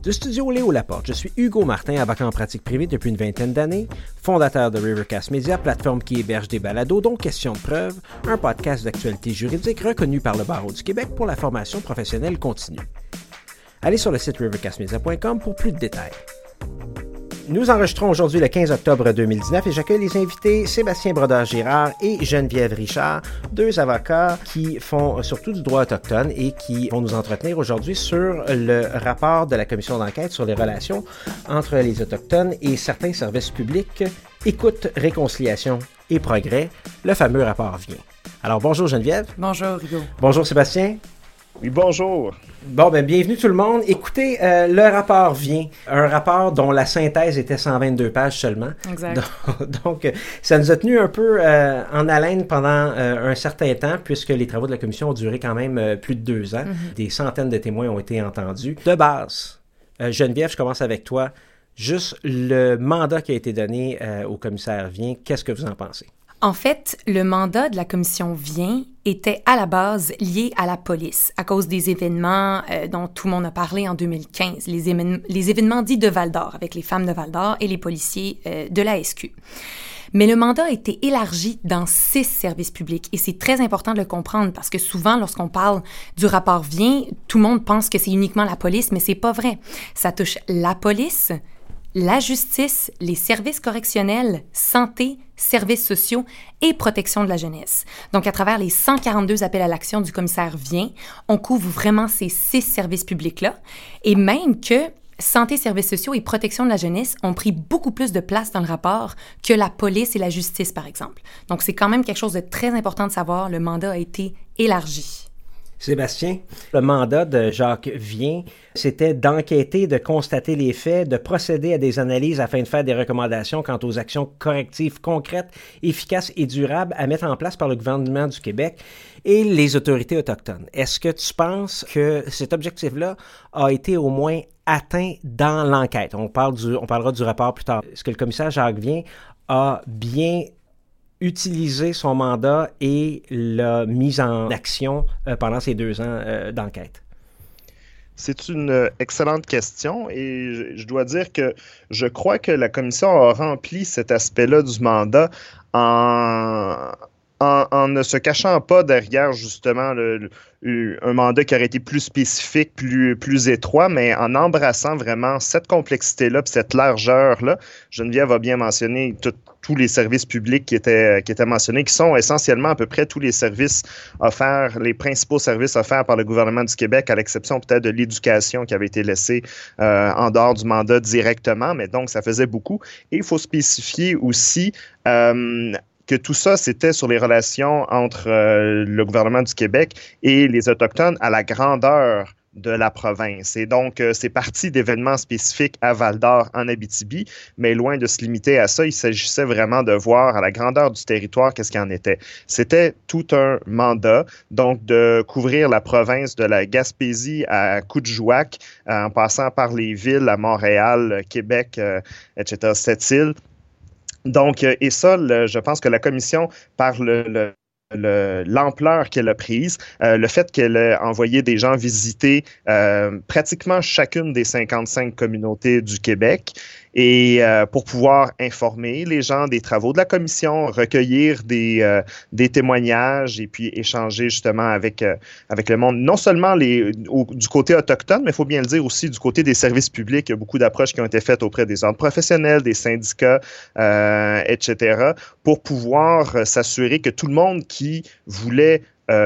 Du studio Léo Laporte, je suis Hugo Martin, avocat en pratique privée depuis une vingtaine d'années, fondateur de Rivercast Media, plateforme qui héberge des balados dont Questions de preuve, un podcast d'actualité juridique reconnu par le Barreau du Québec pour la formation professionnelle continue. Allez sur le site rivercastmedia.com pour plus de détails. Nous enregistrons aujourd'hui le 15 octobre 2019 et j'accueille les invités Sébastien Brodeur-Girard et Geneviève Richard, deux avocats qui font surtout du droit autochtone et qui vont nous entretenir aujourd'hui sur le rapport de la commission d'enquête sur les relations entre les Autochtones et certains services publics. Écoute, réconciliation et progrès, le fameux rapport vient. Alors bonjour Geneviève. Bonjour Hugo. Bonjour Sébastien. Oui, bonjour. Bon, bienvenue tout le monde. Écoutez, le rapport vient. Un rapport dont la synthèse était 122 pages seulement. Exact. Donc ça nous a tenu un peu en haleine pendant un certain temps, puisque les travaux de la commission ont duré quand même plus de 2 ans. Mm-hmm. Des centaines de témoins ont été entendus. De base, Geneviève, je commence avec toi. Juste le mandat qui a été donné au commissaire Vien, qu'est-ce que vous en pensez? En fait, le mandat de la commission Vien était à la base lié à la police, à cause des événements dont tout le monde a parlé en 2015, les événements dits de Val-d'Or, avec les femmes de Val-d'Or et les policiers de la SQ. Mais le mandat a été élargi dans 6 services publics et c'est très important de le comprendre parce que souvent, lorsqu'on parle du rapport Vien, tout le monde pense que c'est uniquement la police, mais c'est pas vrai. Ça touche la police, la justice, les services correctionnels, santé, services sociaux et protection de la jeunesse. Donc, à travers les 142 appels à l'action du commissaire Vien, on couvre vraiment ces 6 services publics-là et même que santé, services sociaux et protection de la jeunesse ont pris beaucoup plus de place dans le rapport que la police et la justice, par exemple. Donc, c'est quand même quelque chose de très important de savoir. Le mandat a été élargi. Sébastien, le mandat de Jacques Vien, c'était d'enquêter, de constater les faits, de procéder à des analyses afin de faire des recommandations quant aux actions correctives concrètes, efficaces et durables à mettre en place par le gouvernement du Québec et les autorités autochtones. Est-ce que tu penses que cet objectif-là a été au moins atteint dans l'enquête? On parlera du rapport plus tard. Est-ce que le commissaire Jacques Vien a bien utiliser son mandat et l'a mise en action pendant ces 2 ans d'enquête? C'est une excellente question et je dois dire que je crois que la commission a rempli cet aspect-là du mandat en ne se cachant pas derrière justement un mandat qui aurait été plus spécifique, plus étroit, mais en embrassant vraiment cette complexité-là et cette largeur-là. Geneviève a bien mentionné tous les services publics qui étaient mentionnés, qui sont essentiellement à peu près tous les services offerts, les principaux services offerts par le gouvernement du Québec, à l'exception peut-être de l'éducation qui avait été laissée en dehors du mandat directement, mais donc ça faisait beaucoup. Et il faut spécifier aussi que tout ça, c'était sur les relations entre le gouvernement du Québec et les Autochtones à la grandeur de la province. Et donc, c'est parti d'événements spécifiques à Val-d'Or, en Abitibi, mais loin de se limiter à ça, il s'agissait vraiment de voir à la grandeur du territoire qu'est-ce qu'il en était. C'était tout un mandat, donc de couvrir la province de la Gaspésie à Coudjouac, en passant par les villes à Montréal, Québec, etc., Sept-Îles. Donc, et ça, je pense que la commission, par l'ampleur qu'elle a prise, le fait qu'elle a envoyé des gens visiter pratiquement chacune des 55 communautés du Québec et pour pouvoir informer les gens des travaux de la commission, recueillir des témoignages et puis échanger justement avec le monde, non seulement du côté autochtone, mais il faut bien le dire aussi du côté des services publics. Il y a beaucoup d'approches qui ont été faites auprès des ordres professionnels, des syndicats, etc., pour pouvoir s'assurer que tout le monde qui voulait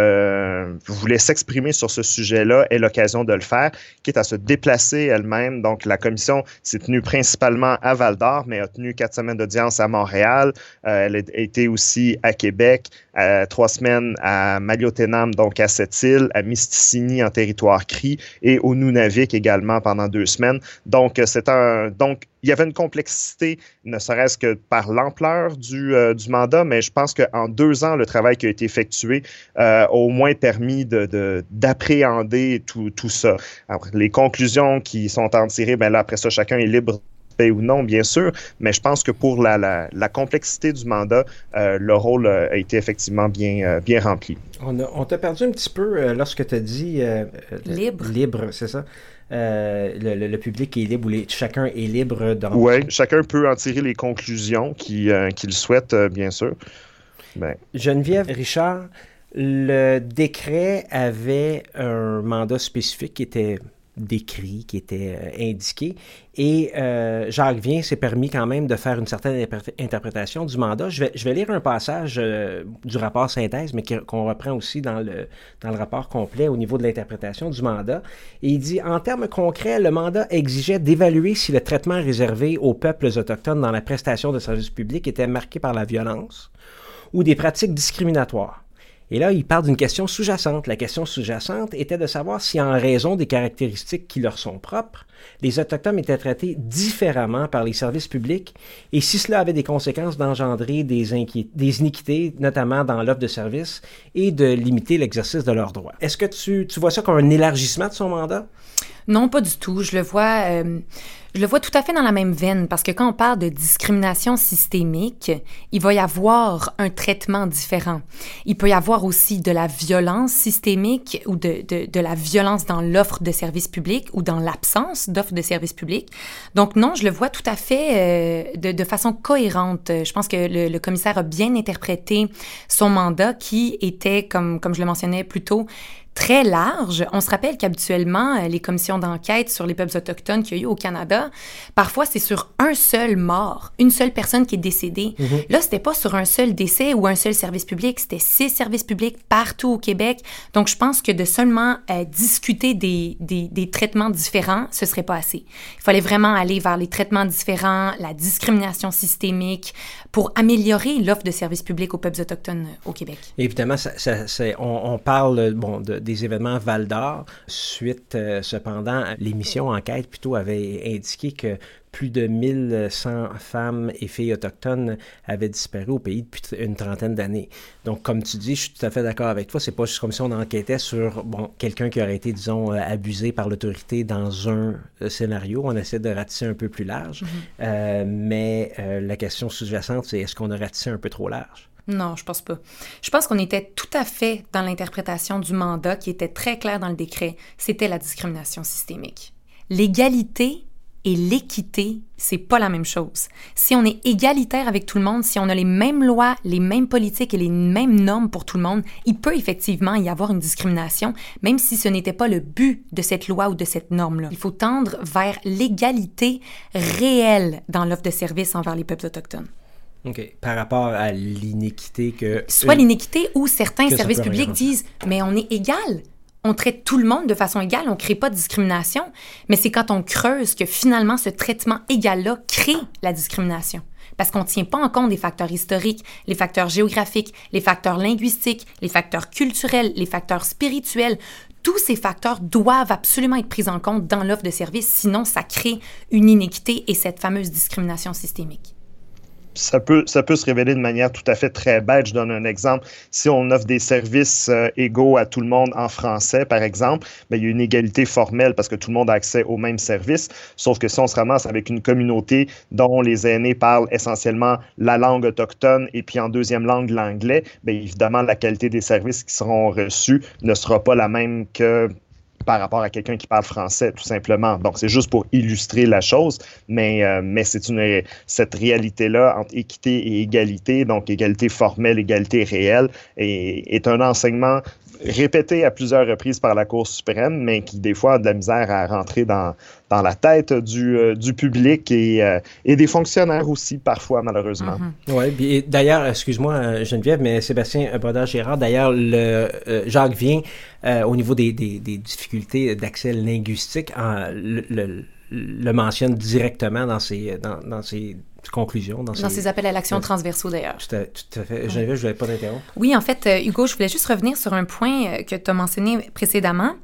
s'exprimer sur ce sujet-là ait l'occasion de le faire, quitte à se déplacer elle-même. Donc, la commission s'est tenue principalement à Val-d'Or, mais a tenu 4 semaines d'audience à Montréal. Elle a été aussi à Québec, 3 semaines à Maliotenam, donc à Sept-Îles, à Misticini en territoire cri et au Nunavik également pendant 2 semaines. Donc, il y avait une complexité, ne serait-ce que par l'ampleur du mandat, mais je pense qu'en 2 ans, le travail qui a été effectué a au moins permis d'appréhender tout ça. Alors, les conclusions qui sont en tirées, bien là, après ça, chacun est libre ou non, bien sûr, mais je pense que pour la complexité du mandat, le rôle a été effectivement bien rempli. On t'a perdu un petit peu lorsque tu as dit... libre. Libre, c'est ça. le public est libre ou chacun est libre d'en... Oui, chacun peut en tirer les conclusions qu'il souhaite, bien sûr. Ben. Geneviève, Richard, le décret avait un mandat spécifique qui était décrit, qui était indiqué, et Jacques Vien s'est permis quand même de faire une certaine interprétation du mandat. Je vais lire un passage du rapport synthèse, mais qu'on reprend aussi dans le rapport complet au niveau de l'interprétation du mandat. Et il dit, en termes concrets, le mandat exigeait d'évaluer si le traitement réservé aux peuples autochtones dans la prestation de services publics était marqué par la violence ou des pratiques discriminatoires. Et là, il parle d'une question sous-jacente. La question sous-jacente était de savoir si, en raison des caractéristiques qui leur sont propres, les Autochtones étaient traités différemment par les services publics et si cela avait des conséquences d'engendrer des iniquités, notamment dans l'offre de services, et de limiter l'exercice de leurs droits. Est-ce que tu vois ça comme un élargissement de son mandat? Non, pas du tout. Je le vois tout à fait dans la même veine, parce que quand on parle de discrimination systémique, il va y avoir un traitement différent. Il peut y avoir aussi de la violence systémique ou de la violence dans l'offre de services publics ou dans l'absence d'offre de services publics. Donc non, je le vois tout à fait de façon cohérente. Je pense que le commissaire a bien interprété son mandat qui était, comme je le mentionnais plus tôt, très large. On se rappelle qu'habituellement, les commissions d'enquête sur les peuples autochtones qu'il y a eu au Canada, parfois, c'est sur un seul mort, une seule personne qui est décédée. Mm-hmm. Là, c'était pas sur un seul décès ou un seul service public, c'était 6 services publics partout au Québec. Donc, je pense que de seulement discuter des traitements différents, ce serait pas assez. Il fallait vraiment aller vers les traitements différents, la discrimination systémique, pour améliorer l'offre de services publics aux peuples autochtones au Québec. Évidemment, on parle des événements Val-d'Or. Suite, cependant, l'émission Enquête plutôt avait indiqué que plus de 1100 femmes et filles autochtones avaient disparu au pays depuis une trentaine d'années. Donc, comme tu dis, je suis tout à fait d'accord avec toi. C'est pas juste comme si on enquêtait sur quelqu'un qui aurait été, disons, abusé par l'autorité dans un scénario. On essaie de ratisser un peu plus large. Mm-hmm. Mais la question sous-jacente, c'est est-ce qu'on a ratissé un peu trop large? Non, je pense pas. Je pense qu'on était tout à fait dans l'interprétation du mandat qui était très clair dans le décret. C'était la discrimination systémique. L'égalité et l'équité, c'est pas la même chose. Si on est égalitaire avec tout le monde, si on a les mêmes lois, les mêmes politiques et les mêmes normes pour tout le monde, il peut effectivement y avoir une discrimination, même si ce n'était pas le but de cette loi ou de cette norme-là. Il faut tendre vers l'égalité réelle dans l'offre de services envers les peuples autochtones. OK. Par rapport à l'inéquité que... Soit l'inéquité ou certains services publics disent « mais on est égal ». On traite tout le monde de façon égale, on ne crée pas de discrimination, mais c'est quand on creuse que finalement ce traitement égal-là crée la discrimination. Parce qu'on ne tient pas en compte des facteurs historiques, les facteurs géographiques, les facteurs linguistiques, les facteurs culturels, les facteurs spirituels. Tous ces facteurs doivent absolument être pris en compte dans l'offre de services, sinon ça crée une inéquité et cette fameuse discrimination systémique. Ça peut se révéler de manière tout à fait très bête. Je donne un exemple. Si on offre des services égaux à tout le monde en français, par exemple, bien, il y a une égalité formelle parce que tout le monde a accès aux mêmes services. Sauf que si on se ramasse avec une communauté dont les aînés parlent essentiellement la langue autochtone et puis en deuxième langue l'anglais, bien, évidemment, la qualité des services qui seront reçus ne sera pas la même que par rapport à quelqu'un qui parle français, tout simplement. Donc, c'est juste pour illustrer la chose, mais cette réalité-là entre équité et égalité, donc égalité formelle, égalité réelle, est un enseignement répété à plusieurs reprises par la Cour suprême, mais qui, des fois, a de la misère à rentrer dans la tête du public et des fonctionnaires aussi, parfois, malheureusement. Mm-hmm. Oui, d'ailleurs, excuse-moi, Geneviève, mais Sébastien Brodeur-Gérard, d'ailleurs, Jacques Vien, au niveau des difficultés d'accès linguistique, le mentionne directement dans ses conclusions. Dans ses appels à l'action transversaux, d'ailleurs. Tout à fait. Geneviève, je ne voulais pas t'interrompre. Oui, en fait, Hugo, je voulais juste revenir sur un point que tu as mentionné précédemment.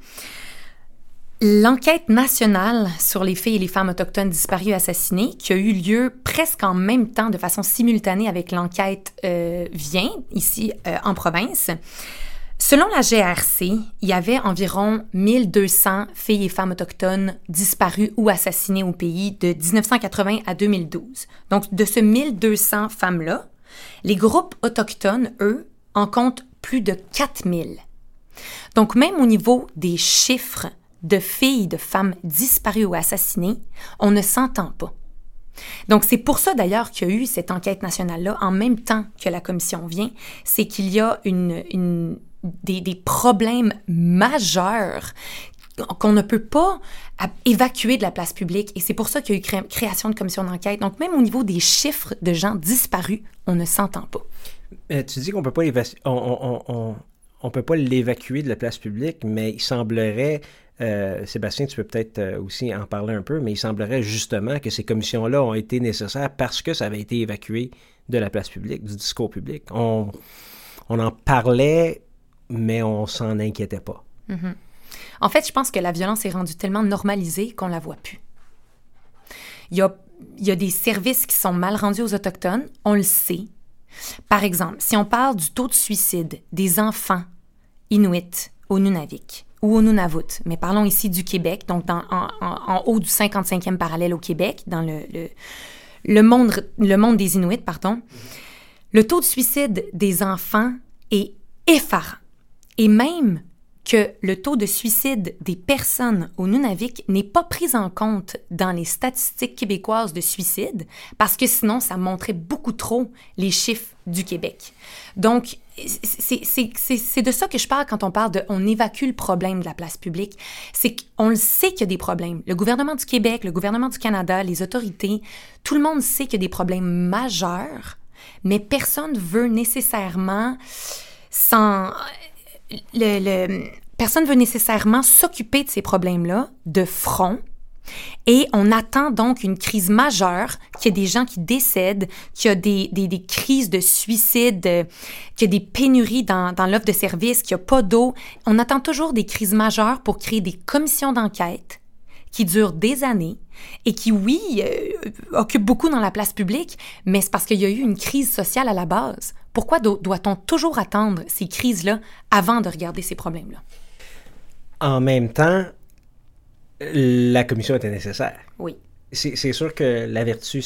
L'enquête nationale sur les filles et les femmes autochtones disparues et assassinées, qui a eu lieu presque en même temps, de façon simultanée avec l'enquête Vien, ici en province. Selon la GRC, il y avait environ 1200 filles et femmes autochtones disparues ou assassinées au pays de 1980 à 2012. Donc, de ce 1200 femmes-là, les groupes autochtones, eux, en comptent plus de 4000. Donc, même au niveau des chiffres de filles, de femmes disparues ou assassinées, on ne s'entend pas. Donc, c'est pour ça d'ailleurs qu'il y a eu cette enquête nationale-là en même temps que la commission vient, c'est qu'il y a des problèmes majeurs qu'on ne peut pas évacuer de la place publique. Et c'est pour ça qu'il y a eu création de commission d'enquête. Donc, même au niveau des chiffres de gens disparus, on ne s'entend pas. Tu dis qu'on peut pas on peut pas l'évacuer de la place publique, mais il semblerait, Sébastien, tu peux peut-être aussi en parler un peu, mais il semblerait justement que ces commissions-là ont été nécessaires parce que ça avait été évacué de la place publique, du discours public. On en parlait, mais on s'en inquiétait pas. Mm-hmm. En fait, je pense que la violence est rendue tellement normalisée qu'on la voit plus. Il y a des services qui sont mal rendus aux Autochtones, on le sait. Par exemple, si on parle du taux de suicide des enfants Inuits au Nunavik ou au Nunavut, mais parlons ici du Québec, donc en haut du 55e parallèle au Québec, dans le monde des Inuits, pardon, le taux de suicide des enfants est effarant. Et même que le taux de suicide des personnes au Nunavik n'est pas pris en compte dans les statistiques québécoises de suicide, parce que sinon, ça montrait beaucoup trop les chiffres du Québec. Donc, c'est de ça que je parle quand on parle de « on évacue le problème de la place publique ». C'est qu'on le sait qu'il y a des problèmes. Le gouvernement du Québec, le gouvernement du Canada, les autorités, tout le monde sait qu'il y a des problèmes majeurs, mais personne ne veut nécessairement personne ne veut nécessairement s'occuper de ces problèmes-là de front. Et on attend donc une crise majeure, qu'il y ait des gens qui décèdent, qu'il y a des crises de suicide, qu'il y a des pénuries dans l'offre de services, qu'il n'y a pas d'eau. On attend toujours des crises majeures pour créer des commissions d'enquête qui durent des années et qui, oui, occupent beaucoup dans la place publique, mais c'est parce qu'il y a eu une crise sociale à la base. Pourquoi doit-on toujours attendre ces crises-là avant de regarder ces problèmes-là? En même temps, la commission était nécessaire. Oui. C'est sûr que la vertu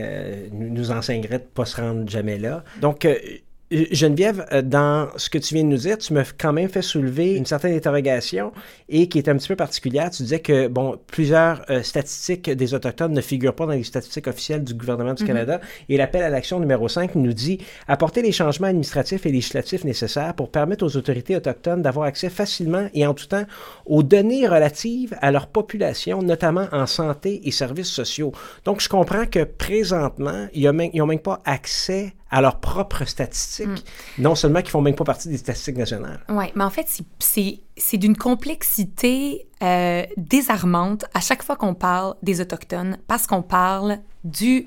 nous enseignerait de ne pas se rendre jamais là. Donc, Geneviève, dans ce que tu viens de nous dire, tu m'as quand même fait soulever une certaine interrogation et qui est un petit peu particulière. Tu disais que, plusieurs statistiques des Autochtones ne figurent pas dans les statistiques officielles du gouvernement du Canada. Et l'appel à l'action numéro 5 nous dit « Apporter les changements administratifs et législatifs nécessaires pour permettre aux autorités autochtones d'avoir accès facilement et en tout temps aux données relatives à leur population, notamment en santé et services sociaux. » Donc, je comprends que présentement, ils n'ont même pas accès à leurs propres statistiques, non seulement qu'ils font même pas partie des statistiques nationales. Oui, mais en fait, c'est d'une complexité désarmante à chaque fois qu'on parle des Autochtones, parce qu'on parle des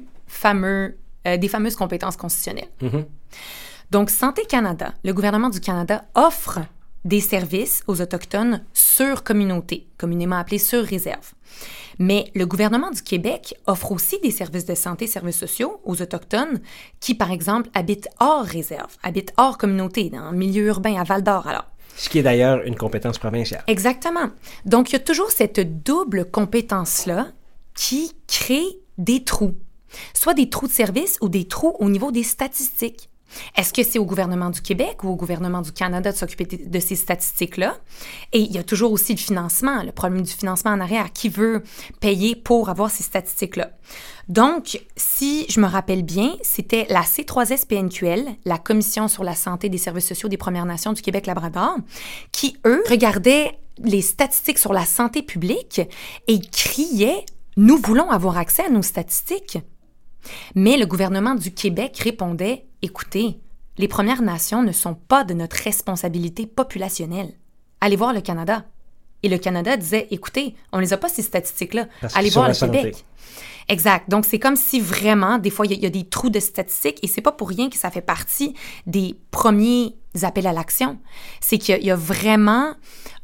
fameuses compétences constitutionnelles. Mm-hmm. Donc, Santé Canada, le gouvernement du Canada offre des services aux Autochtones sur communauté, communément appelés sur réserve. Mais le gouvernement du Québec offre aussi des services de santé, services sociaux aux Autochtones qui, par exemple, habitent hors réserve, habitent hors communauté, dans le milieu urbain, à Val-d'Or, alors. Ce qui est d'ailleurs une compétence provinciale. Exactement. Donc, il y a toujours cette double compétence-là qui crée des trous, soit des trous de service ou des trous au niveau des statistiques. Est-ce que c'est au gouvernement du Québec ou au gouvernement du Canada de s'occuper de ces statistiques-là? Et il y a toujours aussi le financement, le problème du financement en arrière. Qui veut payer pour avoir ces statistiques-là? Donc, si je me rappelle bien, c'était la C3S-PNQL, la Commission sur la santé des services sociaux des Premières Nations du Québec-Labrador, qui, eux, regardaient les statistiques sur la santé publique et criaient « Nous voulons avoir accès à nos statistiques ». Mais le gouvernement du Québec répondait « Écoutez, les Premières Nations ne sont pas de notre responsabilité populationnelle. Allez voir le Canada. » Et le Canada disait « Écoutez, on les a pas ces statistiques-là. Allez voir le Québec. » Exact. Donc, c'est comme si vraiment, des fois, il y a des trous de statistiques et c'est pas pour rien que ça fait partie des premiers appels à l'action. C'est qu'il y a vraiment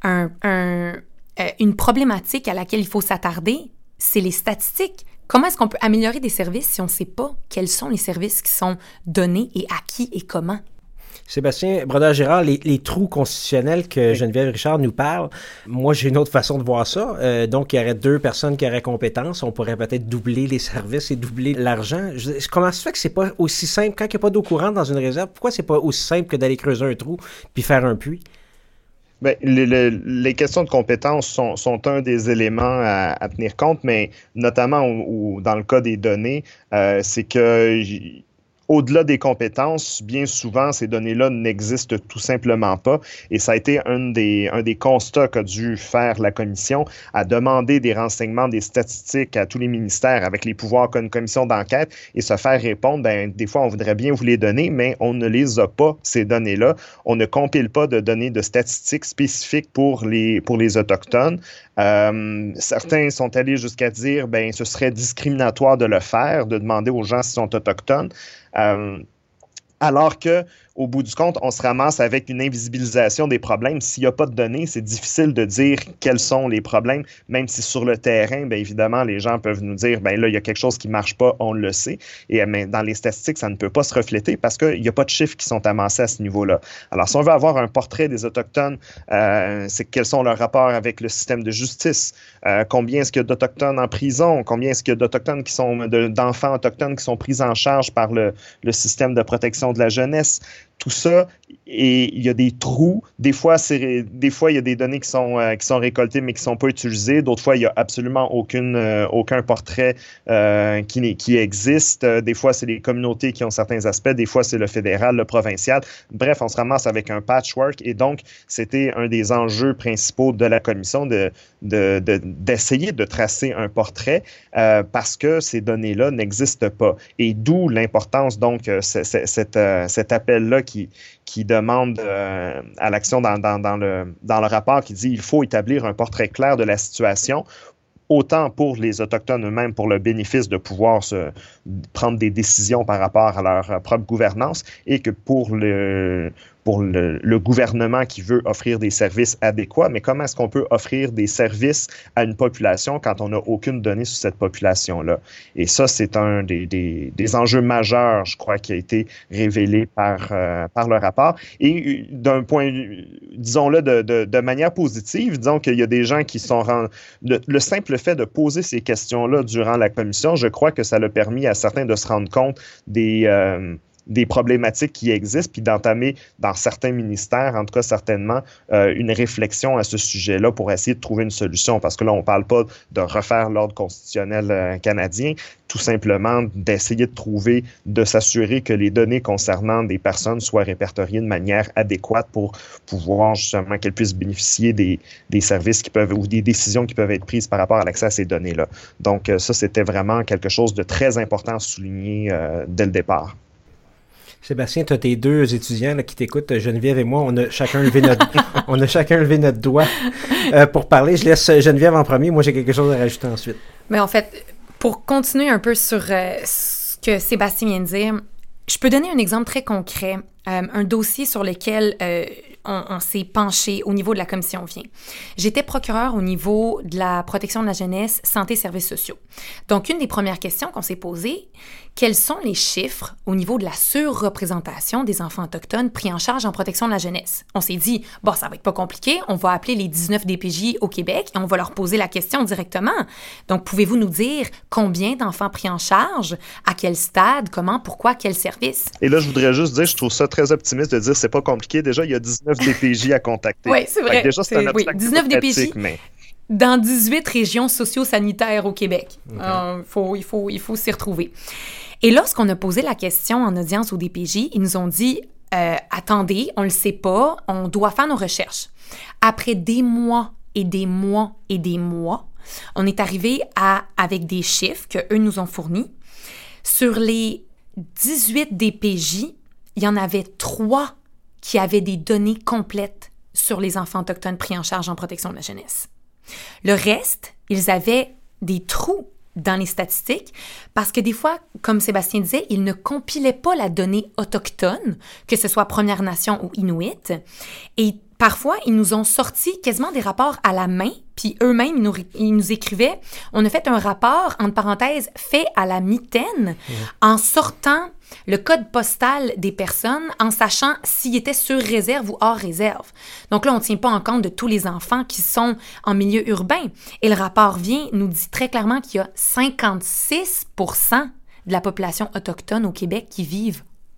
une problématique à laquelle il faut s'attarder, c'est les statistiques. Comment est-ce qu'on peut améliorer des services si on ne sait pas quels sont les services qui sont donnés et à qui et comment? Sébastien Brodeur-Girard, les trous constitutionnels que Geneviève Richard nous parle, moi, j'ai une autre façon de voir ça. Donc, il y aurait 2 personnes qui auraient compétence. On pourrait peut-être doubler les services et doubler l'argent. Comment ça se fait que c'est pas aussi simple? Quand il n'y a pas d'eau courante dans une réserve, pourquoi c'est pas aussi simple que d'aller creuser un trou puis faire un puits? Bien, les questions de compétences sont un des éléments à tenir compte, mais notamment dans le cas des données, c'est que au-delà des compétences, bien souvent, ces données-là n'existent tout simplement pas. Et ça a été un des constats qu'a dû faire la commission, à demander des renseignements, des statistiques à tous les ministères avec les pouvoirs qu'une commission d'enquête et se faire répondre, ben, des fois, on voudrait bien vous les donner, mais on ne les a pas, ces données-là. On ne compile pas de données de statistiques spécifiques pour les Autochtones. Certains sont allés jusqu'à dire, ben, ce serait discriminatoire de le faire, de demander aux gens s'ils sont autochtones. Alors que, au bout du compte, on se ramasse avec une invisibilisation des problèmes. S'il n'y a pas de données, c'est difficile de dire quels sont les problèmes, même si sur le terrain, bien évidemment, les gens peuvent nous dire, bien là, il y a quelque chose qui ne marche pas, on le sait. Et mais dans les statistiques, ça ne peut pas se refléter parce qu'il n'y a pas de chiffres qui sont amassés à ce niveau-là. Alors, si on veut avoir un portrait des Autochtones, c'est quels sont leurs rapports avec le système de justice? Combien est-ce qu'il y a d'Autochtones en prison? Combien est-ce qu'il y a d'Autochtones d'enfants autochtones qui sont pris en charge par le système de protection de la jeunesse? Tout ça, et il y a des trous. Des fois, il y a des données qui sont récoltées mais qui ne sont pas utilisées. D'autres fois, il n'y a absolument aucun portrait qui existe. Des fois, c'est les communautés qui ont certains aspects. Des fois, c'est le fédéral, le provincial. Bref, on se ramasse avec un patchwork. Et donc, c'était un des enjeux principaux de la commission d'essayer de tracer un portrait parce que ces données-là n'existent pas. Et d'où l'importance, donc, cet appel-là qui demande à l'action dans le rapport qui dit qu'il faut établir un portrait clair de la situation, autant pour les Autochtones eux-mêmes, pour le bénéfice de pouvoir prendre des décisions par rapport à leur propre gouvernance, et que pour le gouvernement qui veut offrir des services adéquats, mais comment est-ce qu'on peut offrir des services à une population quand on n'a aucune donnée sur cette population-là? Et ça, c'est un des enjeux majeurs, je crois, qui a été révélé par le rapport. Et d'un point, disons-le de manière positive, disons qu'il y a des gens qui sont... Le simple fait de poser ces questions-là durant la commission, je crois que ça a permis à certains de se rendre compte des problématiques qui existent, puis d'entamer dans certains ministères, en tout cas certainement, une réflexion à ce sujet-là pour essayer de trouver une solution. Parce que là, on ne parle pas de refaire l'ordre constitutionnel canadien, tout simplement d'essayer de s'assurer que les données concernant des personnes soient répertoriées de manière adéquate pour pouvoir justement qu'elles puissent bénéficier des services ou des décisions qui peuvent être prises par rapport à l'accès à ces données-là. Donc ça, c'était vraiment quelque chose de très important à souligner dès le départ. Sébastien, tu as tes deux étudiants là, qui t'écoutent. Geneviève et moi, on a chacun levé notre doigt pour parler. Je laisse Geneviève en premier. Moi, j'ai quelque chose à rajouter ensuite. Mais en fait, pour continuer un peu sur ce que Sébastien vient de dire, je peux donner un exemple très concret, un dossier sur lequel on s'est penché au niveau de la commission Vient. J'étais procureure au niveau de la protection de la jeunesse, santé, services sociaux. Donc, une des premières questions qu'on s'est posées, quels sont les chiffres au niveau de la surreprésentation des enfants autochtones pris en charge en protection de la jeunesse? On s'est dit, bon, ça va être pas compliqué, on va appeler les 19 DPJ au Québec et on va leur poser la question directement. Donc, pouvez-vous nous dire combien d'enfants pris en charge, à quel stade, comment, pourquoi, quel service? Et là, je voudrais juste dire, je trouve ça très optimiste de dire c'est pas compliqué. Déjà, il y a 19 DPJ à contacter. Oui, c'est vrai. Déjà, c'est un obstacle 19 DPJ. pratique, mais... Dans 18 régions socio-sanitaires au Québec. Il faut s'y retrouver. Et lorsqu'on a posé la question en audience au DPJ, ils nous ont dit « Attendez, on ne le sait pas, on doit faire nos recherches. » Après des mois et des mois et des mois, on est arrivé avec des chiffres qu'eux nous ont fournis. Sur les 18 DPJ, il y en avait 3 qui avaient des données complètes sur les enfants autochtones pris en charge en protection de la jeunesse. Le reste, ils avaient des trous dans les statistiques parce que des fois, comme Sébastien disait, ils ne compilaient pas la donnée autochtone, que ce soit Première Nation ou Inuit. Et parfois, ils nous ont sorti quasiment des rapports à la main, puis eux-mêmes, ils nous écrivaient. On a fait un rapport, entre parenthèses, fait à la mitaine, en sortant le code postal des personnes, en sachant s'ils étaient sur réserve ou hors réserve. Donc là, on ne tient pas en compte de tous les enfants qui sont en milieu urbain. Et le rapport nous dit très clairement qu'il y a 56% de la population autochtone au Québec qui vivent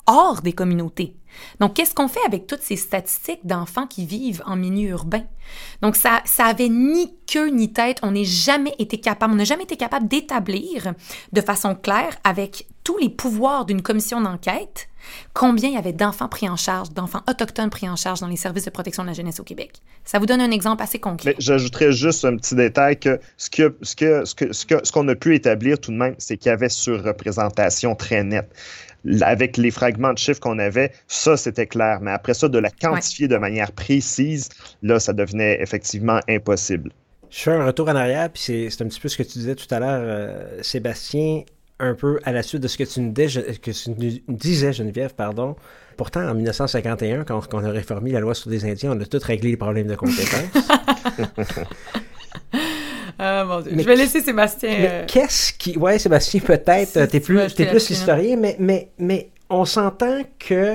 hors des communautés. Donc, qu'est-ce qu'on fait avec toutes ces statistiques d'enfants qui vivent en milieu urbain? Donc, ça avait ni queue ni tête. On n'a jamais été capable d'établir de façon claire, avec tous les pouvoirs d'une commission d'enquête, combien il y avait d'enfants pris en charge, d'enfants autochtones pris en charge dans les services de protection de la jeunesse au Québec. Ça vous donne un exemple assez concret. Mais j'ajouterais juste un petit détail que ce qu'on a pu établir tout de même, c'est qu'il y avait surreprésentation très nette. Avec les fragments de chiffres qu'on avait, ça, c'était clair. Mais après ça, de la quantifier de manière précise, là, ça devenait effectivement impossible. Je fais un retour en arrière, puis c'est un petit peu ce que tu disais tout à l'heure, Sébastien, un peu à la suite de ce que tu nous disais, Geneviève, pardon. Pourtant, en 1951, quand on a réformé la loi sur les Indiens, on a tout réglé les problèmes de compétences. Ah, mon Dieu. Je vais laisser Sébastien... Mais qu'est-ce qui... Ouais, Sébastien, peut-être, t'es plus l'historien, mais on s'entend que...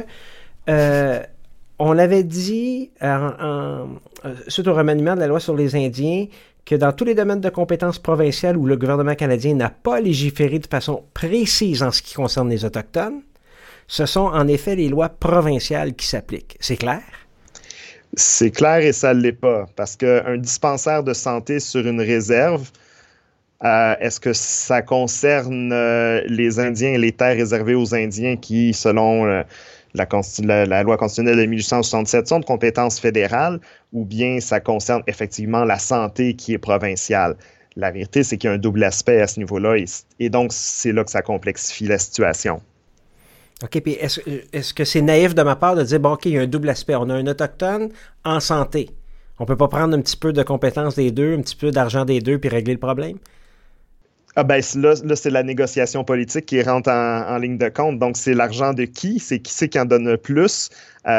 on l'avait dit suite au remaniement de la loi sur les Indiens que dans tous les domaines de compétences provinciales où le gouvernement canadien n'a pas légiféré de façon précise en ce qui concerne les Autochtones, ce sont en effet les lois provinciales qui s'appliquent. C'est clair? C'est clair et ça ne l'est pas, parce qu'un dispensaire de santé sur une réserve, est-ce que ça concerne les Indiens et les terres réservées aux Indiens qui, selon la loi constitutionnelle de 1867, sont de compétence fédérale, ou bien ça concerne effectivement la santé qui est provinciale? La vérité, c'est qu'il y a un double aspect à ce niveau-là, et donc c'est là que ça complexifie la situation. OK, puis est-ce que c'est naïf de ma part de dire, bon, OK, il y a un double aspect. On a un autochtone en santé. On peut pas prendre un petit peu de compétences des deux, un petit peu d'argent des deux, puis régler le problème? Ah ben là, c'est la négociation politique qui rentre en ligne de compte. Donc, c'est l'argent de qui? C'est qui c'est qui en donne le plus?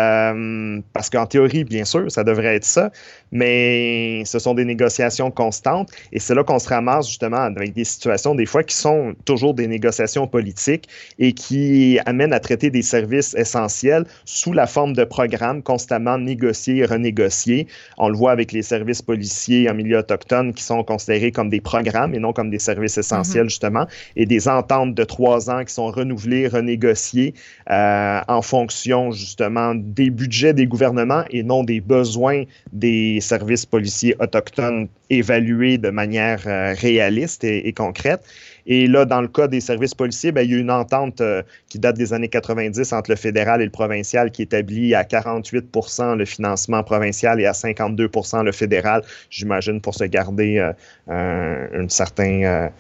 Parce qu'en théorie, bien sûr, ça devrait être ça, mais ce sont des négociations constantes et c'est là qu'on se ramasse justement avec des situations des fois qui sont toujours des négociations politiques et qui amènent à traiter des services essentiels sous la forme de programmes constamment négociés et renégociés. On le voit avec les services policiers en milieu autochtone qui sont considérés comme des programmes et non comme des services essentiels justement, et des ententes de 3 ans qui sont renouvelées, renégociées en fonction justement des budgets des gouvernements et non des besoins des services policiers autochtones évalués de manière réaliste et concrète. Et là, dans le cas des services policiers, il y a une entente qui date des années 90 entre le fédéral et le provincial qui établit à 48 % le financement provincial et à 52 % le fédéral, j'imagine, pour se garder un certain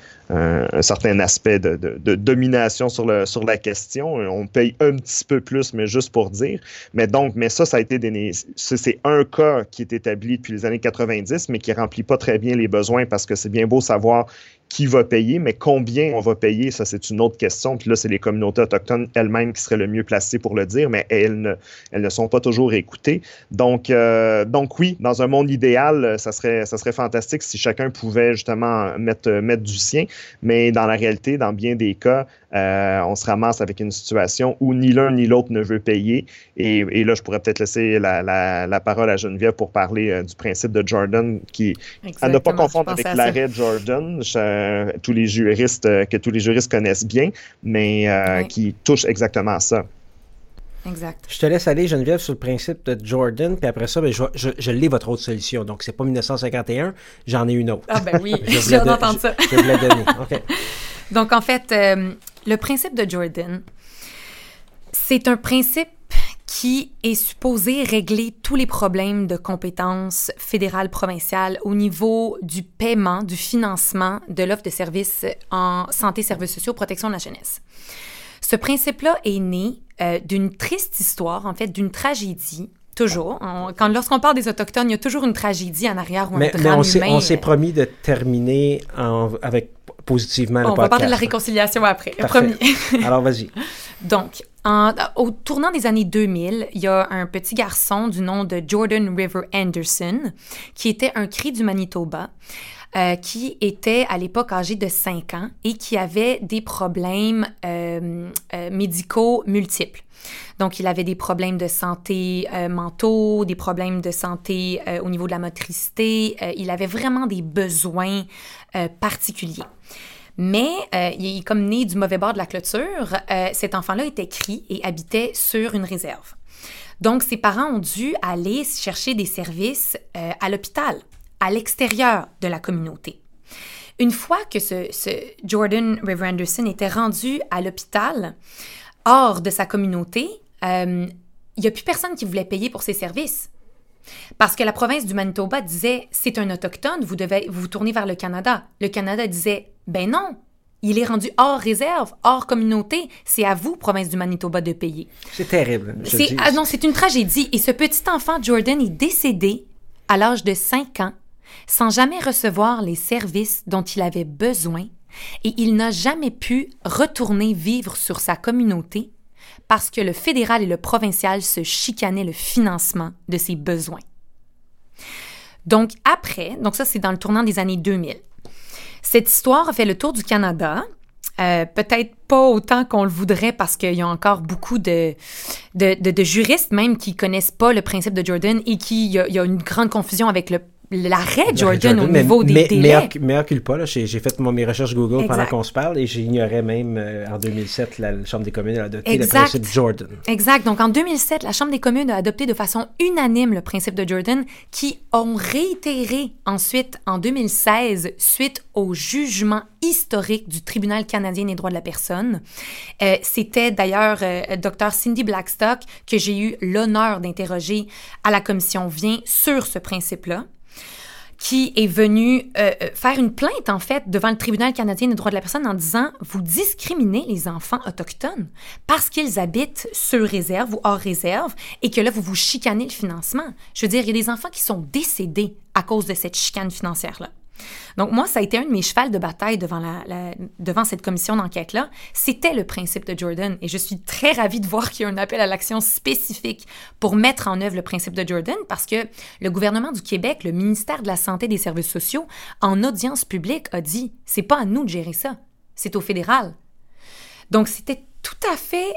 aspect de domination sur la question. On paye un petit peu plus, mais juste pour dire. Mais ça a été c'est un cas qui est établi depuis les années 90, mais qui ne remplit pas très bien les besoins parce que c'est bien beau savoir qui va payer, mais combien on va payer, ça, c'est une autre question. Puis là, c'est les communautés autochtones elles-mêmes qui seraient le mieux placées pour le dire, mais elles ne sont pas toujours écoutées. Donc oui, dans un monde idéal, ça serait fantastique si chacun pouvait justement mettre du sien, mais dans la réalité, dans bien des cas, on se ramasse avec une situation où ni l'un ni l'autre ne veut payer. Et là, je pourrais peut-être laisser la parole à Geneviève pour parler du principe de Jordan, à ne pas confondre avec l'arrêt Jordan, que tous les juristes connaissent bien, mais qui touche exactement à ça. Exact. Je te laisse aller, Geneviève, sur le principe de Jordan, puis après ça, je l'ai votre autre solution. Donc, c'est pas 1951, j'en ai une autre. Ah ben oui, j'ai hâte d'entendre ça. Je vais vous la donner. OK. Donc, en fait, le principe de Jordan, c'est un principe qui est supposé régler tous les problèmes de compétences fédérales, provinciales au niveau du paiement, du financement de l'offre de services en santé, services sociaux, protection de la jeunesse. Ce principe-là est né d'une triste histoire, en fait, d'une tragédie. Toujours. Lorsqu'on parle des Autochtones, il y a toujours une tragédie en arrière ou un drame humain. On s'est promis de terminer avec positivement le podcast. On va parler de la réconciliation après. Promis. Alors, vas-y. Donc, au tournant des années 2000, il y a un petit garçon du nom de Jordan River Anderson qui était un cri du Manitoba, qui était à l'époque âgé de 5 ans et qui avait des problèmes médicaux multiples. Donc, il avait des problèmes de santé mentaux, des problèmes de santé au niveau de la motricité. Il avait vraiment des besoins particuliers. Mais il est comme né du mauvais bord de la clôture. Cet enfant-là était écrit et habitait sur une réserve. Donc, ses parents ont dû aller chercher des services à l'hôpital, à l'extérieur de la communauté. Une fois que ce Jordan River Anderson était rendu à l'hôpital, hors de sa communauté, il n'y a plus personne qui voulait payer pour ses services. Parce que la province du Manitoba disait « c'est un autochtone, vous devez vous tourner vers le Canada ». Le Canada disait « ben non, il est rendu hors réserve, hors communauté, c'est à vous, province du Manitoba, de payer ». C'est terrible. Non, c'est une tragédie. Et ce petit enfant, Jordan, est décédé à l'âge de 5 ans, sans jamais recevoir les services dont il avait besoin, et il n'a jamais pu retourner vivre sur sa communauté parce que le fédéral et le provincial se chicanaient le financement de ses besoins. Donc ça c'est dans le tournant des années 2000. Cette histoire a fait le tour du Canada, peut-être pas autant qu'on le voudrait parce qu'il y a encore beaucoup de juristes même qui connaissent pas le principe de Jordan et il y a une grande confusion avec l'arrêt Jordan au niveau des délais. Mais occupe pas, là, j'ai fait mes recherches Google pendant qu'on se parle et j'ignorais même en 2007 la Chambre des communes a adopté le principe Jordan. Exact. Donc en 2007, la Chambre des communes a adopté de façon unanime le principe de Jordan qui ont réitéré ensuite en 2016 suite au jugement historique du Tribunal canadien des droits de la personne. C'était d'ailleurs Dr. Cindy Blackstock que j'ai eu l'honneur d'interroger à la commission Vient sur ce principe-là, qui est venu faire une plainte, en fait, devant le Tribunal canadien des droits de la personne en disant « Vous discriminez les enfants autochtones parce qu'ils habitent sur réserve ou hors réserve et que là, vous vous chicanez le financement. » Je veux dire, il y a des enfants qui sont décédés à cause de cette chicane financière-là. Donc, moi, ça a été un de mes chevals de bataille devant cette commission d'enquête-là. C'était le principe de Jordan. Et je suis très ravie de voir qu'il y a un appel à l'action spécifique pour mettre en œuvre le principe de Jordan parce que le gouvernement du Québec, le ministère de la Santé et des Services sociaux, en audience publique, a dit « c'est pas à nous de gérer ça, c'est au fédéral ». Donc, c'était tout à fait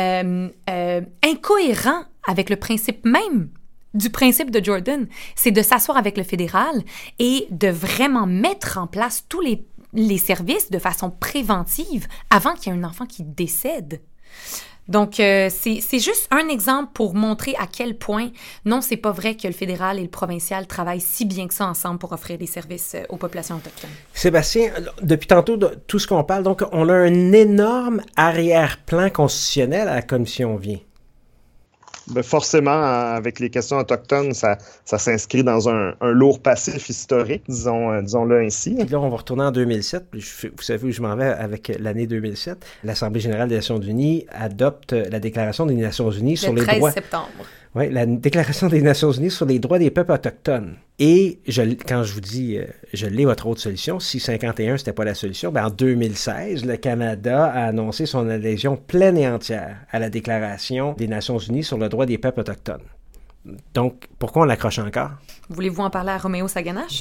incohérent avec le principe même du principe de Jordan, c'est de s'asseoir avec le fédéral et de vraiment mettre en place tous les services de façon préventive avant qu'il y ait un enfant qui décède. Donc, c'est juste un exemple pour montrer à quel point, non, c'est pas vrai que le fédéral et le provincial travaillent si bien que ça ensemble pour offrir des services aux populations autochtones. Sébastien, depuis tantôt, de tout ce qu'on parle, donc on a un énorme arrière-plan constitutionnel à la commission Vient. Ben forcément, avec les questions autochtones, ça s'inscrit dans un lourd passif historique, disons-le ainsi. Puis là, on va retourner en 2007. Vous savez où je m'en vais avec l'année 2007. L'Assemblée générale des Nations unies adopte la Déclaration des Nations unies sur les droits... Le 13 septembre. Oui, la Déclaration des Nations unies sur les droits des peuples autochtones. Et quand je vous dis, je l'ai votre autre solution, si 51, c'était pas la solution, ben en 2016, le Canada a annoncé son adhésion pleine et entière à la Déclaration des Nations unies sur le droit des peuples autochtones. Donc, pourquoi on l'accroche encore? Voulez-vous en parler à Roméo Saganache?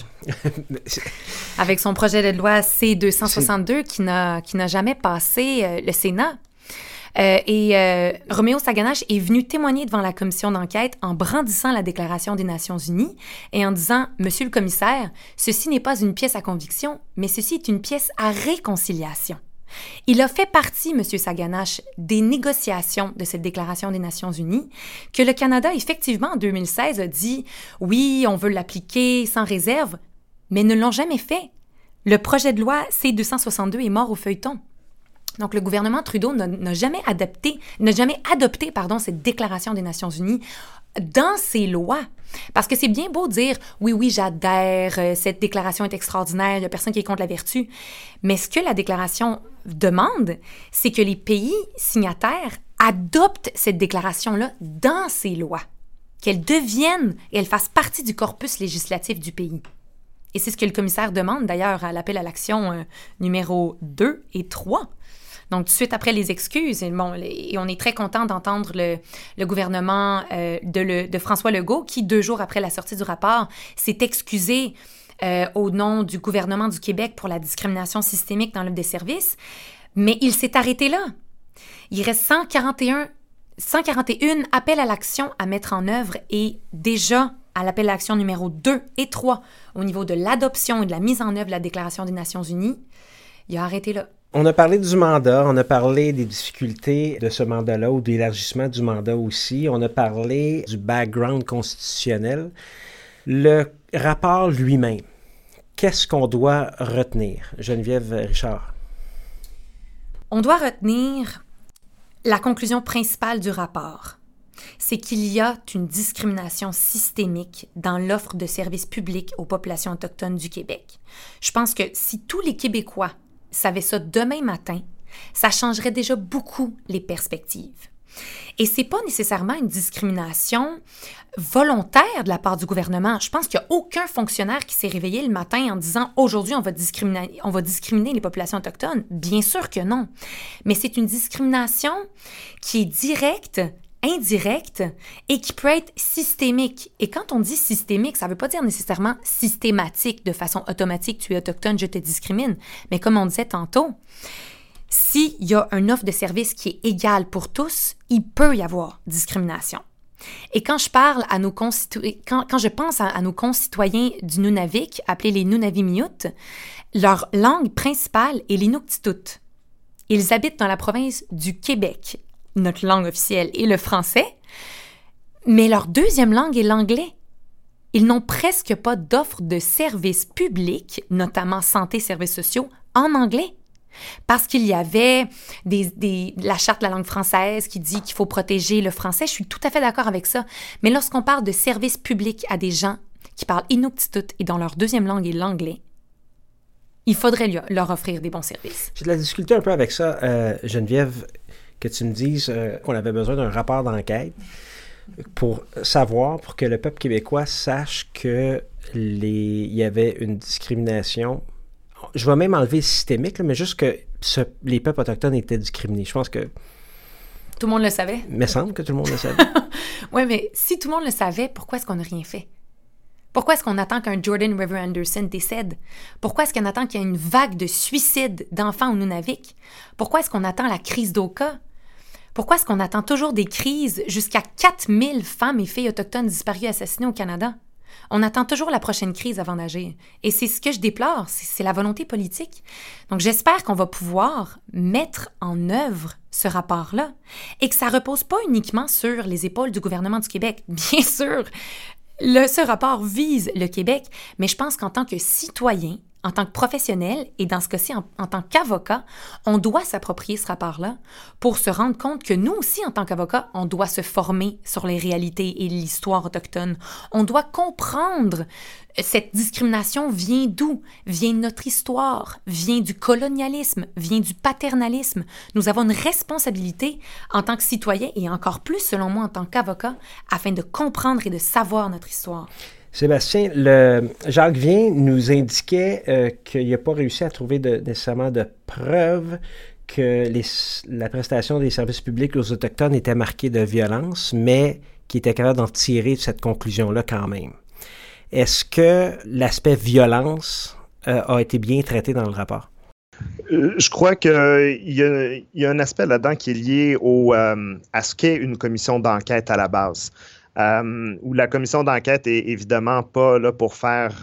Avec son projet de loi C-262 qui n'a jamais passé le Sénat. Roméo Saganache est venu témoigner devant la commission d'enquête en brandissant la Déclaration des Nations unies et en disant « Monsieur le commissaire, ceci n'est pas une pièce à conviction, mais ceci est une pièce à réconciliation. » Il a fait partie, M. Saganache, des négociations de cette Déclaration des Nations unies que le Canada, effectivement, en 2016, a dit « Oui, on veut l'appliquer sans réserve », mais ne l'ont jamais fait. Le projet de loi C-262 est mort au feuilleton. Donc, le gouvernement Trudeau n'a jamais adopté cette Déclaration des Nations unies dans ses lois. Parce que c'est bien beau dire « Oui, j'adhère, cette déclaration est extraordinaire, il n'y a personne qui est contre la vertu ». Mais ce que la déclaration demande, c'est que les pays signataires adoptent cette déclaration-là dans ses lois, qu'elle devienne et elle fasse partie du corpus législatif du pays. Et c'est ce que le commissaire demande d'ailleurs à l'appel à l'action numéro 2 et 3. Donc, tout de suite après les excuses, et on est très content d'entendre le gouvernement de François Legault qui, 2 jours après la sortie du rapport, s'est excusé au nom du gouvernement du Québec pour la discrimination systémique dans l'offre des services. Mais il s'est arrêté là. Il reste 141 appels à l'action à mettre en œuvre et déjà à l'appel à l'action numéro 2 et 3 au niveau de l'adoption et de la mise en œuvre de la Déclaration des Nations unies, il a arrêté là. On a parlé du mandat, on a parlé des difficultés de ce mandat-là ou de l'élargissement du mandat aussi. On a parlé du background constitutionnel. Le rapport lui-même, qu'est-ce qu'on doit retenir? Geneviève Richard. On doit retenir la conclusion principale du rapport. C'est qu'il y a une discrimination systémique dans l'offre de services publics aux populations autochtones du Québec. Je pense que si tous les Québécois savaient ça demain matin, ça changerait déjà beaucoup les perspectives. Et c'est pas nécessairement une discrimination volontaire de la part du gouvernement. Je pense qu'il n'y a aucun fonctionnaire qui s'est réveillé le matin en disant « Aujourd'hui, on va discriminer les populations autochtones ». Bien sûr que non. Mais c'est une discrimination qui est directe, indirecte et qui peut être systémique. Et quand on dit systémique, ça ne veut pas dire nécessairement systématique, de façon automatique, tu es autochtone, je te discrimine. Mais comme on disait tantôt, s'il y a une offre de service qui est égale pour tous, il peut y avoir discrimination. Et quand je parle à nos quand je pense à nos concitoyens du Nunavik, appelés les Nunavimiyut, leur langue principale est l'Inuktitut. Ils habitent dans la province du Québec. Notre langue officielle est le français, mais leur deuxième langue est l'anglais. Ils n'ont presque pas d'offre de services publics, notamment santé, services sociaux, en anglais. Parce qu'il y avait la charte de la langue française qui dit qu'il faut protéger le français. Je suis tout à fait d'accord avec ça. Mais lorsqu'on parle de services publics à des gens qui parlent Inuktitut et dont leur deuxième langue est l'anglais, il faudrait leur offrir des bons services. J'ai de la difficulté un peu avec ça, Geneviève, que tu me dises qu'on avait besoin d'un rapport d'enquête pour savoir, pour que le peuple québécois sache que il y avait une discrimination. Je vais même enlever systémique, là, mais juste que les peuples autochtones étaient discriminés. Je pense que... Tout le monde le savait. Il me semble que tout le monde le savait. Oui, mais si tout le monde le savait, pourquoi est-ce qu'on n'a rien fait? Pourquoi est-ce qu'on attend qu'un Jordan River Anderson décède? Pourquoi est-ce qu'on attend qu'il y ait une vague de suicides d'enfants au Nunavik? Pourquoi est-ce qu'on attend la crise d'Oka? Pourquoi est-ce qu'on attend toujours des crises jusqu'à 4000 femmes et filles autochtones disparues assassinées au Canada? On attend toujours la prochaine crise avant d'agir. Et c'est ce que je déplore, c'est la volonté politique. Donc j'espère qu'on va pouvoir mettre en œuvre ce rapport-là et que ça ne repose pas uniquement sur les épaules du gouvernement du Québec. Bien sûr, ce rapport vise le Québec, mais je pense qu'en tant que citoyen, en tant que professionnel, et dans ce cas-ci, en tant qu'avocat, on doit s'approprier ce rapport-là pour se rendre compte que nous aussi, en tant qu'avocat, on doit se former sur les réalités et l'histoire autochtone. On doit comprendre cette discrimination vient d'où? Vient de notre histoire, vient du colonialisme, vient du paternalisme. Nous avons une responsabilité en tant que citoyen et encore plus, selon moi, en tant qu'avocat, afin de comprendre et de savoir notre histoire. Sébastien, Jacques Vien nous indiquait qu'il n'a pas réussi à trouver nécessairement de preuves que la prestation des services publics aux Autochtones était marquée de violence, mais qu'il était capable d'en tirer cette conclusion-là quand même. Est-ce que l'aspect violence a été bien traité dans le rapport? Je crois qu'il y a un aspect là-dedans qui est lié à ce qu'est une commission d'enquête à la base. Où la commission d'enquête est évidemment pas là pour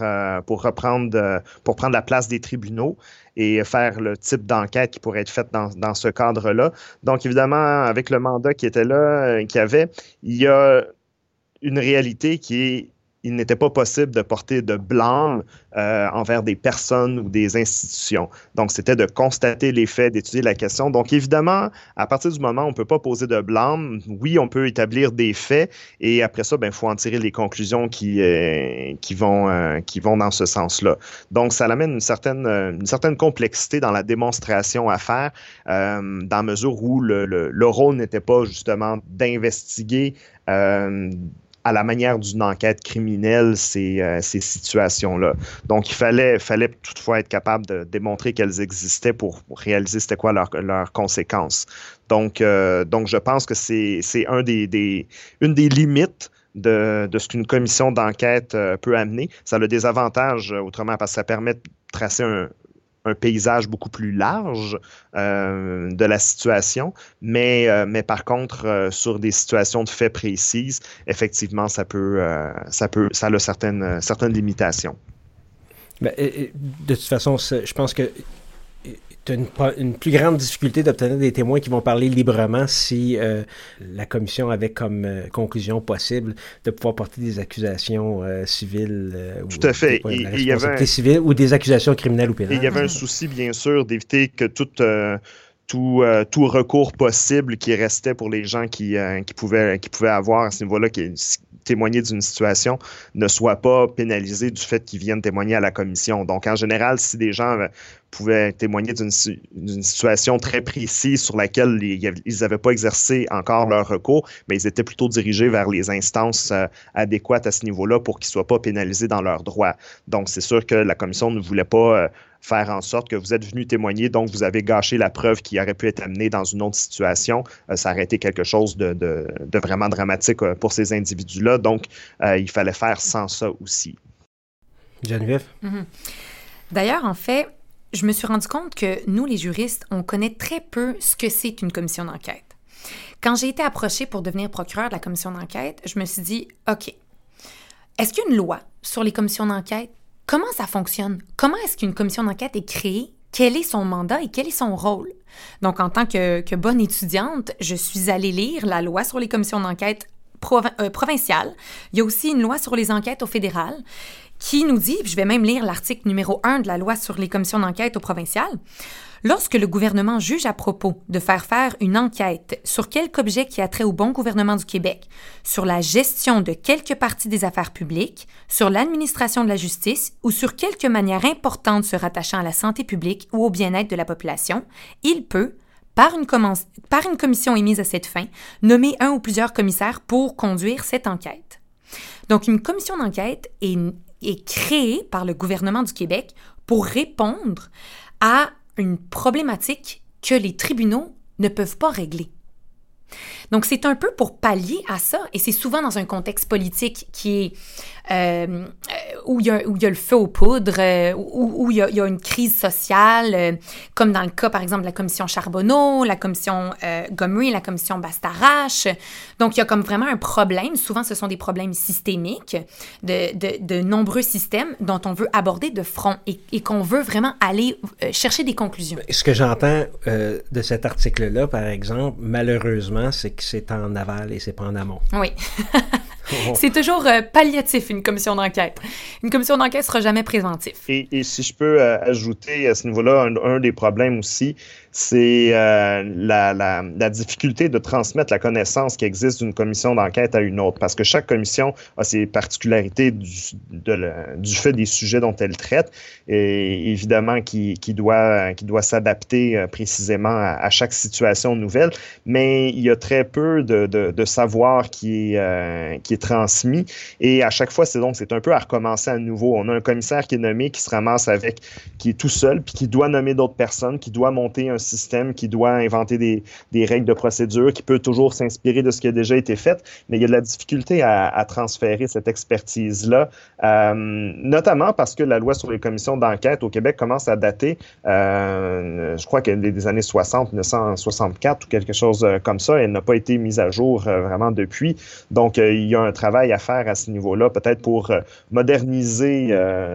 prendre la place des tribunaux et faire le type d'enquête qui pourrait être faite dans ce cadre-là. Donc, évidemment, avec le mandat qui était là, il y a une réalité qui est il n'était pas possible de porter de blâme envers des personnes ou des institutions. Donc, c'était de constater les faits, d'étudier la question. Donc, évidemment, à partir du moment où on ne peut pas poser de blâme, oui, on peut établir des faits et après ça, il faut en tirer les conclusions qui vont dans ce sens-là. Donc, ça amène une certaine complexité dans la démonstration à faire, dans la mesure où le rôle n'était pas justement d'investiguer à la manière d'une enquête criminelle, ces situations-là. Donc, il fallait toutefois être capable de démontrer qu'elles existaient pour réaliser c'était quoi leurs conséquences. Donc, je pense que c'est une des limites de ce qu'une commission d'enquête peut amener. Ça a des avantages, autrement, parce que ça permet de tracer un paysage beaucoup plus large de la situation, mais par contre, sur des situations de faits précises, effectivement, ça a certaines limitations. De toute façon, je pense que tu as une plus grande difficulté d'obtenir des témoins qui vont parler librement si la commission avait comme conclusion possible de pouvoir porter des accusations civiles tout à fait. Il y avait civile ou des accusations criminelles ou pénales. Il y avait un souci, bien sûr, d'éviter que tout recours possible qui restait pour les gens qui pouvaient avoir à ce niveau-là, qui témoigner d'une situation, ne soit pas pénalisé du fait qu'ils viennent témoigner à la commission. Donc, en général, si des gens pouvaient témoigner d'une situation très précise sur laquelle ils n'avaient pas exercé encore leur recours, mais ils étaient plutôt dirigés vers les instances adéquates à ce niveau-là pour qu'ils ne soient pas pénalisés dans leurs droits. Donc, c'est sûr que la commission ne voulait pas faire en sorte que vous êtes venu témoigner, donc vous avez gâché la preuve qui aurait pu être amenée dans une autre situation. Ça aurait été quelque chose de vraiment dramatique pour ces individus-là. Donc, il fallait faire sans ça aussi. Geneviève? Mm-hmm. D'ailleurs, en fait, je me suis rendu compte que nous, les juristes, on connaît très peu ce que c'est une commission d'enquête. Quand j'ai été approchée pour devenir procureur de la commission d'enquête, je me suis dit, OK, est-ce qu'il y a une loi sur les commissions d'enquête? Comment ça fonctionne? Comment est-ce qu'une commission d'enquête est créée? Quel est son mandat et quel est son rôle? Donc, en tant que bonne étudiante, je suis allée lire la loi sur les commissions d'enquête provinciales. Il y a aussi une loi sur les enquêtes au fédéral qui nous dit, je vais même lire l'article numéro 1 de la loi sur les commissions d'enquête au provincial, lorsque le gouvernement juge à propos de faire une enquête sur quelque objet qui a trait au bon gouvernement du Québec, sur la gestion de quelque partie des affaires publiques, sur l'administration de la justice ou sur quelque manière importante se rattachant à la santé publique ou au bien-être de la population, il peut, par une commission émise à cette fin, nommer un ou plusieurs commissaires pour conduire cette enquête. Donc, une commission d'enquête est créée par le gouvernement du Québec pour répondre à une problématique que les tribunaux ne peuvent pas régler. Donc, c'est un peu pour pallier à ça, et c'est souvent dans un contexte politique qui est où il y a le feu aux poudres, où il y a une crise sociale, comme dans le cas, par exemple, de la commission Charbonneau, la commission Gomery, la commission Bastarache. Donc, il y a comme vraiment un problème. Souvent, ce sont des problèmes systémiques de nombreux systèmes dont on veut aborder de front et qu'on veut vraiment aller chercher des conclusions. Ce que j'entends de cet article-là, par exemple, malheureusement, c'est que c'est en aval et c'est pas en amont. Oui. C'est toujours palliatif, une commission d'enquête. Une commission d'enquête ne sera jamais préventif. Et si je peux ajouter à ce niveau-là, un des problèmes aussi, c'est la difficulté de transmettre la connaissance qui existe d'une commission d'enquête à une autre, parce que chaque commission a ses particularités du fait des sujets dont elle traite, et évidemment qui doit s'adapter précisément à chaque situation nouvelle, mais il y a très peu de savoir qui est transmis, et à chaque fois, c'est un peu à recommencer à nouveau. On a un commissaire qui est nommé, qui se ramasse qui est tout seul, puis qui doit nommer d'autres personnes, qui doit monter un système, qui doit inventer des règles de procédure, qui peut toujours s'inspirer de ce qui a déjà été fait, mais il y a de la difficulté à transférer cette expertise-là, notamment parce que la loi sur les commissions d'enquête au Québec commence à dater, je crois que des années 60, 1964 ou quelque chose comme ça, elle n'a pas été mise à jour vraiment depuis. Donc, il y a un travail à faire à ce niveau-là, peut-être pour moderniser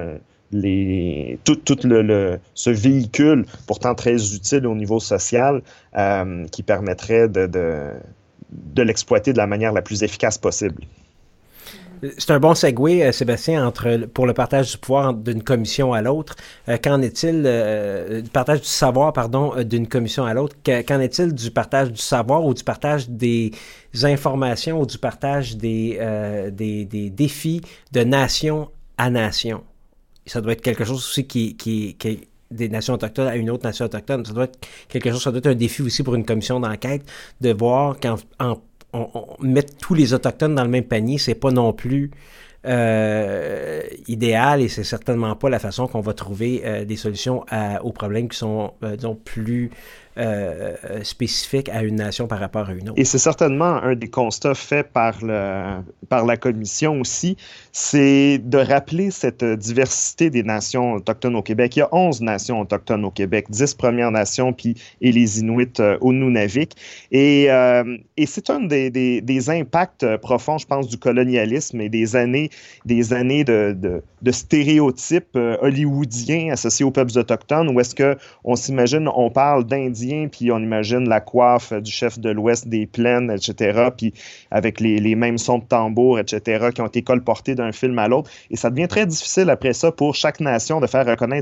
ce véhicule, pourtant très utile au niveau social, qui permettrait de l'exploiter de la manière la plus efficace possible. C'est un bon segue, Sébastien, pour le partage du pouvoir d'une commission à l'autre. Qu'en est-il du partage du savoir, d'une commission à l'autre? Qu'en est-il du partage du savoir ou du partage des informations ou du partage des défis de nation à nation? Ça doit être quelque chose aussi qui des nations autochtones à une autre nation autochtone. Ça doit être un défi aussi pour une commission d'enquête de voir on met tous les Autochtones dans le même panier, c'est pas non plus idéal, et c'est certainement pas la façon qu'on va trouver des solutions aux problèmes qui sont, disons, plus spécifiques à une nation par rapport à une autre. Et c'est certainement un des constats faits par la Commission aussi, c'est de rappeler cette diversité des nations autochtones au Québec. Il y a 11 nations autochtones au Québec, 10 Premières Nations et les Inuits au Nunavik. Et c'est un des impacts profonds, je pense, du colonialisme et des années des années de stéréotypes hollywoodiens associés aux peuples autochtones, où est-ce qu'on s'imagine, on parle d'Indiens, puis on imagine la coiffe du chef de l'Ouest des plaines, etc., puis avec les mêmes sons de tambour, etc., qui ont été colportés d'un film à l'autre. Et ça devient très difficile après ça pour chaque nation de faire reconnaître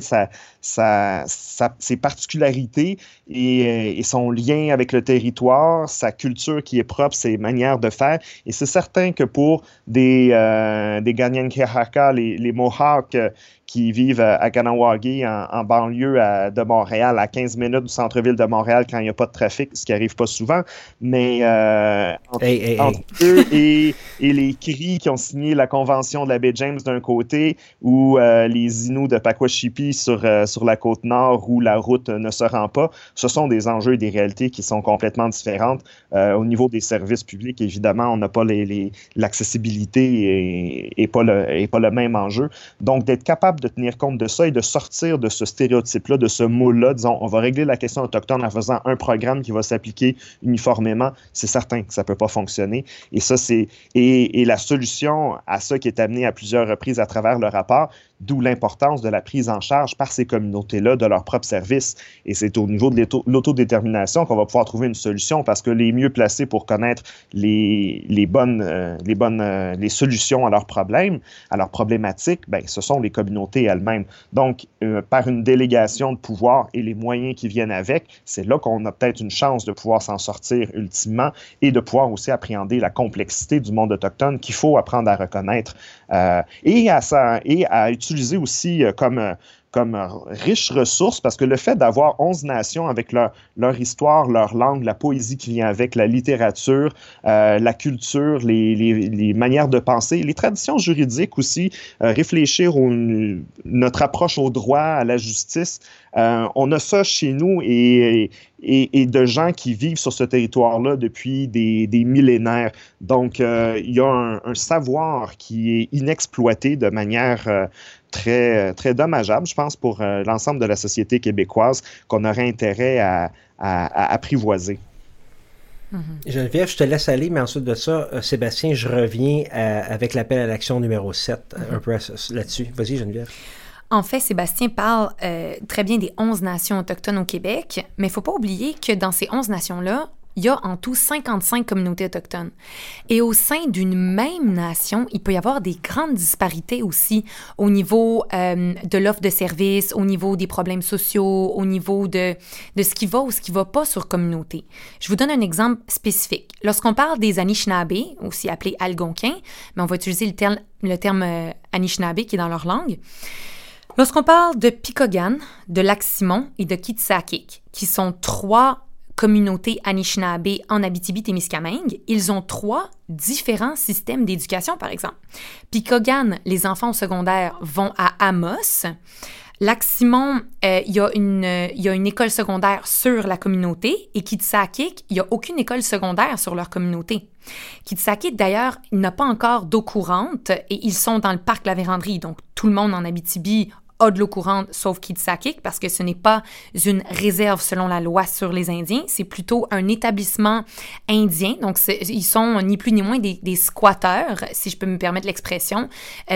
ses particularités et son lien avec le territoire, sa culture qui est propre, ses manières de faire. Et c'est certain que pour des Kanien'kehá:ka, les Mohawks qui vivent à Kahnawake, en banlieue de Montréal, à 15 minutes du centre-ville de Montréal quand il n'y a pas de trafic, ce qui n'arrive pas souvent, mais entre eux et les Cris qui ont signé la Convention de la baie James d'un côté, ou les Inuits de Pakwashipi sur la côte nord où la route ne se rend pas, ce sont des enjeux et des réalités qui sont complètement différentes. Au niveau des services publics, évidemment, on n'a pas l'accessibilité et pas le même enjeu. Donc, d'être capable de tenir compte de ça et de sortir de ce stéréotype-là, de ce mot-là, disons, on va régler la question autochtone en faisant un programme qui va s'appliquer uniformément, c'est certain que ça ne peut pas fonctionner. Et ça, et la solution à ça qui est amenée à plusieurs reprises à travers le rapport, d'où l'importance de la prise en charge par ces communautés-là de leurs propres services. Et c'est au niveau de l'autodétermination qu'on va pouvoir trouver une solution, parce que les mieux placés pour connaître les solutions à leurs problèmes, à leurs problématiques, ben, ce sont les communautés elles-mêmes. Donc, par une délégation de pouvoir et les moyens qui viennent avec, c'est là qu'on a peut-être une chance de pouvoir s'en sortir ultimement et de pouvoir aussi appréhender la complexité du monde autochtone qu'il faut apprendre à reconnaître et à utiliser aussi comme riche ressource, parce que le fait d'avoir 11 nations avec leur histoire, leur langue, la poésie qui vient avec, la littérature, la culture, les manières de penser, les traditions juridiques aussi, réfléchir notre approche au droit, à la justice, on a ça chez nous et de gens qui vivent sur ce territoire-là depuis des millénaires. Donc, il y a un savoir qui est inexploité de manière très, très dommageable, je pense, pour l'ensemble de la société québécoise qu'on aurait intérêt à apprivoiser. Geneviève, je te laisse aller, mais ensuite de ça, Sébastien, je reviens avec l'appel à l'action numéro 7, un peu là-dessus. Vas-y, Geneviève. En fait, Sébastien parle très bien des 11 nations autochtones au Québec, mais il ne faut pas oublier que dans ces 11 nations-là, il y a en tout 55 communautés autochtones. Et au sein d'une même nation, il peut y avoir des grandes disparités aussi au niveau de l'offre de services, au niveau des problèmes sociaux, au niveau de ce qui va ou ce qui ne va pas sur communauté. Je vous donne un exemple spécifique. Lorsqu'on parle des Anishinaabe, aussi appelés Algonquins, mais on va utiliser le terme Anishinaabe qui est dans leur langue. Lorsqu'on parle de Picogan, de Lac-Simon et de Kitsakik, qui sont 3 communautés Anishinaabe en Abitibi-Témiscamingue, ils ont 3 différents systèmes d'éducation, par exemple. Picogan, les enfants au secondaire vont à Amos. Lac-Simon, il y a une école secondaire sur la communauté, et Kitsakik, il n'y a aucune école secondaire sur leur communauté. Kitsakik, d'ailleurs, n'a pas encore d'eau courante, et ils sont dans le parc La Vérandrie, donc tout le monde en Abitibi a de l'eau courante, sauf Kitsakik, parce que ce n'est pas une réserve selon la loi sur les Indiens, c'est plutôt un établissement indien. Donc, ils sont ni plus ni moins des squatteurs, si je peux me permettre l'expression,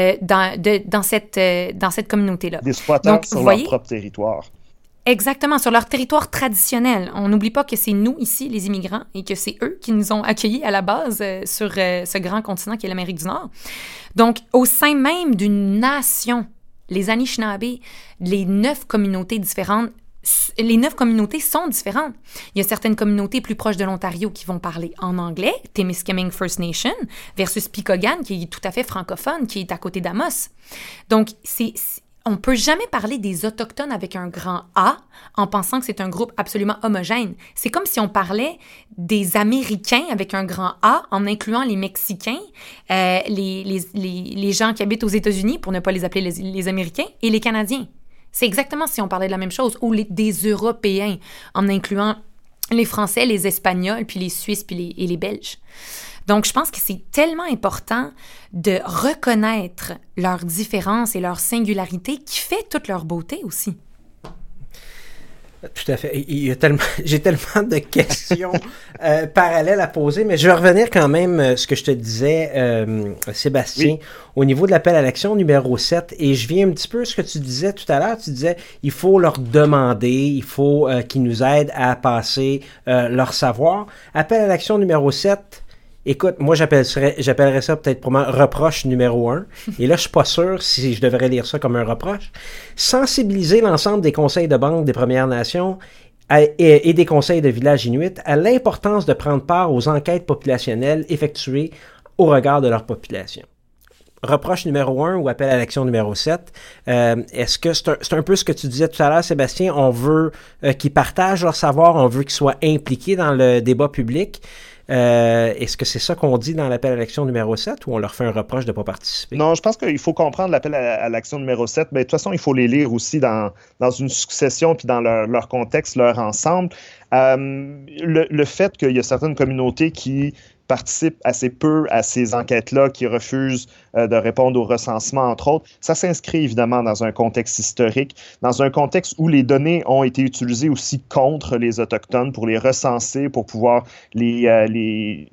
dans cette communauté-là. Des squatteurs donc, sur leur propre territoire. Exactement, sur leur territoire traditionnel. On n'oublie pas que c'est nous, ici, les immigrants, et que c'est eux qui nous ont accueillis à la base sur ce grand continent qui est l'Amérique du Nord. Donc, au sein même d'une nation, les Anishinaabe, les 9 communautés différentes, les 9 communautés sont différentes. Il y a certaines communautés plus proches de l'Ontario qui vont parler en anglais, Témiscamingue First Nation, versus Picogan, qui est tout à fait francophone, qui est à côté d'Amos. Donc, on ne peut jamais parler des Autochtones avec un grand A en pensant que c'est un groupe absolument homogène. C'est comme si on parlait des Américains avec un grand A en incluant les Mexicains, les gens qui habitent aux États-Unis, pour ne pas les appeler les Américains, et les Canadiens. C'est exactement si on parlait de la même chose, ou des Européens en incluant les Français, les Espagnols, puis les Suisses, puis les Belges. Donc, je pense que c'est tellement important de reconnaître leurs différences et leur singularité qui fait toute leur beauté aussi. Tout à fait. J'ai tellement de questions parallèles à poser, mais je vais revenir quand même à ce que je te disais, Sébastien, Oui. au niveau de l'appel à l'action numéro 7. Et je viens un petit peu à ce que tu disais tout à l'heure. Tu disais, il faut leur demander, il faut qu'ils nous aident à passer leur savoir. Appel à l'action numéro 7. Écoute, moi, j'appellerais ça peut-être pour moi reproche numéro 1. Et là, je suis pas sûr si je devrais lire ça comme un reproche. Sensibiliser l'ensemble des conseils de banque des Premières Nations et des conseils de village inuits à l'importance de prendre part aux enquêtes populationnelles effectuées au regard de leur population. Reproche numéro 1 ou appel à l'action numéro 7. Est-ce que c'est un peu ce que tu disais tout à l'heure, Sébastien? On veut qu'ils partagent leur savoir, on veut qu'ils soient impliqués dans le débat public. Est-ce que c'est ça qu'on dit dans l'appel à l'action numéro 7 ou on leur fait un reproche de ne pas participer? Non, je pense qu'il faut comprendre l'appel à l'action numéro 7. Mais de toute façon, il faut les lire aussi dans une succession puis dans leur contexte, leur ensemble. Le fait qu'il y a certaines communautés qui participent assez peu à ces enquêtes-là, qui refusent de répondre au recensement, entre autres, ça s'inscrit évidemment dans un contexte historique, dans un contexte où les données ont été utilisées aussi contre les Autochtones pour les recenser, pour pouvoir les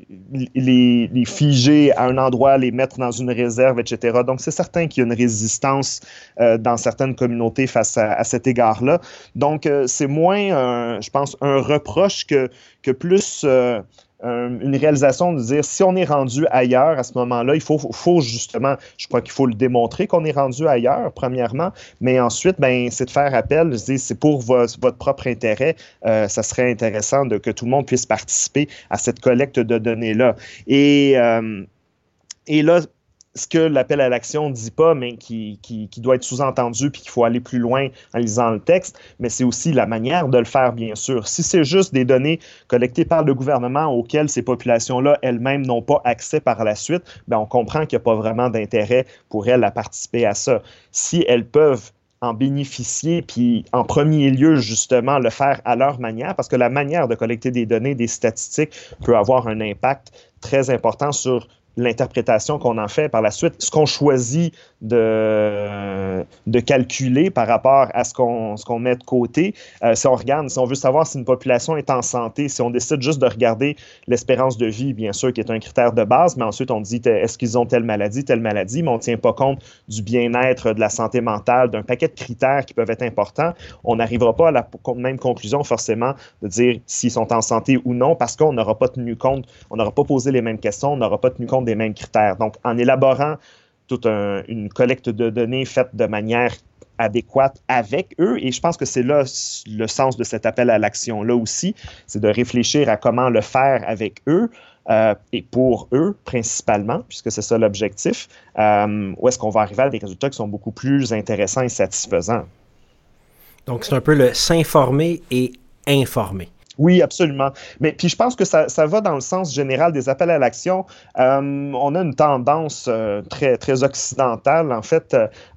figer à un endroit, les mettre dans une réserve, etc. Donc, c'est certain qu'il y a une résistance dans certaines communautés face à cet égard-là. Donc, c'est moins, je pense, un reproche que plus... une réalisation de dire si on est rendu ailleurs à ce moment-là, il faut justement, je crois qu'il faut le démontrer qu'on est rendu ailleurs, premièrement, mais ensuite, ben, c'est de faire appel, c'est pour votre propre intérêt, ça serait intéressant que tout le monde puisse participer à cette collecte de données-là. Et là, ce que l'appel à l'action ne dit pas, mais qui doit être sous-entendu puis qu'il faut aller plus loin en lisant le texte, mais c'est aussi la manière de le faire, bien sûr. Si c'est juste des données collectées par le gouvernement auxquelles ces populations-là elles-mêmes n'ont pas accès par la suite, bien, on comprend qu'il n'y a pas vraiment d'intérêt pour elles à participer à ça. Si elles peuvent en bénéficier, puis en premier lieu, justement, le faire à leur manière, parce que la manière de collecter des données, des statistiques, peut avoir un impact très important sur l'interprétation qu'on en fait par la suite, ce qu'on choisit de calculer par rapport à ce qu'on met de côté. Si on regarde, si on veut savoir si une population est en santé, si on décide juste de regarder l'espérance de vie, bien sûr, qui est un critère de base, mais ensuite on dit est-ce qu'ils ont telle maladie, mais on ne tient pas compte du bien-être, de la santé mentale, d'un paquet de critères qui peuvent être importants. On n'arrivera pas à la même conclusion forcément de dire s'ils sont en santé ou non, parce qu'on n'aura pas tenu compte, on n'aura pas posé les mêmes questions, on n'aura pas tenu compte des mêmes critères. Donc, en élaborant toute une collecte de données faite de manière adéquate avec eux, et je pense que c'est là le sens de cet appel à l'action-là aussi, c'est de réfléchir à comment le faire avec eux, et pour eux principalement, puisque c'est ça l'objectif, où est-ce qu'on va arriver à des résultats qui sont beaucoup plus intéressants et satisfaisants. Donc, c'est un peu le s'informer et informer. Oui, absolument. Mais puis je pense que ça va dans le sens général des appels à l'action. On a une tendance très, très occidentale, en fait,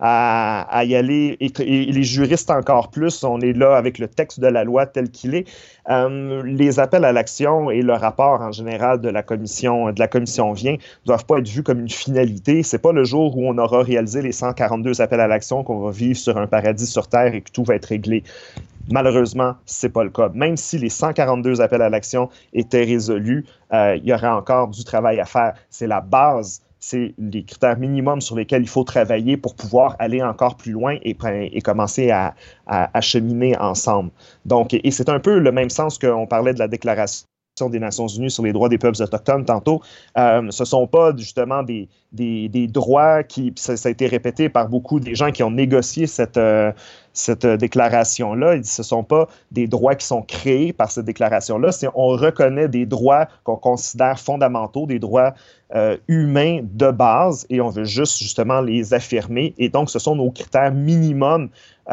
à y aller, et les juristes encore plus, on est là avec le texte de la loi tel qu'il est. Les appels à l'action et le rapport en général de la commission Vient doivent pas être vus comme une finalité. C'est pas le jour où on aura réalisé les 142 appels à l'action qu'on va vivre sur un paradis sur Terre et que tout va être réglé. Malheureusement, ce n'est pas le cas. Même si les 142 appels à l'action étaient résolus, il y aurait encore du travail à faire. C'est la base, c'est les critères minimums sur lesquels il faut travailler pour pouvoir aller encore plus loin et commencer à cheminer ensemble. Donc, et c'est un peu le même sens qu'on parlait de la déclaration des Nations Unies sur les droits des peuples autochtones tantôt. Ce ne sont pas justement des droits qui, ça a été répété par beaucoup des gens qui ont négocié cette déclaration-là. Ce ne sont pas des droits qui sont créés par cette déclaration-là. On reconnaît des droits qu'on considère fondamentaux, des droits humains de base, et on veut juste justement les affirmer. Et donc, ce sont nos critères minimums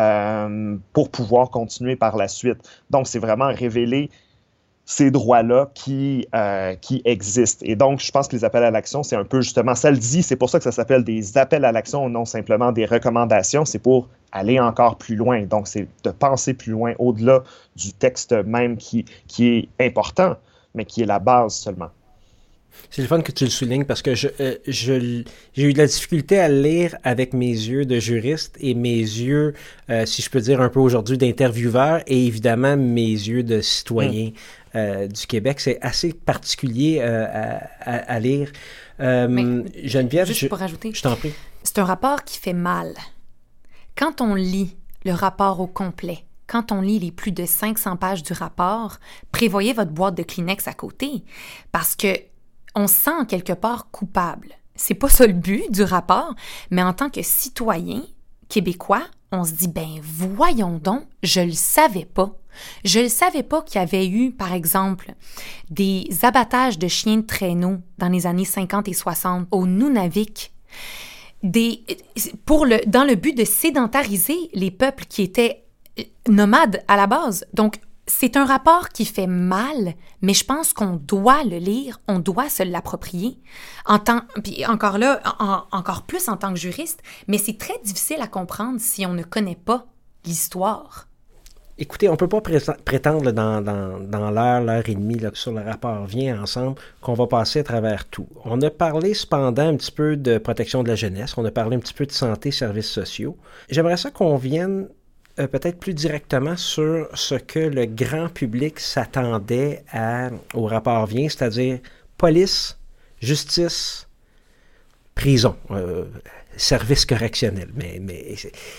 pour pouvoir continuer par la suite. Donc, c'est vraiment révéler ces droits-là qui existent. Et donc, je pense que les appels à l'action, c'est un peu justement, ça le dit, c'est pour ça que ça s'appelle des appels à l'action, non simplement des recommandations, c'est pour aller encore plus loin. Donc, c'est de penser plus loin, au-delà du texte même qui est important, mais qui est la base seulement. C'est le fun que tu le soulignes parce que j'ai eu de la difficulté à le lire avec mes yeux de juriste et mes yeux, si je peux dire un peu aujourd'hui, d'intervieweur et évidemment mes yeux de citoyen du Québec. C'est assez particulier à lire. Geneviève, juste pour ajouter, je t'en prie. C'est un rapport qui fait mal. Quand on lit le rapport au complet, quand on lit les plus de 500 pages du rapport, prévoyez votre boîte de Kleenex à côté parce que on se sent quelque part coupable. C'est pas ça le but du rapport, mais en tant que citoyen québécois, on se dit, ben voyons donc, je le savais pas. Je ne savais pas qu'il y avait eu, par exemple, des abattages de chiens de traîneau dans les années 50 et 60 au Nunavik, dans le but de sédentariser les peuples qui étaient nomades à la base. Donc, c'est un rapport qui fait mal, mais je pense qu'on doit le lire, on doit se l'approprier. Puis encore plus en tant que juriste, mais c'est très difficile à comprendre si on ne connaît pas l'histoire. Écoutez, on ne peut pas prétendre dans l'heure et demie là, sur le rapport Vient ensemble qu'on va passer à travers tout. On a parlé cependant un petit peu de protection de la jeunesse, on a parlé un petit peu de santé, services sociaux. J'aimerais ça qu'on vienne peut-être plus directement sur ce que le grand public s'attendait au rapport Vient, c'est-à-dire police, justice, prison, service correctionnel. Mais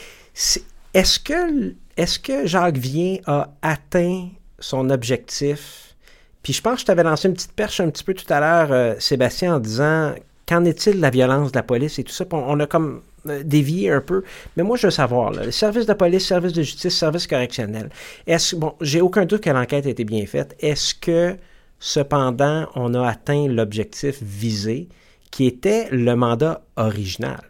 est-ce que Jacques Vient a atteint son objectif? Puis je pense que je t'avais lancé une petite perche un petit peu tout à l'heure, Sébastien, en disant qu'en est-il de la violence de la police et tout ça? On a comme dévié un peu. Mais moi, je veux savoir, là, le service de police, service de justice, service correctionnel, j'ai aucun doute que l'enquête a été bien faite. Est-ce que, cependant, on a atteint l'objectif visé, qui était le mandat original?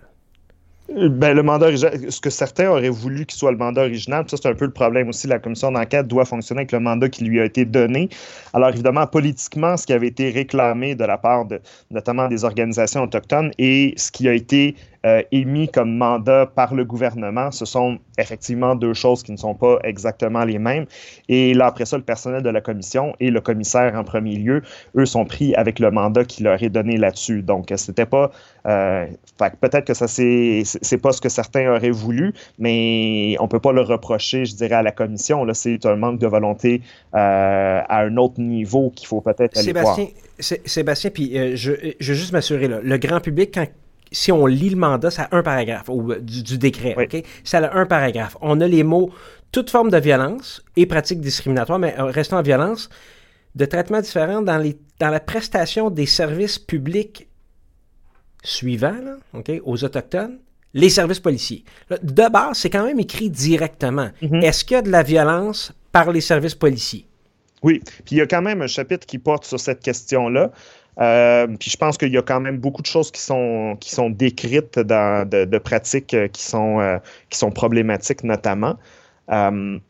Ben, le mandat original, ce que certains auraient voulu qu'il soit le mandat original, ça c'est un peu le problème aussi, la commission d'enquête doit fonctionner avec le mandat qui lui a été donné. Alors évidemment, politiquement, ce qui avait été réclamé de la part notamment des organisations autochtones et ce qui a été émis comme mandat par le gouvernement, ce sont effectivement deux choses qui ne sont pas exactement les mêmes. Et là, après ça, le personnel de la commission et le commissaire en premier lieu, eux sont pris avec le mandat qui leur est donné là-dessus. Donc, c'était pas... peut-être que ça, c'est pas ce que certains auraient voulu, mais on peut pas le reprocher, je dirais, à la commission. Là, c'est un manque de volonté à un autre niveau qu'il faut peut-être aller voir. Sébastien, puis je veux juste m'assurer, là, le grand public, si on lit le mandat, ça a un paragraphe, ou du décret, oui. OK? Ça a un paragraphe. On a les mots « toute forme de violence et pratique discriminatoire », mais restant en violence, de traitements différents dans la prestation des services publics suivants, là, OK, aux Autochtones, les services policiers. Là, de base, c'est quand même écrit directement. Mm-hmm. Est-ce qu'il y a de la violence par les services policiers? Oui, puis il y a quand même un chapitre qui porte sur cette question-là. Puis je pense qu'il y a quand même beaucoup de choses qui sont décrites de pratiques qui sont problématiques notamment. Mais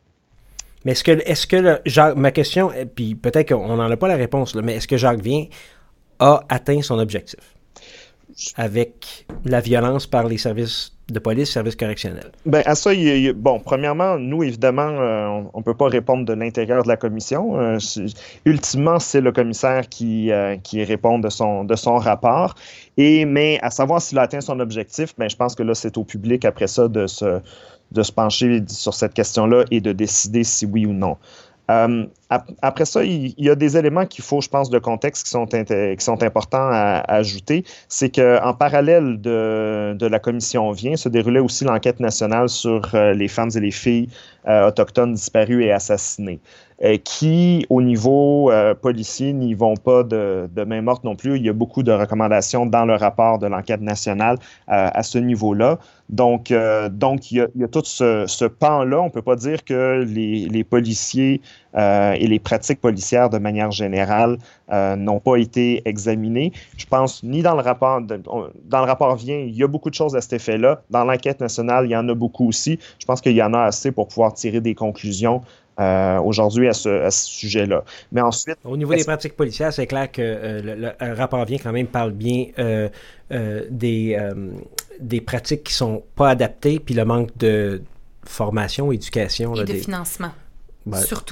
est-ce que Jacques, ma question, puis peut-être qu'on n'en a pas la réponse, là, mais est-ce que Jacques Vient a atteint son objectif avec la violence par les services de police, services correctionnels? Bien, à ça, premièrement, nous, évidemment, on ne peut pas répondre de l'intérieur de la commission. Ultimement, c'est le commissaire qui répond de son rapport. Mais à savoir s'il a atteint son objectif, bien, je pense que là, c'est au public, après ça, de se pencher sur cette question-là et de décider si oui ou non. Après ça, il y a des éléments qu'il faut, je pense, de contexte qui sont importants à ajouter. C'est qu'en parallèle de la commission Vient, se déroulait aussi l'enquête nationale sur les femmes et les filles autochtones disparues et assassinées, qui, au niveau policier, n'y vont pas de main morte non plus. Il y a beaucoup de recommandations dans le rapport de l'enquête nationale à ce niveau-là. Donc, il y a tout ce pan-là. On ne peut pas dire que les policiers et les pratiques policières de manière générale n'ont pas été examinées. Je pense ni dans le rapport Vient, il y a beaucoup de choses à cet effet-là. Dans l'enquête nationale, il y en a beaucoup aussi. Je pense qu'il y en a assez pour pouvoir tirer des conclusions aujourd'hui à ce sujet-là. Mais ensuite... Au niveau des pratiques policières, c'est clair que le rapport Vient quand même parle bien des pratiques qui sont pas adaptées, puis le manque de formation, éducation. Et de financement, surtout.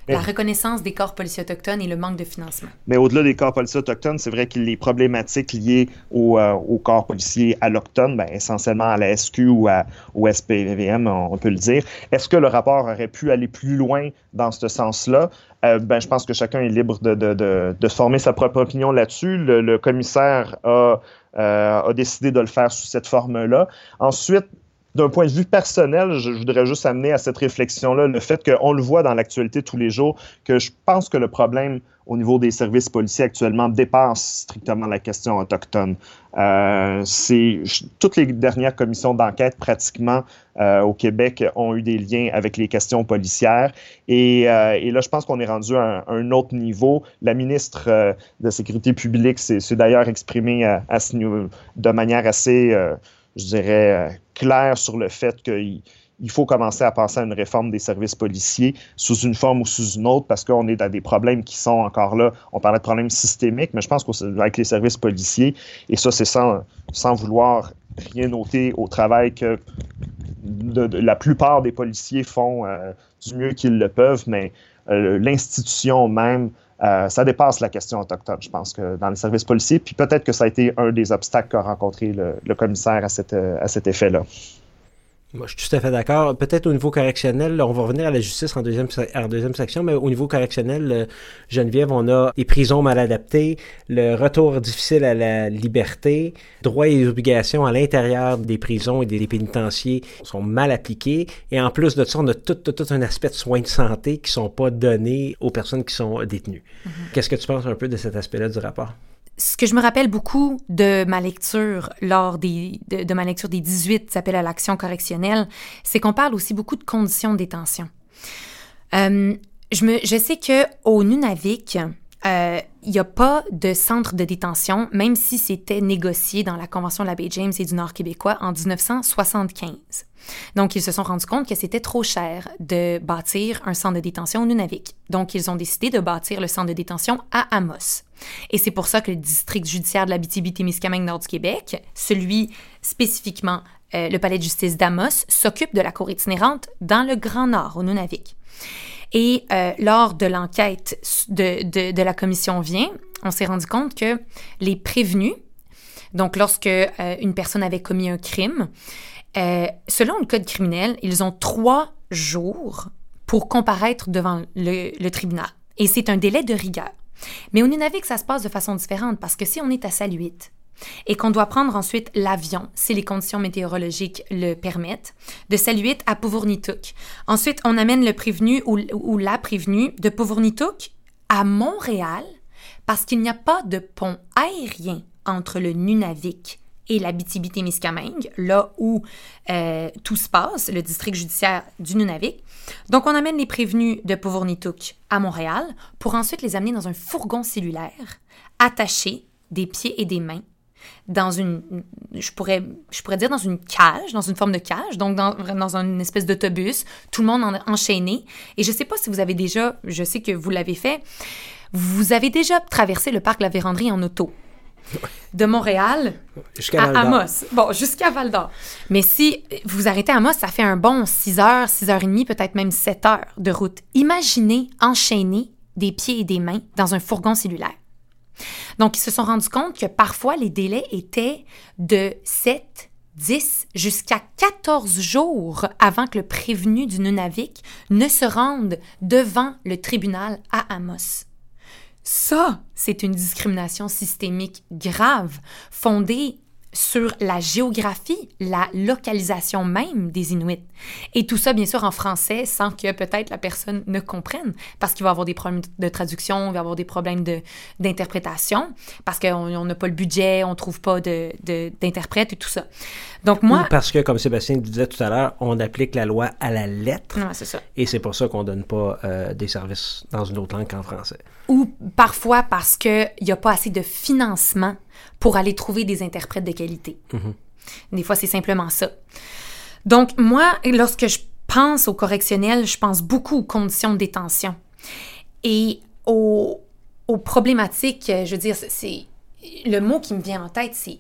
la reconnaissance des corps policiers autochtones et le manque de financement. Mais au-delà des corps policiers autochtones, c'est vrai que les problématiques liées au corps policiers allochtones, essentiellement à la SQ ou au SPVM, on peut le dire. Est-ce que le rapport aurait pu aller plus loin dans ce sens-là? Je pense que chacun est libre de former sa propre opinion là-dessus. Le commissaire a décidé de le faire sous cette forme-là. Ensuite, d'un point de vue personnel, je voudrais juste amener à cette réflexion-là le fait qu'on le voit dans l'actualité tous les jours, que je pense que le problème au niveau des services policiers actuellement dépasse strictement la question autochtone. Toutes les dernières commissions d'enquête pratiquement au Québec ont eu des liens avec les questions policières et là, je pense qu'on est rendu à un autre niveau. La ministre de la Sécurité publique s'est d'ailleurs exprimée à ce niveau de manière assez, je dirais, claire sur le fait qu'il faut commencer à penser à une réforme des services policiers sous une forme ou sous une autre parce qu'on est dans des problèmes qui sont encore là. On parlait de problèmes systémiques, mais je pense qu'avec les services policiers, et ça, c'est sans vouloir rien noter au travail que la plupart des policiers font du mieux qu'ils le peuvent, mais l'institution même, ça dépasse la question autochtone, je pense, que dans les services policiers. Puis peut-être que ça a été un des obstacles qu'a rencontré le commissaire à cet effet-là. Moi, je suis tout à fait d'accord. Peut-être au niveau correctionnel, on va revenir à la justice en deuxième section, mais au niveau correctionnel, Geneviève, on a les prisons mal adaptées, le retour difficile à la liberté, droits et obligations à l'intérieur des prisons et des pénitenciers sont mal appliqués. Et en plus de ça, on a tout un aspect de soins de santé qui ne sont pas donnés aux personnes qui sont détenues. Mm-hmm. Qu'est-ce que tu penses un peu de cet aspect-là du rapport? Ce que je me rappelle beaucoup de ma lecture de ma lecture des 18 appels à l'action correctionnelle, c'est qu'on parle aussi beaucoup de conditions de détention. Je sais qu'au Nunavik, il n'y a pas de centre de détention, même si c'était négocié dans la Convention de la baie James et du Nord québécois en 1975. Donc, ils se sont rendus compte que c'était trop cher de bâtir un centre de détention au Nunavik. Donc, ils ont décidé de bâtir le centre de détention à Amos. Et c'est pour ça que le district judiciaire de l'Abitibi-Témiscamingue nord du Québec, celui spécifiquement, le palais de justice d'Amos, s'occupe de la cour itinérante dans le Grand Nord, au Nunavik. Et lors de l'enquête de la commission Vient, on s'est rendu compte que les prévenus, donc lorsque une personne avait commis un crime, selon le code criminel, ils ont 3 jours pour comparaître devant le tribunal. Et c'est un délai de rigueur. Mais au Nunavik, ça se passe de façon différente parce que si on est à Saluit et qu'on doit prendre ensuite l'avion, si les conditions météorologiques le permettent, de Saluit à Puvurnituk. Ensuite, on amène le prévenu ou la prévenue de Puvurnituk à Montréal parce qu'il n'y a pas de pont aérien entre le Nunavik et l'Abitibi-Témiscamingue, là où tout se passe, le district judiciaire du Nunavik. Donc, on amène les prévenus de Puvurnituk à Montréal pour ensuite les amener dans un fourgon cellulaire attaché des pieds et des mains dans je pourrais dire dans une cage, dans une forme de cage, donc dans une espèce d'autobus, tout le monde enchaîné. Et je ne sais pas si vous avez déjà, je sais que vous l'avez fait, vous avez déjà traversé le parc La Vérandrie en auto. De Montréal à Amos. Bon, jusqu'à Val-d'Or. Mais si vous arrêtez à Amos, ça fait un bon 6 heures, 6h30, peut-être même 7 heures de route. Imaginez enchaîner des pieds et des mains dans un fourgon cellulaire. Donc, ils se sont rendus compte que parfois, les délais étaient de 7, 10 jusqu'à 14 jours avant que le prévenu du Nunavik ne se rende devant le tribunal à Amos. Ça, c'est une discrimination systémique grave, fondée sur la géographie, la localisation même des Inuits. Et tout ça, bien sûr, en français, sans que peut-être la personne ne comprenne, parce qu'il va y avoir des problèmes de traduction, il va y avoir des problèmes d'interprétation, parce qu'on n'a pas le budget, on ne trouve pas d'interprète et tout ça. Donc moi... Ou parce que, comme Sébastien disait tout à l'heure, on applique la loi à la lettre. Ouais, c'est ça. Et c'est pour ça qu'on ne donne pas des services dans une autre langue qu'en français. Ou parfois parce qu'il n'y a pas assez de financement pour aller trouver des interprètes de qualité. Mm-hmm. Des fois, c'est simplement ça. Donc, moi, lorsque je pense au correctionnel, je pense beaucoup aux conditions de détention et aux problématiques. Je veux dire, c'est le mot qui me vient en tête, c'est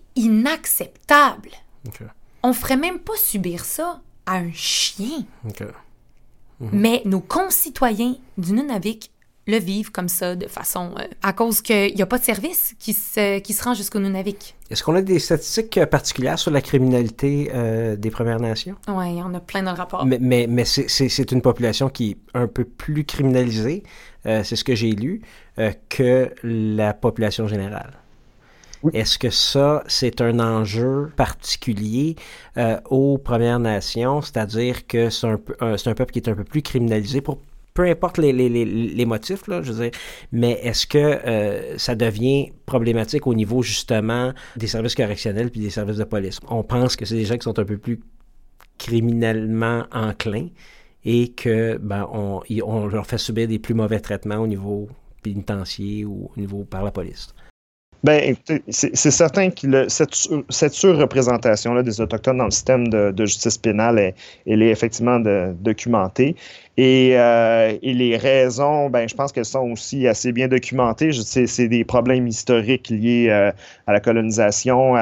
inacceptable. Okay. On ne ferait même pas subir ça à un chien. Okay. Mais nos concitoyens du Nunavik le vivent comme ça, de façon... à cause qu'il n'y a pas de service qui se rend jusqu'au Nunavik. Est-ce qu'on a des statistiques particulières sur la criminalité des Premières Nations? Oui, il y en a plein dans le rapport. Mais c'est une population qui est un peu plus criminalisée, c'est ce que j'ai lu, que la population générale. Oui. Est-ce que ça, c'est un enjeu particulier aux Premières Nations, c'est-à-dire que c'est un peuple qui est un peu plus criminalisé pour peu importe les motifs, là, je veux dire, mais est-ce que ça devient problématique au niveau, justement, des services correctionnels puis des services de police? On pense que c'est des gens qui sont un peu plus criminellement enclins et que on leur fait subir des plus mauvais traitements au niveau pénitentiaire ou au niveau par la police. Bien, écoutez, c'est certain que cette surreprésentation-là des Autochtones dans le système de justice pénale, elle est effectivement documentée. Et les raisons, ben, je pense qu'elles sont aussi assez bien documentées. C'est des problèmes historiques liés à la colonisation,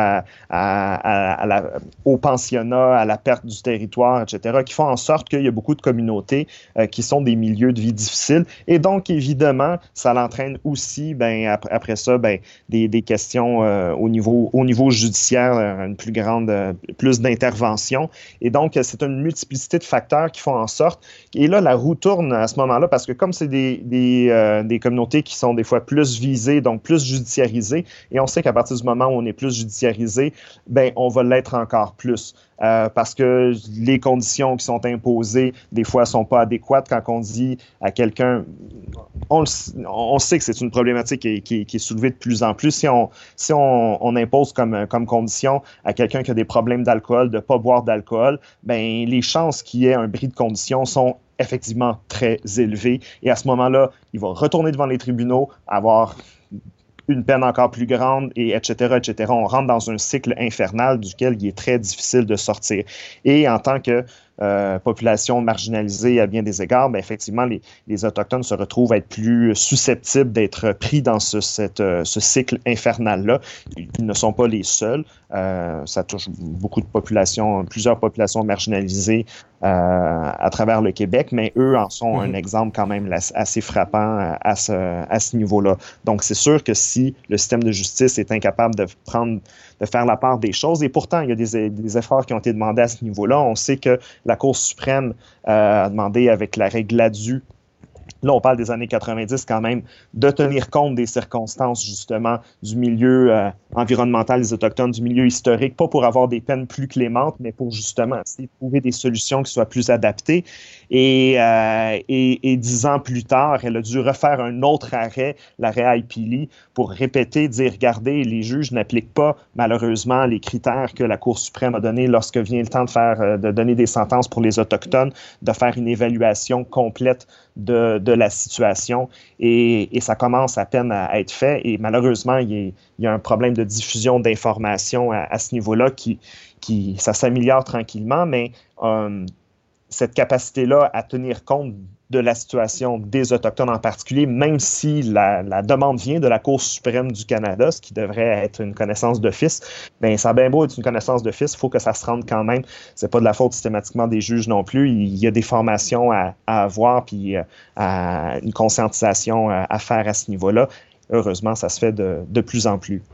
au pensionnat, à la perte du territoire, etc., qui font en sorte qu'il y a beaucoup de communautés qui sont des milieux de vie difficiles. Et donc, évidemment, ça l'entraîne aussi, ben, après ça, ben, des questions au niveau judiciaire, plus d'intervention. Et donc, c'est une multiplicité de facteurs qui font en sorte... Et là, la roue tourne à ce moment-là parce que comme c'est des communautés qui sont des fois plus visées, donc plus judiciarisées, et on sait qu'à partir du moment où on est plus judiciarisé, ben on va l'être encore plus. Parce que les conditions qui sont imposées, des fois, ne sont pas adéquates. Quand on dit à quelqu'un, on sait que c'est une problématique qui est soulevée de plus en plus. Si on impose comme condition à quelqu'un qui a des problèmes d'alcool, de ne pas boire d'alcool, ben les chances qu'il y ait un bris de condition sont effectivement très élevées. Et à ce moment-là, il va retourner devant les tribunaux, avoir une peine encore plus grande, et etc., etc. On rentre dans un cycle infernal duquel il est très difficile de sortir. Et en tant que population marginalisée à bien des égards, bien, effectivement, les Autochtones se retrouvent à être plus susceptibles d'être pris dans ce cycle infernal-là. Ils ne sont pas les seuls. Ça touche beaucoup de populations, plusieurs populations marginalisées à travers le Québec, mais eux en sont un exemple quand même assez frappant à ce niveau-là. Donc, c'est sûr que si le système de justice est incapable de faire la part des choses, et pourtant, il y a des efforts qui ont été demandés à ce niveau-là. On sait que la Cour suprême a demandé avec la règle Ladue, là on parle des années 90 quand même, de tenir compte des circonstances justement du milieu environnemental des Autochtones, du milieu historique, pas pour avoir des peines plus clémentes, mais pour justement essayer de trouver des solutions qui soient plus adaptées. Et 10 ans plus tard, elle a dû refaire un autre arrêt, l'arrêt Aipili, pour répéter, dire, regardez, les juges n'appliquent pas malheureusement les critères que la Cour suprême a donnés lorsque vient le temps de donner des sentences pour les Autochtones, de faire une évaluation complète de la situation. Et ça commence à peine à être fait. Et malheureusement, il y a un problème de diffusion d'informations à ce niveau-là ça s'améliore tranquillement, mais cette capacité-là à tenir compte de la situation des Autochtones en particulier, même si la demande vient de la Cour suprême du Canada, ce qui devrait être une connaissance d'office, bien, ça a bien beau être une connaissance d'office, il faut que ça se rende quand même. C'est pas de la faute systématiquement des juges non plus. Il y a des formations à avoir, puis une conscientisation à faire à ce niveau-là. Heureusement, ça se fait de plus en plus.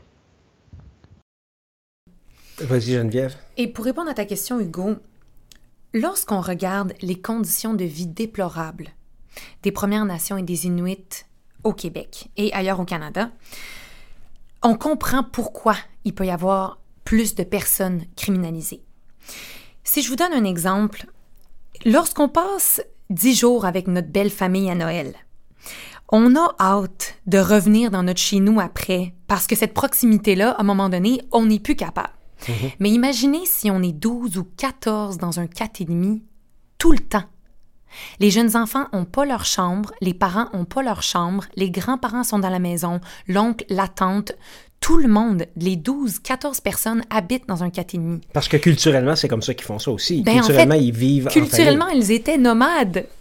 Vas-y, Geneviève. Et pour répondre à ta question, Hugo, lorsqu'on regarde les conditions de vie déplorables des Premières Nations et des Inuits au Québec et ailleurs au Canada, on comprend pourquoi il peut y avoir plus de personnes criminalisées. Si je vous donne un exemple, lorsqu'on passe 10 jours avec notre belle famille à Noël, on a hâte de revenir dans notre chez-nous après parce que cette proximité-là, à un moment donné, on n'est plus capable. Mais imaginez si on est 12 ou 14 dans un 4,5 tout le temps. Les jeunes enfants n'ont pas leur chambre, les parents n'ont pas leur chambre, les grands-parents sont dans la maison, l'oncle, la tante, tout le monde, les 12, 14 personnes habitent dans un 4,5. Parce que culturellement, c'est comme ça qu'ils font ça aussi. Ben, culturellement, en fait, ils vivent culturellement, en famille. ils étaient nomades.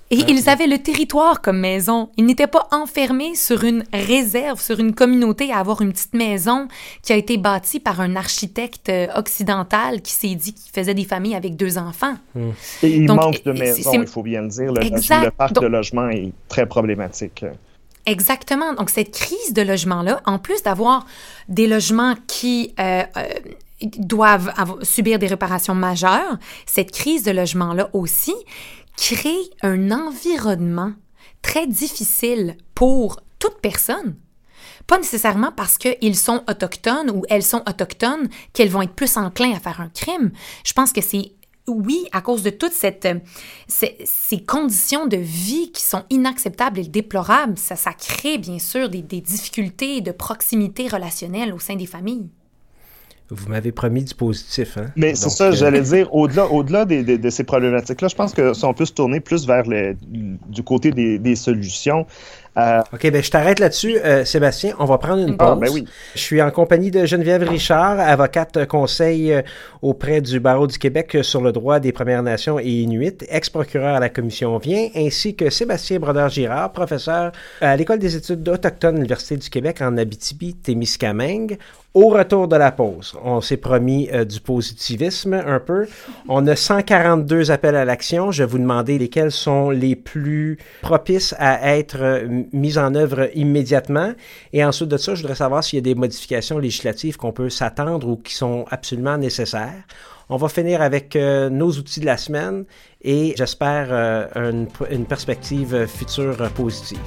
Et ils avaient le territoire comme maison. Ils n'étaient pas enfermés sur une réserve, sur une communauté à avoir une petite maison qui a été bâtie par un architecte occidental qui s'est dit qu'il faisait des familles avec 2 enfants. Et il manque de maisons, il faut bien le dire. Le parc de logement est très problématique. Exactement. Donc, cette crise de logement-là, en plus d'avoir des logements qui doivent subir des réparations majeures, cette crise de logement-là aussi crée un environnement très difficile pour toute personne. Pas nécessairement parce qu'ils sont autochtones ou elles sont autochtones qu'elles vont être plus enclins à faire un crime. Je pense que c'est, oui, à cause de toutes ces conditions de vie qui sont inacceptables et déplorables, ça crée bien sûr des difficultés de proximité relationnelle au sein des familles. Vous m'avez promis du positif, hein? Mais c'est ça, j'allais dire, au-delà de ces problématiques-là, je pense que si on peut se tourner plus vers du côté des solutions. OK, bien, je t'arrête là-dessus, Sébastien. On va prendre une pause. Ben oui. Je suis en compagnie de Geneviève Richard, avocate conseil auprès du Barreau du Québec sur le droit des Premières Nations et Inuits, ex-procureur à la Commission Vient, ainsi que Sébastien Brodeur-Girard, professeur à l'École des études autochtones de l'Université du Québec en Abitibi-Témiscamingue. Au retour de la pause, on s'est promis du positivisme un peu. On a 142 appels à l'action. Je vais vous demander lesquels sont les plus propices à être mis en œuvre immédiatement. Et ensuite de ça, je voudrais savoir s'il y a des modifications législatives qu'on peut s'attendre ou qui sont absolument nécessaires. On va finir avec nos outils de la semaine et j'espère une perspective future positive.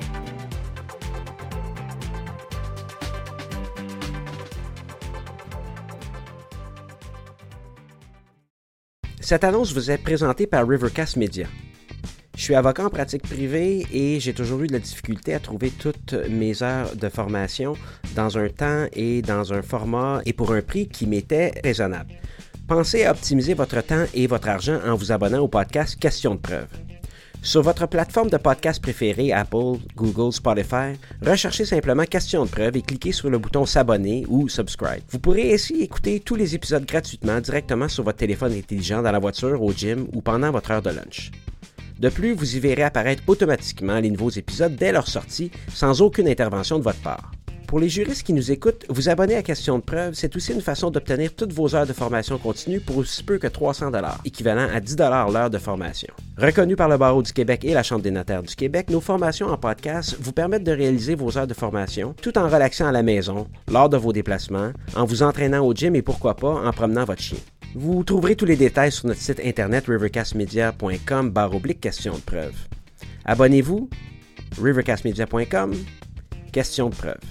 Cette annonce vous est présentée par Rivercast Media. Je suis avocat en pratique privée et j'ai toujours eu de la difficulté à trouver toutes mes heures de formation dans un temps et dans un format et pour un prix qui m'était raisonnable. Pensez à optimiser votre temps et votre argent en vous abonnant au podcast Question de preuve. Sur votre plateforme de podcast préférée, Apple, Google, Spotify, recherchez simplement Question de preuve et cliquez sur le bouton s'abonner ou subscribe. Vous pourrez ainsi écouter tous les épisodes gratuitement directement sur votre téléphone intelligent dans la voiture, au gym ou pendant votre heure de lunch. De plus, vous y verrez apparaître automatiquement les nouveaux épisodes dès leur sortie sans aucune intervention de votre part. Pour les juristes qui nous écoutent, vous abonner à Question de preuve, c'est aussi une façon d'obtenir toutes vos heures de formation continue pour aussi peu que 300 $, équivalent à 10 $ l'heure de formation. Reconnus par le Barreau du Québec et la Chambre des notaires du Québec, nos formations en podcast vous permettent de réaliser vos heures de formation tout en relaxant à la maison, lors de vos déplacements, en vous entraînant au gym et pourquoi pas en promenant votre chien. Vous trouverez tous les détails sur notre site internet rivercastmedia.com/question de preuve. Abonnez-vous, rivercastmedia.com, question de preuve.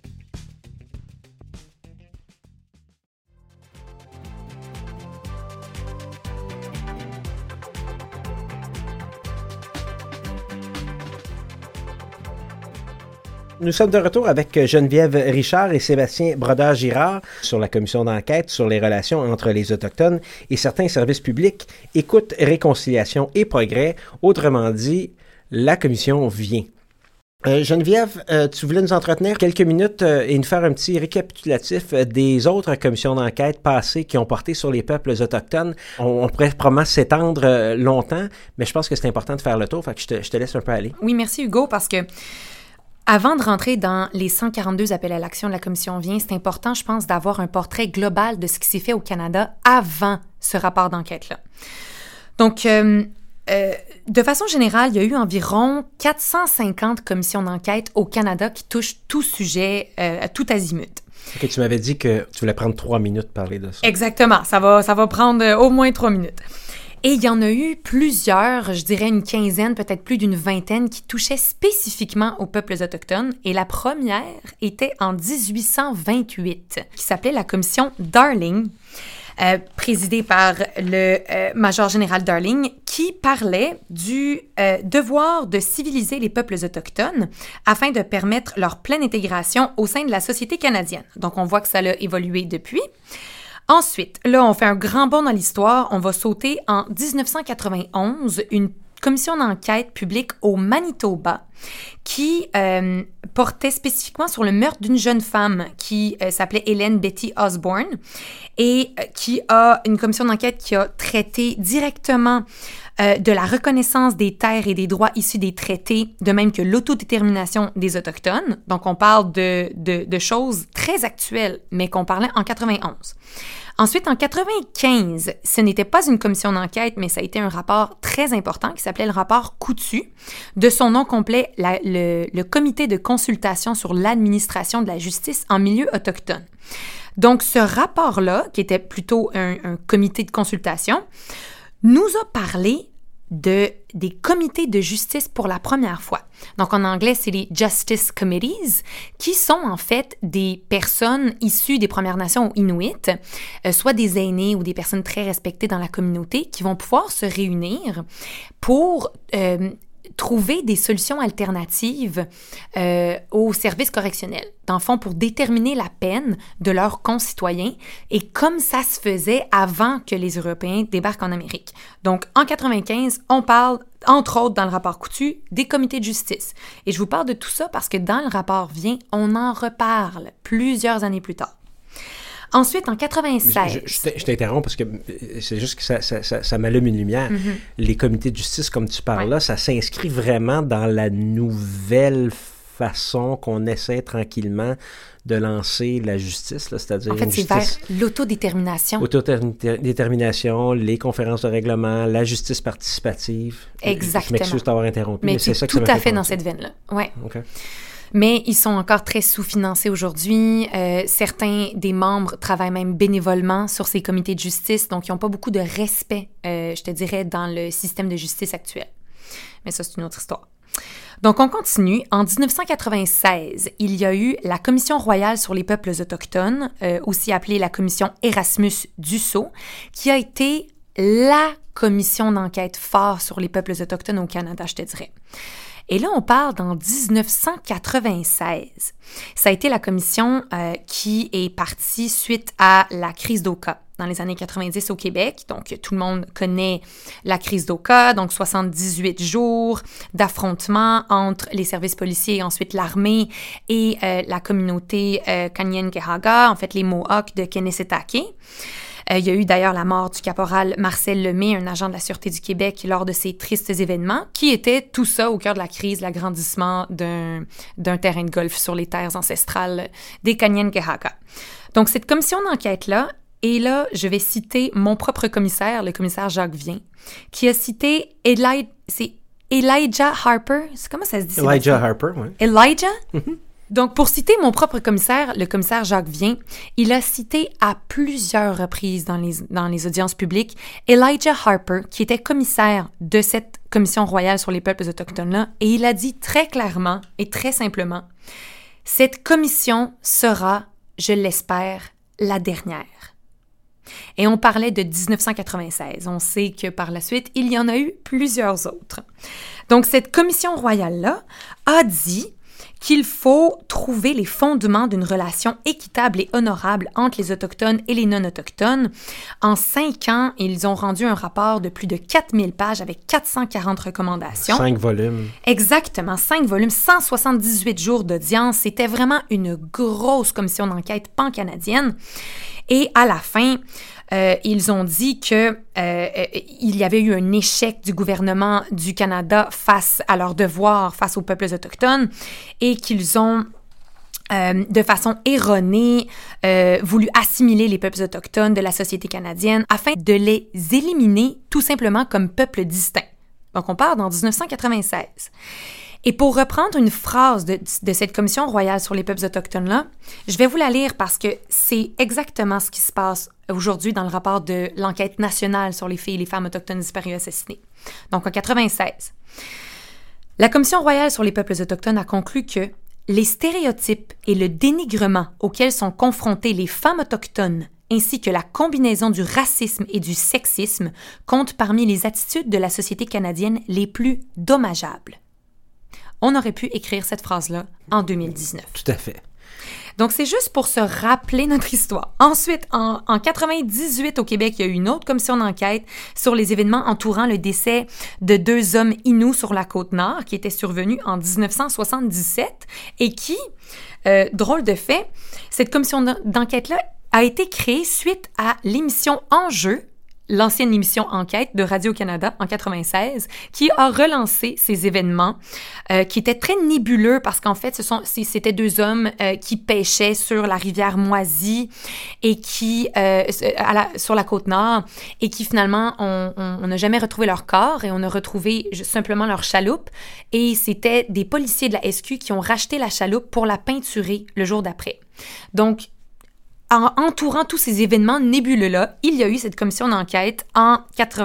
Nous sommes de retour avec Geneviève Richard et Sébastien Brodeur-Girard sur la commission d'enquête sur les relations entre les Autochtones et certains services publics, écoute, réconciliation et progrès, autrement dit, la commission vient. Geneviève, tu voulais nous entretenir quelques minutes et nous faire un petit récapitulatif des autres commissions d'enquête passées qui ont porté sur les peuples autochtones. On pourrait probablement s'étendre longtemps, mais je pense que c'est important de faire le tour, fait que je te laisse un peu aller. Oui, merci Hugo, parce que avant de rentrer dans les 142 appels à l'action de la Commission Vient, c'est important, je pense, d'avoir un portrait global de ce qui s'est fait au Canada avant ce rapport d'enquête-là. Donc, de façon générale, il y a eu environ 450 commissions d'enquête au Canada qui touchent tout sujet, tout azimut. OK, tu m'avais dit que tu voulais prendre 3 minutes pour parler de ça. Exactement, ça va prendre au moins 3 minutes. Et il y en a eu plusieurs, je dirais une quinzaine, peut-être plus d'une vingtaine, qui touchaient spécifiquement aux peuples autochtones. Et la première était en 1828, qui s'appelait la commission Darling, présidée par le major général Darling, qui parlait du devoir de civiliser les peuples autochtones afin de permettre leur pleine intégration au sein de la société canadienne. Donc, on voit que ça a évolué depuis. Ensuite, là, on fait un grand bond dans l'histoire. On va sauter en 1991, une commission d'enquête publique au Manitoba qui portait spécifiquement sur le meurtre d'une jeune femme qui s'appelait Hélène Betty Osborne et qui a une commission d'enquête qui a traité directement de la reconnaissance des terres et des droits issus des traités, de même que l'autodétermination des Autochtones. Donc, on parle de choses très actuelles, mais qu'on parlait en 91. Ensuite, en 95, ce n'était pas une commission d'enquête, mais ça a été un rapport très important qui s'appelait le rapport Coutu. De son nom complet, le Comité de consultation sur l'administration de la justice en milieu autochtone. Donc, ce rapport-là, qui était plutôt un comité de consultation, nous a parlé des comités de justice pour la première fois. Donc, en anglais, c'est les Justice Committees, qui sont en fait des personnes issues des Premières Nations ou Inuits, soit des aînés ou des personnes très respectées dans la communauté, qui vont pouvoir se réunir pour trouver des solutions alternatives aux services correctionnels, dans le fond, pour déterminer la peine de leurs concitoyens, et comme ça se faisait avant que les Européens débarquent en Amérique. Donc, en 95, on parle, entre autres, dans le rapport Coutu, des comités de justice. Et je vous parle de tout ça parce que dans le rapport Vien, on en reparle plusieurs années plus tard. Ensuite, en 96... Je t'interromps parce que c'est juste que ça m'allume une lumière. Mm-hmm. Les comités de justice, comme tu parles là, ça s'inscrit vraiment dans la nouvelle façon qu'on essaie tranquillement de lancer la justice, là, c'est-à-dire en fait, c'est vers l'autodétermination. L'autodétermination, les conférences de règlement, la justice participative. Exactement. Je m'excuse d'avoir interrompu, mais c'est ça que tout ça m'a à fait penser. Dans cette veine-là. Ouais. OK. Mais ils sont encore très sous-financés aujourd'hui. Certains des membres travaillent même bénévolement sur ces comités de justice, donc ils n'ont pas beaucoup de respect, je te dirais, dans le système de justice actuel. Mais ça, c'est une autre histoire. Donc, on continue. En 1996, il y a eu la Commission royale sur les peuples autochtones, aussi appelée la Commission Erasmus-Dussault, qui a été la commission d'enquête phare sur les peuples autochtones au Canada, je te dirais. Et là, on parle d'en 1996. Ça a été la commission qui est partie suite à la crise d'Oka dans les années 90 au Québec. Donc, tout le monde connaît la crise d'Oka, donc 78 jours d'affrontements entre les services policiers et ensuite l'armée et la communauté Kanien'kehá:ka, en fait les Mohawks de Kanessetake. Il y a eu d'ailleurs la mort du caporal Marcel Lemay, un agent de la Sûreté du Québec, lors de ces tristes événements, qui était tout ça au cœur de la crise, l'agrandissement d'un terrain de golf sur les terres ancestrales des Kanien'kehá:ka. Donc, cette commission d'enquête-là, et là, je vais citer mon propre commissaire, le commissaire Jacques Vien, qui a cité Elijah Harper. Comment ça se dit? Elijah Harper, oui. Elijah? Mm-hmm. Donc, pour citer mon propre commissaire, le commissaire Jacques Vien, il a cité à plusieurs reprises dans les audiences publiques Elijah Harper, qui était commissaire de cette Commission royale sur les peuples autochtones-là, et il a dit très clairement et très simplement, « Cette commission sera, je l'espère, la dernière. » Et on parlait de 1996. On sait que par la suite, il y en a eu plusieurs autres. Donc, cette commission royale-là a dit qu'il faut trouver les fondements d'une relation équitable et honorable entre les Autochtones et les non-Autochtones. En 5 ans, ils ont rendu un rapport de plus de 4000 pages avec 440 recommandations. 5 volumes. Exactement, 5 volumes, 178 jours d'audience. C'était vraiment une grosse commission d'enquête pan-canadienne. Et à la fin, ils ont dit que il y avait eu un échec du gouvernement du Canada face à leurs devoirs face aux peuples autochtones et qu'ils ont, de façon erronée, voulu assimiler les peuples autochtones de la société canadienne afin de les éliminer tout simplement comme peuples distincts. Donc, on part en 1996. Et pour reprendre une phrase de cette Commission royale sur les peuples autochtones-là, je vais vous la lire parce que c'est exactement ce qui se passe aujourd'hui dans le rapport de l'enquête nationale sur les filles et les femmes autochtones disparues et assassinées. Donc, en 96, la Commission royale sur les peuples autochtones a conclu que les stéréotypes et le dénigrement auxquels sont confrontées les femmes autochtones ainsi que la combinaison du racisme et du sexisme comptent parmi les attitudes de la société canadienne les plus dommageables. On aurait pu écrire cette phrase-là en 2019. Tout à fait. Donc, c'est juste pour se rappeler notre histoire. Ensuite, en 98, au Québec, il y a eu une autre commission d'enquête sur les événements entourant le décès de 2 hommes Inuits sur la Côte-Nord qui étaient survenus en 1977 et qui, drôle de fait, cette commission d'enquête-là a été créée suite à l'émission Enjeu, l'ancienne émission Enquête de Radio-Canada en 96, qui a relancé ces événements qui étaient très nébuleux parce qu'en fait, c'était deux hommes qui pêchaient sur la rivière Moisy et qui, sur la Côte-Nord, et qui finalement, on n'a jamais retrouvé leur corps et on a retrouvé simplement leur chaloupe. Et c'était des policiers de la SQ qui ont racheté la chaloupe pour la peinturer le jour d'après. Donc, en entourant tous ces événements nébuleux-là, il y a eu cette commission d'enquête en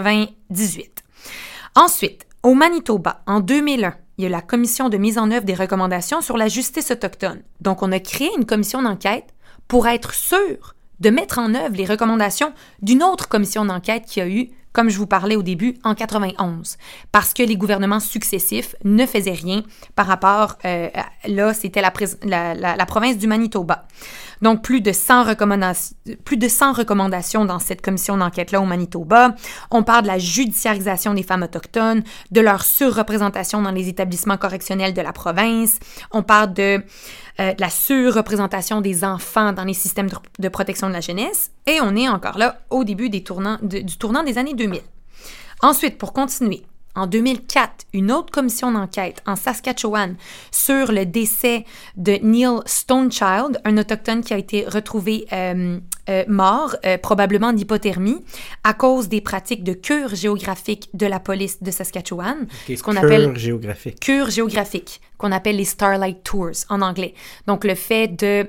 98. Ensuite, au Manitoba, en 2001, il y a la commission de mise en œuvre des recommandations sur la justice autochtone. Donc, on a créé une commission d'enquête pour être sûr de mettre en œuvre les recommandations d'une autre commission d'enquête qui a eu, comme je vous parlais au début, en 91, parce que les gouvernements successifs ne faisaient rien par rapport, là, c'était la province du Manitoba. Donc, plus de 100 recommandations dans cette commission d'enquête-là au Manitoba. On parle de la judiciarisation des femmes autochtones, de leur surreprésentation dans les établissements correctionnels de la province. On parle de la surreprésentation des enfants dans les systèmes de protection de la jeunesse. Et on est encore là au début du tournant des années 2000. Ensuite, pour continuer, en 2004, une autre commission d'enquête en Saskatchewan sur le décès de Neil Stonechild, un autochtone qui a été retrouvé mort, probablement d'hypothermie, à cause des pratiques de cure géographique de la police de Saskatchewan. Okay, ce qu'on appelle cure géographique, qu'on appelle les Starlight Tours en anglais. Donc, le fait de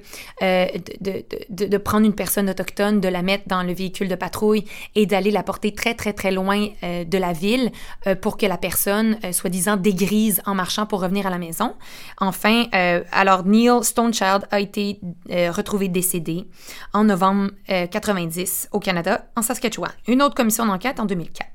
prendre une personne autochtone, de la mettre dans le véhicule de patrouille et d'aller la porter très, très, très loin de la ville pour que la personne, soi-disant, dégrise en marchant pour revenir à la maison. Enfin, alors, Neil Stonechild a été retrouvé décédé en novembre 90 au Canada, en Saskatchewan. Une autre commission d'enquête en 2004.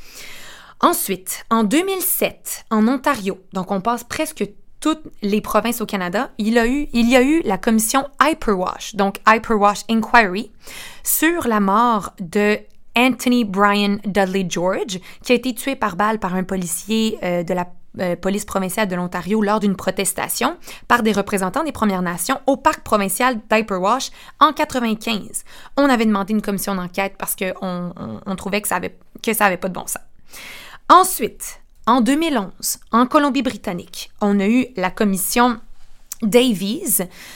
Ensuite, en 2007, en Ontario, donc on passe presque toutes les provinces au Canada, il y a eu la commission Hyperwash, donc Hyperwash Inquiry, sur la mort de Anthony Brian Dudley George, qui a été tué par balle par un policier de la police provinciale de l'Ontario lors d'une protestation par des représentants des Premières Nations au parc provincial d'Hyperwash en 95. On avait demandé une commission d'enquête parce qu'on trouvait que ça avait pas de bon sens. Ensuite, en 2011, en Colombie-Britannique, on a eu la commission Davies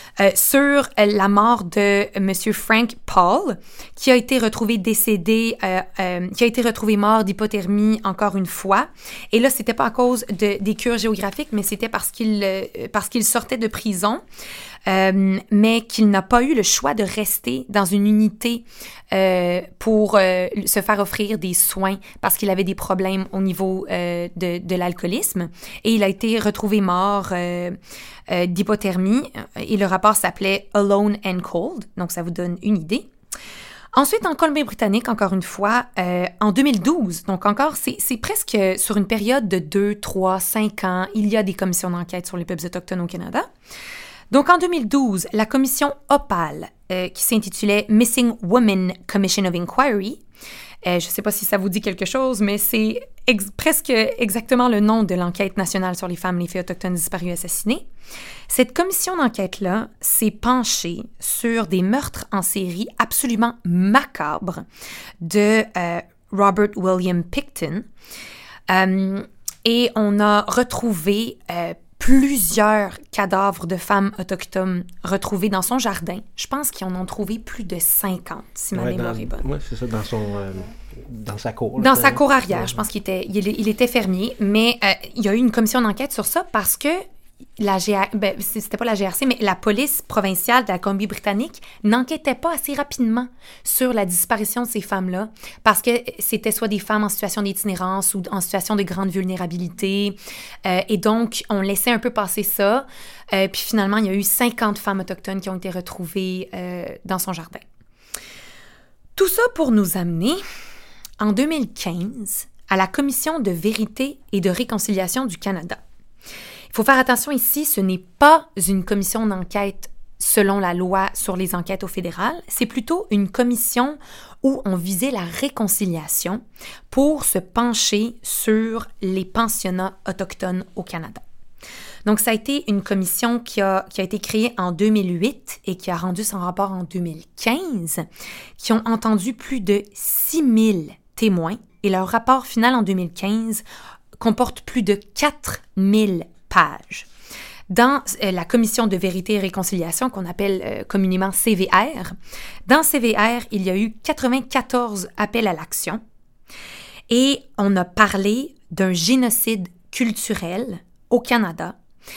sur la mort de M. Frank Paul, qui a été retrouvé décédé, qui a été retrouvé mort d'hypothermie encore une fois. Et là, c'était pas à cause des cures géographiques, mais c'était parce qu'il sortait de prison, mais qu'il n'a pas eu le choix de rester dans une unité pour se faire offrir des soins parce qu'il avait des problèmes au niveau de l'alcoolisme. Et il a été retrouvé mort d'hypothermie et le rapport s'appelait Alone and Cold, donc ça vous donne une idée. Ensuite, en Colombie-Britannique, encore une fois, en 2012, donc encore, c'est presque sur une période de 2, 3, 5 ans, il y a des commissions d'enquête sur les peuples autochtones au Canada. Donc, en 2012, la commission Opal, qui s'intitulait Missing Women Commission of Inquiry, je ne sais pas si ça vous dit quelque chose, mais c'est presque exactement le nom de l'enquête nationale sur les femmes et les filles autochtones disparues et assassinées. Cette commission d'enquête-là s'est penchée sur des meurtres en série absolument macabres de Robert William Pickton. Et on a retrouvé plusieurs cadavres de femmes autochtones retrouvés dans son jardin. Je pense qu'ils en ont trouvé plus de 50, si ma mémoire est bonne. Oui, c'est ça, dans sa cour. Dans sa cour arrière. Je pense qu'il était fermier, mais il y a eu une commission d'enquête sur ça parce que c'était pas la GRC, mais la police provinciale de la Colombie-Britannique n'enquêtait pas assez rapidement sur la disparition de ces femmes-là parce que c'était soit des femmes en situation d'itinérance ou en situation de grande vulnérabilité. Et donc, on laissait un peu passer ça. Puis finalement, il y a eu 50 femmes autochtones qui ont été retrouvées dans son jardin. Tout ça pour nous amener, en 2015, à la Commission de vérité et de réconciliation du Canada. Il faut faire attention ici, ce n'est pas une commission d'enquête selon la loi sur les enquêtes au fédéral, c'est plutôt une commission où on visait la réconciliation pour se pencher sur les pensionnats autochtones au Canada. Donc, ça a été une commission qui a été créée en 2008 et qui a rendu son rapport en 2015, qui ont entendu plus de 6000 témoins et leur rapport final en 2015 comporte plus de 4000 pages. Dans la Commission de vérité et réconciliation, qu'on appelle communément CVR, dans CVR, il y a eu 94 appels à l'action et on a parlé d'un génocide culturel au Canada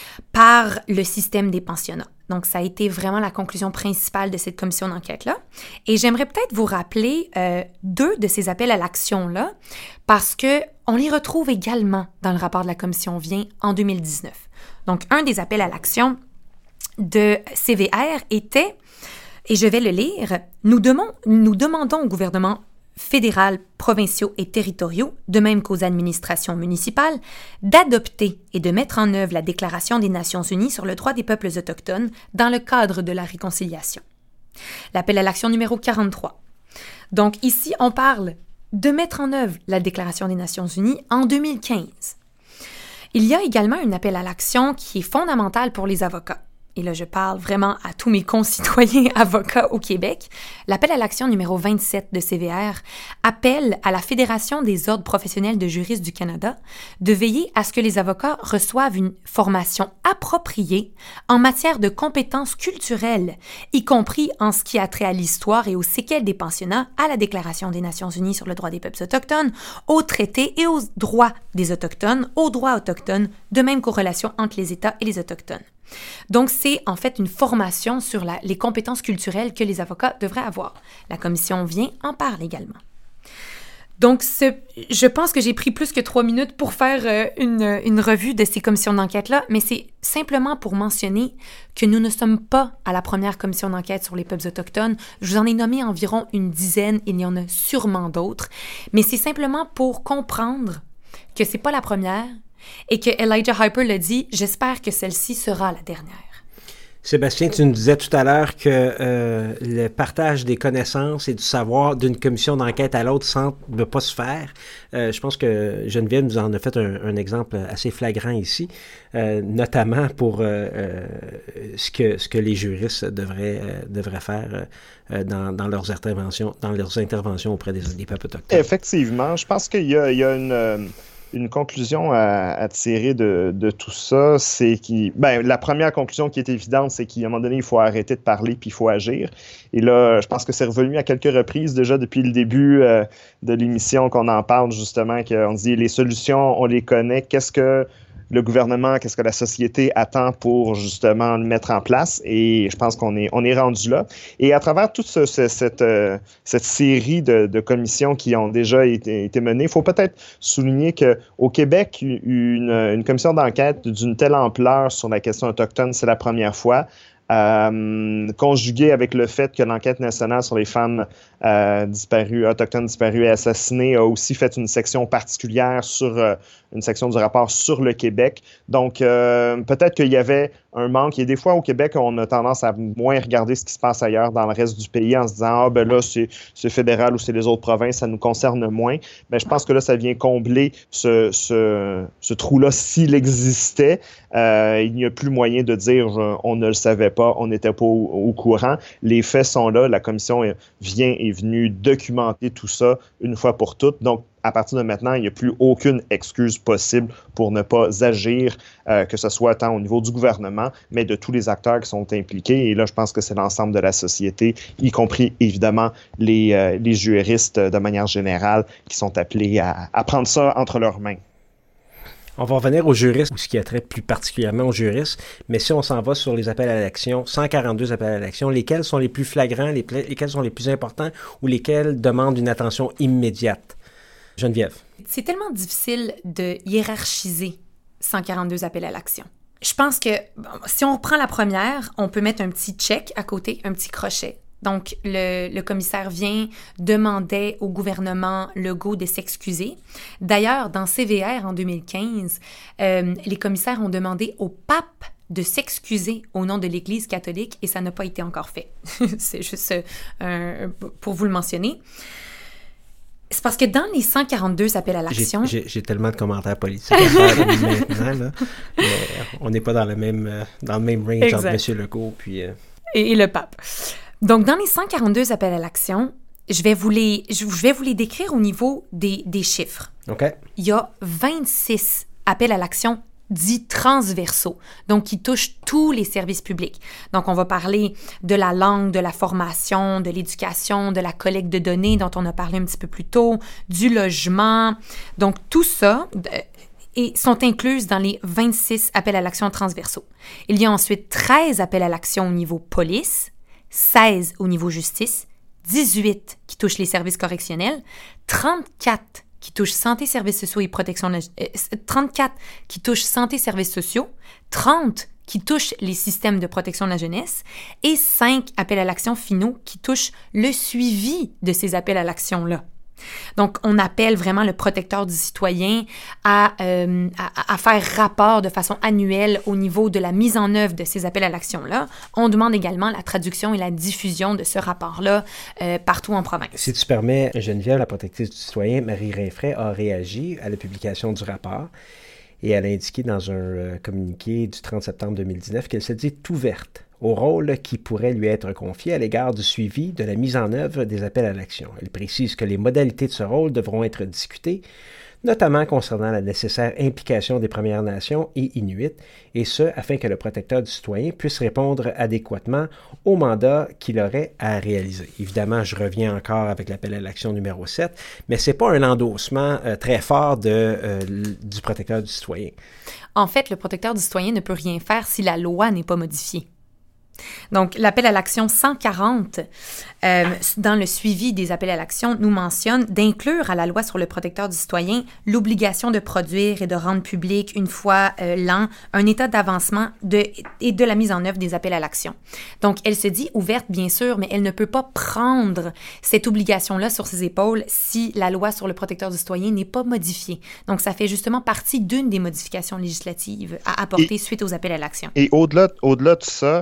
par le système des pensionnats. Donc, ça a été vraiment la conclusion principale de cette commission d'enquête-là. Et j'aimerais peut-être vous rappeler 2 de ces appels à l'action-là, parce qu'on les retrouve également dans le rapport de la commission Vien en 2019. Donc, un des appels à l'action de CVR était, et je vais le lire, « Nous demandons au gouvernement fédéral, provinciaux et territoriaux, de même qu'aux administrations municipales, d'adopter et de mettre en œuvre la Déclaration des Nations unies sur le droit des peuples autochtones dans le cadre de la réconciliation. » L'appel à l'action numéro 43. Donc ici, on parle de mettre en œuvre la Déclaration des Nations unies en 2015. Il y a également un appel à l'action qui est fondamental pour les avocats. Et là, je parle vraiment à tous mes concitoyens avocats au Québec. L'appel à l'action numéro 27 de CVR appelle à la Fédération des ordres professionnels de juristes du Canada de veiller à ce que les avocats reçoivent une formation appropriée en matière de compétences culturelles, y compris en ce qui a trait à l'histoire et aux séquelles des pensionnats, à la Déclaration des Nations unies sur le droit des peuples autochtones, aux traités et aux droits des Autochtones, aux droits autochtones, de même qu'aux relations entre les États et les Autochtones. Donc, c'est en fait une formation sur les compétences culturelles que les avocats devraient avoir. La commission Vien en parle également. Donc, je pense que j'ai pris plus que 3 minutes pour faire une revue de ces commissions d'enquête-là, mais c'est simplement pour mentionner que nous ne sommes pas à la première commission d'enquête sur les peuples autochtones. Je vous en ai nommé environ une dizaine, il y en a sûrement d'autres, mais c'est simplement pour comprendre que c'est pas la première, et que Elijah Hyper l'a dit, j'espère que celle-ci sera la dernière. Sébastien, tu nous disais tout à l'heure que le partage des connaissances et du savoir d'une commission d'enquête à l'autre semble ne pas se faire. Je pense que Geneviève nous en a fait un exemple assez flagrant ici, notamment pour ce que les juristes devraient faire dans leurs interventions auprès des peuples autochtones. Effectivement, je pense qu'il y a une conclusion à tirer de tout ça, c'est la première conclusion qui est évidente, c'est qu'à un moment donné, il faut arrêter de parler puis il faut agir. Et là, je pense que c'est revenu à quelques reprises déjà depuis le début de l'émission qu'on en parle justement, qu'on dit les solutions, on les connaît. Qu'est-ce que le gouvernement, qu'est-ce que la société attend pour justement le mettre en place? Et je pense qu'on est rendu là. Et à travers toute cette série de commissions qui ont déjà été menées, il faut peut-être souligner qu'au Québec, une commission d'enquête d'une telle ampleur sur la question autochtone, c'est la première fois. Conjugué avec le fait que l'enquête nationale sur les femmes autochtones disparues et assassinées a aussi fait une section particulière sur une section du rapport sur le Québec. Donc, peut-être qu'il y avait un manque. Et des fois, au Québec, on a tendance à moins regarder ce qui se passe ailleurs dans le reste du pays en se disant « Ah, ben là, c'est fédéral ou c'est les autres provinces, ça nous concerne moins. » Mais je pense que là, ça vient combler ce trou-là s'il existait. Il n'y a plus moyen de dire « On ne le savait pas, on n'était pas au courant. » Les faits sont là. La commission est venue documenter tout ça une fois pour toutes. Donc, à partir de maintenant, il n'y a plus aucune excuse possible pour ne pas agir, que ce soit tant au niveau du gouvernement, mais de tous les acteurs qui sont impliqués. Et là, je pense que c'est l'ensemble de la société, y compris évidemment les juristes de manière générale, qui sont appelés à prendre ça entre leurs mains. On va revenir aux juristes, ou ce qui a trait plus particulièrement aux juristes, mais si on s'en va sur les appels à l'action, 142 appels à l'action, lesquels sont les plus flagrants, lesquels sont les plus importants ou lesquels demandent une attention immédiate? Geneviève. C'est tellement difficile de hiérarchiser 142 appels à l'action. Je pense que si on reprend la première, on peut mettre un petit check à côté, un petit crochet. Donc, le commissaire demandait au gouvernement Legault de s'excuser. D'ailleurs, dans CVR en 2015, les commissaires ont demandé au pape de s'excuser au nom de l'Église catholique et ça n'a pas été encore fait. C'est juste pour vous le mentionner. C'est parce que dans les 142 appels à l'action... J'ai tellement de commentaires politiques à faire maintenant, là. On n'est pas dans le même range exact. entre M. Legault puis... Et le pape. Donc, dans les 142 appels à l'action, je vais vous les décrire au niveau des chiffres. OK. Il y a 26 appels à l'action dits transversaux, donc qui touchent tous les services publics. Donc, on va parler de la langue, de la formation, de l'éducation, de la collecte de données dont on a parlé un petit peu plus tôt, du logement. Donc, tout ça et sont incluses dans les 26 appels à l'action transversaux. Il y a ensuite 13 appels à l'action au niveau police, 16 au niveau justice, 18 qui touchent les services correctionnels, 34 qui touchent santé, services sociaux et protection 34 qui touchent santé, services sociaux, 30 qui touchent les systèmes de protection de la jeunesse et 5 appels à l'action finaux qui touchent le suivi de ces appels à l'action-là. Donc, on appelle vraiment le protecteur du citoyen à faire rapport de façon annuelle au niveau de la mise en œuvre de ces appels à l'action-là. On demande également la traduction et la diffusion de ce rapport-là partout en province. Si tu permets, Geneviève, la protectrice du citoyen, Marie Rinfret, a réagi à la publication du rapport et elle a indiqué dans un communiqué du 30 septembre 2019 qu'elle se dit ouverte au rôle qui pourrait lui être confié à l'égard du suivi de la mise en œuvre des appels à l'action. Elle précise que les modalités de ce rôle devront être discutées, notamment concernant la nécessaire implication des Premières Nations et Inuits, et ce, afin que le protecteur du citoyen puisse répondre adéquatement au mandat qu'il aurait à réaliser. Évidemment, je reviens encore avec l'appel à l'action numéro 7, mais ce n'est pas un endossement très fort du protecteur du citoyen. En fait, le protecteur du citoyen ne peut rien faire si la loi n'est pas modifiée. Donc, l'appel à l'action 140, dans le suivi des appels à l'action, nous mentionne d'inclure à la loi sur le protecteur du citoyen l'obligation de produire et de rendre public une fois l'an un état d'avancement et de la mise en œuvre des appels à l'action. Donc, elle se dit ouverte, bien sûr, mais elle ne peut pas prendre cette obligation-là sur ses épaules si la loi sur le protecteur du citoyen n'est pas modifiée. Donc, ça fait justement partie d'une des modifications législatives à apporter suite aux appels à l'action. Et au-delà de ça,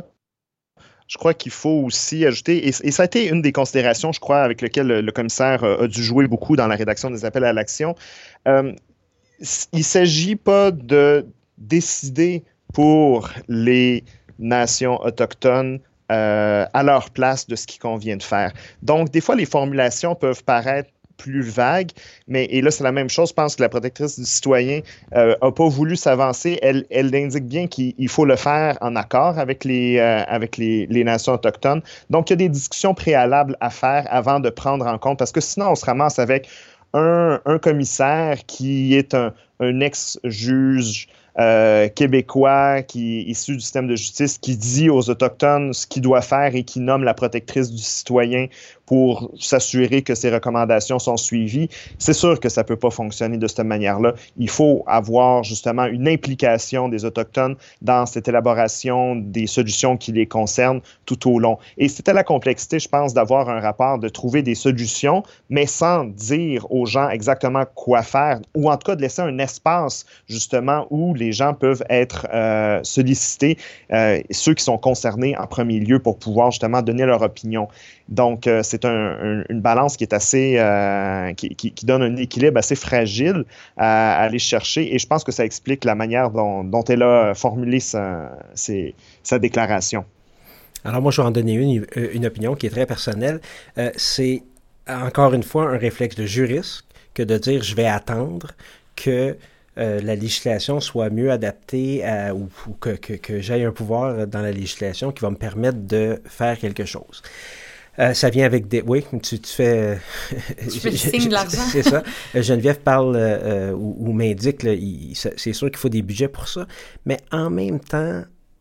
je crois qu'il faut aussi ajouter, et ça a été une des considérations, je crois, avec lesquelles le commissaire a dû jouer beaucoup dans la rédaction des appels à l'action. Il ne s'agit pas de décider pour les nations autochtones à leur place de ce qu'il convient de faire. Donc, des fois, les formulations peuvent paraître plus vague, et là, c'est la même chose. Je pense que la protectrice du citoyen n'a pas voulu s'avancer. Elle indique bien qu'il faut le faire en accord avec les nations autochtones. Donc, il y a des discussions préalables à faire avant de prendre en compte, parce que sinon, on se ramasse avec un commissaire qui est un ex-juge québécois qui est issu du système de justice, qui dit aux Autochtones ce qu'il doit faire et qui nomme la protectrice du citoyen pour s'assurer que ces recommandations sont suivies. C'est sûr que ça ne peut pas fonctionner de cette manière-là. Il faut avoir justement une implication des Autochtones dans cette élaboration des solutions qui les concernent tout au long. Et c'était la complexité, je pense, d'avoir un rapport, de trouver des solutions, mais sans dire aux gens exactement quoi faire, ou en tout cas de laisser un espace justement où les gens peuvent être sollicités, ceux qui sont concernés en premier lieu pour pouvoir justement donner leur opinion. Donc, c'est une balance qui est assez, qui donne un équilibre assez fragile à aller chercher, et je pense que ça explique la manière dont elle a formulé sa déclaration. Alors moi, je vais en donner une opinion qui est très personnelle. C'est encore une fois un réflexe de juriste que de dire je vais attendre que la législation soit mieux adaptée ou que j'aille un pouvoir dans la législation qui va me permettre de faire quelque chose. Ça vient avec des... Oui, tu fais... Tu fais le signe de l'argent. C'est ça. Geneviève parle ou m'indique, là, c'est sûr qu'il faut des budgets pour ça, mais en même temps,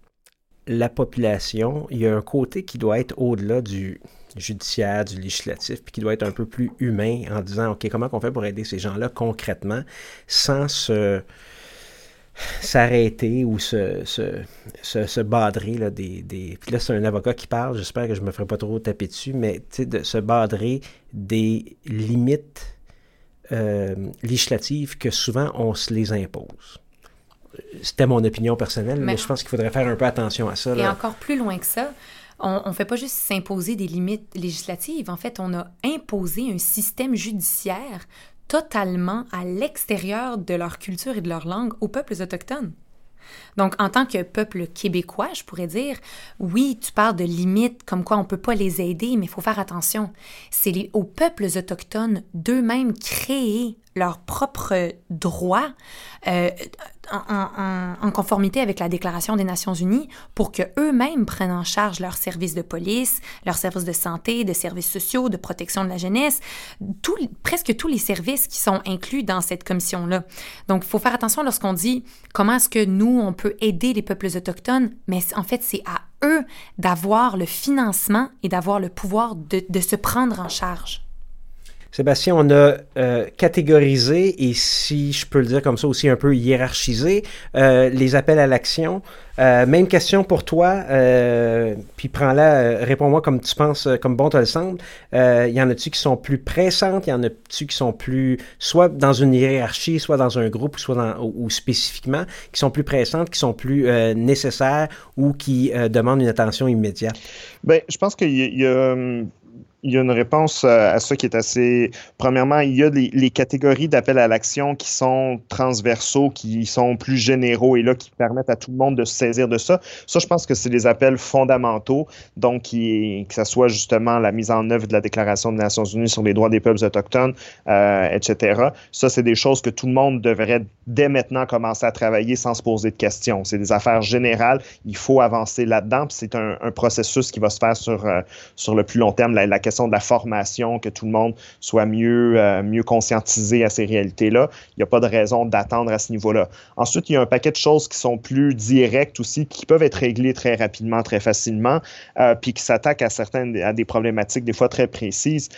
la population, il y a un côté qui doit être au-delà du judiciaire, du législatif, puis qui doit être un peu plus humain en disant, OK, comment on fait pour aider ces gens-là concrètement sans s'arrêter ou se badrer là, puis là, c'est un avocat qui parle, j'espère que je ne me ferai pas trop taper dessus, mais de se badrer des limites législatives que souvent on se les impose. C'était mon opinion personnelle, mais je pense qu'il faudrait faire un peu attention à ça. Et encore plus loin que ça, on ne fait pas juste s'imposer des limites législatives. En fait, on a imposé un système judiciaire totalement à l'extérieur de leur culture et de leur langue aux peuples autochtones. Donc, en tant que peuple québécois, je pourrais dire, oui, tu parles de limites, comme quoi on ne peut pas les aider, mais il faut faire attention. C'est aux peuples autochtones d'eux-mêmes créer leurs propres droits en conformité avec la Déclaration des Nations Unies pour qu'eux-mêmes prennent en charge leurs services de police, leurs services de santé, de services sociaux, de protection de la jeunesse, presque tous les services qui sont inclus dans cette commission-là. Donc, il faut faire attention lorsqu'on dit comment est-ce que nous, on peut aider les peuples autochtones, mais en fait, c'est à eux d'avoir le financement et d'avoir le pouvoir de se prendre en charge. Sébastien, on a catégorisé et, si je peux le dire comme ça, aussi un peu hiérarchisé les appels à l'action. Même question pour toi, puis prends-la, réponds-moi comme tu penses, comme bon te le semble. Y en a-tu qui sont plus pressantes? Y en a-tu qui sont plus, soit dans une hiérarchie, soit dans un groupe, ou spécifiquement, qui sont plus pressantes, qui sont plus nécessaires ou qui demandent une attention immédiate? Bien, je pense qu'il y a une réponse à ça qui est assez... Premièrement, il y a les catégories d'appel à l'action qui sont transversaux, qui sont plus généraux et là, qui permettent à tout le monde de se saisir de ça. Ça, je pense que c'est des appels fondamentaux, donc que ce soit justement la mise en œuvre de la Déclaration des Nations Unies sur les droits des peuples autochtones, etc. Ça, c'est des choses que tout le monde devrait dès maintenant commencer à travailler sans se poser de questions. C'est des affaires générales, il faut avancer là-dedans, puis c'est un processus qui va se faire sur le plus long terme. La question de la formation, que tout le monde soit mieux conscientisé à ces réalités-là. Il n'y a pas de raison d'attendre à ce niveau-là. Ensuite, il y a un paquet de choses qui sont plus directes aussi, qui peuvent être réglées très rapidement, très facilement, puis qui s'attaquent à des problématiques des fois très précises.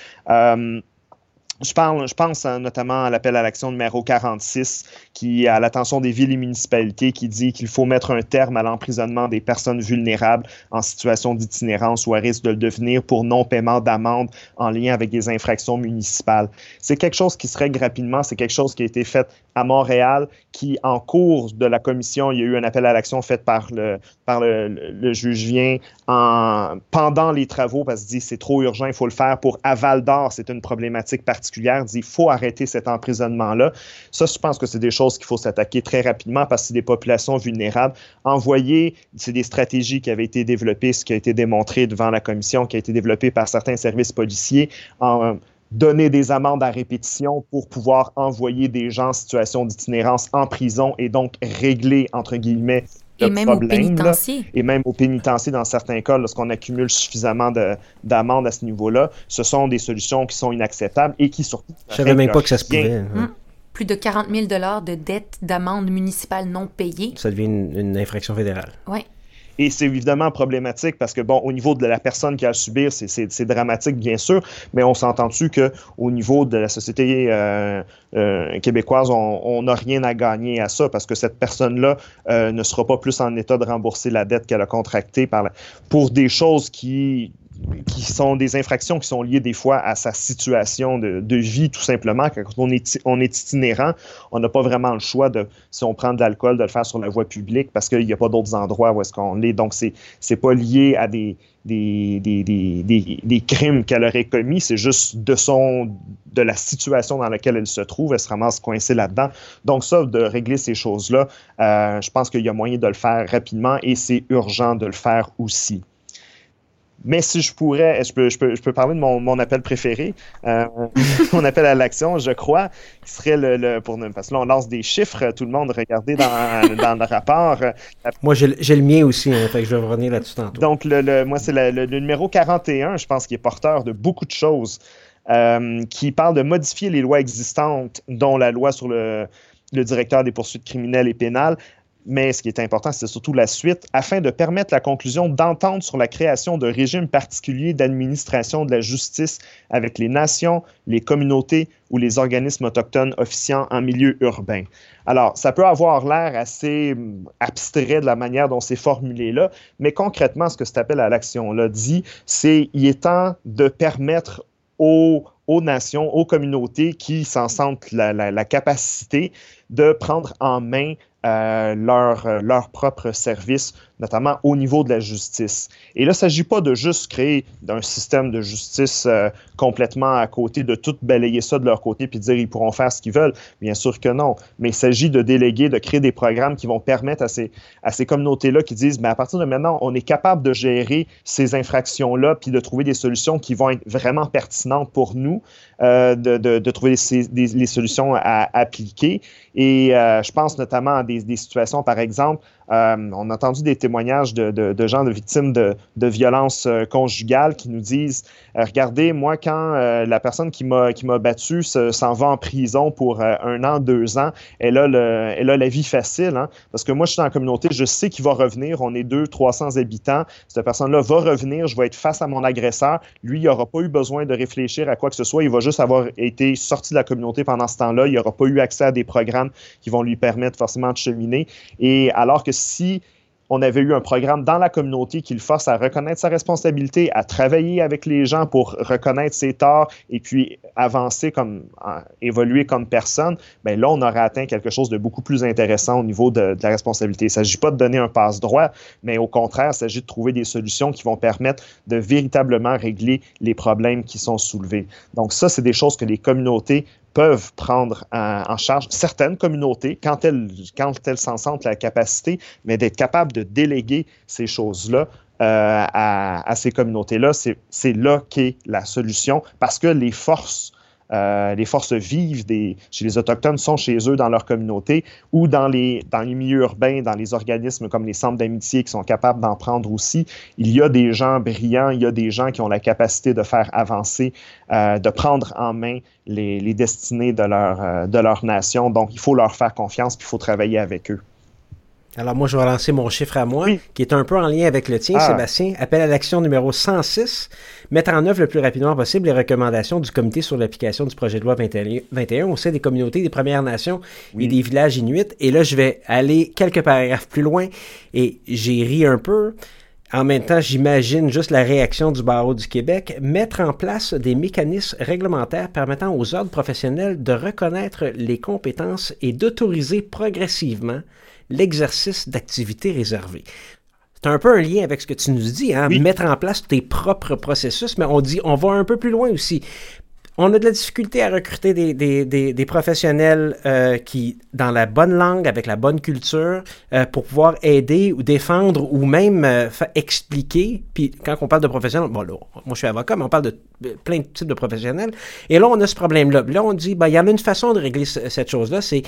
Je pense notamment à l'appel à l'action numéro 46 qui est à l'attention des villes et municipalités qui dit qu'il faut mettre un terme à l'emprisonnement des personnes vulnérables en situation d'itinérance ou à risque de le devenir pour non-paiement d'amende en lien avec des infractions municipales. C'est quelque chose qui se règle rapidement, c'est quelque chose qui a été fait à Montréal, qui en cours de la commission, il y a eu un appel à l'action fait par le juge Vien pendant les travaux parce qu'il dit c'est trop urgent, il faut le faire pour à Val-d'Or, c'est une problématique particulière, il dit il faut arrêter cet emprisonnement-là. Ça, je pense que c'est des choses qu'il faut s'attaquer très rapidement parce que c'est des populations vulnérables. C'est des stratégies qui avaient été développées, ce qui a été démontré devant la commission, qui a été développé par certains services policiers donner des amendes à répétition pour pouvoir envoyer des gens en situation d'itinérance en prison et donc régler, entre guillemets, et même au pénitencier. Et même au pénitencier, dans certains cas, lorsqu'on accumule suffisamment d'amendes à ce niveau-là, ce sont des solutions qui sont inacceptables et qui surtout... Je ne savais même pas que ça se pouvait. Plus de 40 000 $ de dettes d'amende municipale non payées. Ça devient une infraction fédérale. Oui. Et c'est évidemment problématique parce que, bon, au niveau de la personne qui a à subir, c'est dramatique, bien sûr, mais on s'entend-tu qu'au niveau de la société québécoise, on n'a rien à gagner à ça parce que cette personne-là ne sera pas plus en état de rembourser la dette qu'elle a contractée pour des choses qui sont des infractions qui sont liées des fois à sa situation de vie, tout simplement. Quand on est itinérant, on n'a pas vraiment le choix si on prend de l'alcool, de le faire sur la voie publique parce qu'il n'y a pas d'autres endroits où est-ce qu'on est. Donc, c'est pas lié à des crimes qu'elle aurait commis, c'est juste de la situation dans laquelle elle se trouve, elle se ramasse coincée là-dedans. Donc ça, de régler ces choses-là, je pense qu'il y a moyen de le faire rapidement et c'est urgent de le faire aussi. Mais si je pourrais, je peux parler de mon appel préféré, mon appel à l'action, je crois, qui serait parce que là, on lance des chiffres, tout le monde, regardez dans le rapport. Moi, j'ai le mien aussi, fait que je vais revenir là-dessus tantôt. Donc, moi, c'est le numéro 41, je pense, qui est porteur de beaucoup de choses, qui parle de modifier les lois existantes, dont la loi sur le directeur des poursuites criminelles et pénales. Mais ce qui est important, c'est surtout la suite, afin de permettre la conclusion d'entente sur la création de régimes particuliers d'administration de la justice avec les nations, les communautés ou les organismes autochtones officiant en milieu urbain. Alors, ça peut avoir l'air assez abstrait de la manière dont c'est formulé là, mais concrètement, ce que cet appel à l'action-là dit, c'est qu'il est temps de permettre aux nations, aux communautés qui s'en sentent la capacité de prendre en main leur propre service notamment au niveau de la justice. Et là, il ne s'agit pas de juste créer un système de justice complètement à côté, de tout balayer ça de leur côté puis de dire ils pourront faire ce qu'ils veulent. Bien sûr que non. Mais il s'agit de déléguer, de créer des programmes qui vont permettre à ces communautés-là qui disent à partir de maintenant, on est capable de gérer ces infractions-là puis de trouver des solutions qui vont être vraiment pertinentes pour nous, de trouver les solutions à appliquer. Et je pense notamment à des situations, par exemple, on a entendu des témoignages de gens, de victimes de violences conjugales qui nous disent regardez, moi, quand la personne qui m'a battu s'en va en prison pour 1 an, 2 ans, elle a la vie facile, hein, parce que moi, je suis dans la communauté, je sais qu'il va revenir, on est 200-300 habitants, cette personne-là va revenir, je vais être face à mon agresseur, lui, il n'aura pas eu besoin de réfléchir à quoi que ce soit, il va juste avoir été sorti de la communauté pendant ce temps-là, il n'aura pas eu accès à des programmes qui vont lui permettre forcément de cheminer, et alors que si on avait eu un programme dans la communauté qui le force à reconnaître sa responsabilité, à travailler avec les gens pour reconnaître ses torts et puis avancer évoluer comme personne, bien là, on aurait atteint quelque chose de beaucoup plus intéressant au niveau de la responsabilité. Il ne s'agit pas de donner un passe-droit, mais au contraire, il s'agit de trouver des solutions qui vont permettre de véritablement régler les problèmes qui sont soulevés. Donc ça, c'est des choses que les communautés peuvent prendre en charge, certaines communautés, quand elles s'en sentent la capacité, mais d'être capable de déléguer ces choses-là à ces communautés-là, c'est là qu'est la solution, parce que les forces vives chez les Autochtones sont chez eux dans leur communauté ou dans les milieux urbains, dans les organismes comme les centres d'amitié qui sont capables d'en prendre aussi. Il y a des gens brillants, il y a des gens qui ont la capacité de faire avancer, de prendre en main les destinées de leur nation. Donc, il faut leur faire confiance puis il faut travailler avec eux. Alors moi, je vais lancer mon chiffre à moi, qui est un peu en lien avec le tien, Sébastien. Appel à l'action numéro 106, mettre en œuvre le plus rapidement possible les recommandations du comité sur l'application du projet de loi 21 au sein des communautés des Premières Nations et des villages inuits. Et là, je vais aller quelques paragraphes plus loin et j'ai ri un peu. En même temps, j'imagine juste la réaction du Barreau du Québec, mettre en place des mécanismes réglementaires permettant aux ordres professionnels de reconnaître les compétences et d'autoriser progressivement l'exercice d'activités réservées. C'est un peu un lien avec ce que tu nous dis, hein? Mettre en place tes propres processus, mais on va un peu plus loin aussi. On a de la difficulté à recruter des professionnels qui, dans la bonne langue, avec la bonne culture, pour pouvoir aider ou défendre ou même expliquer. Puis quand on parle de professionnels, bon là, moi je suis avocat, mais on parle de plein de types de professionnels. Et là, on a ce problème-là. Là, on dit, il y en a une façon de régler cette chose-là, c'est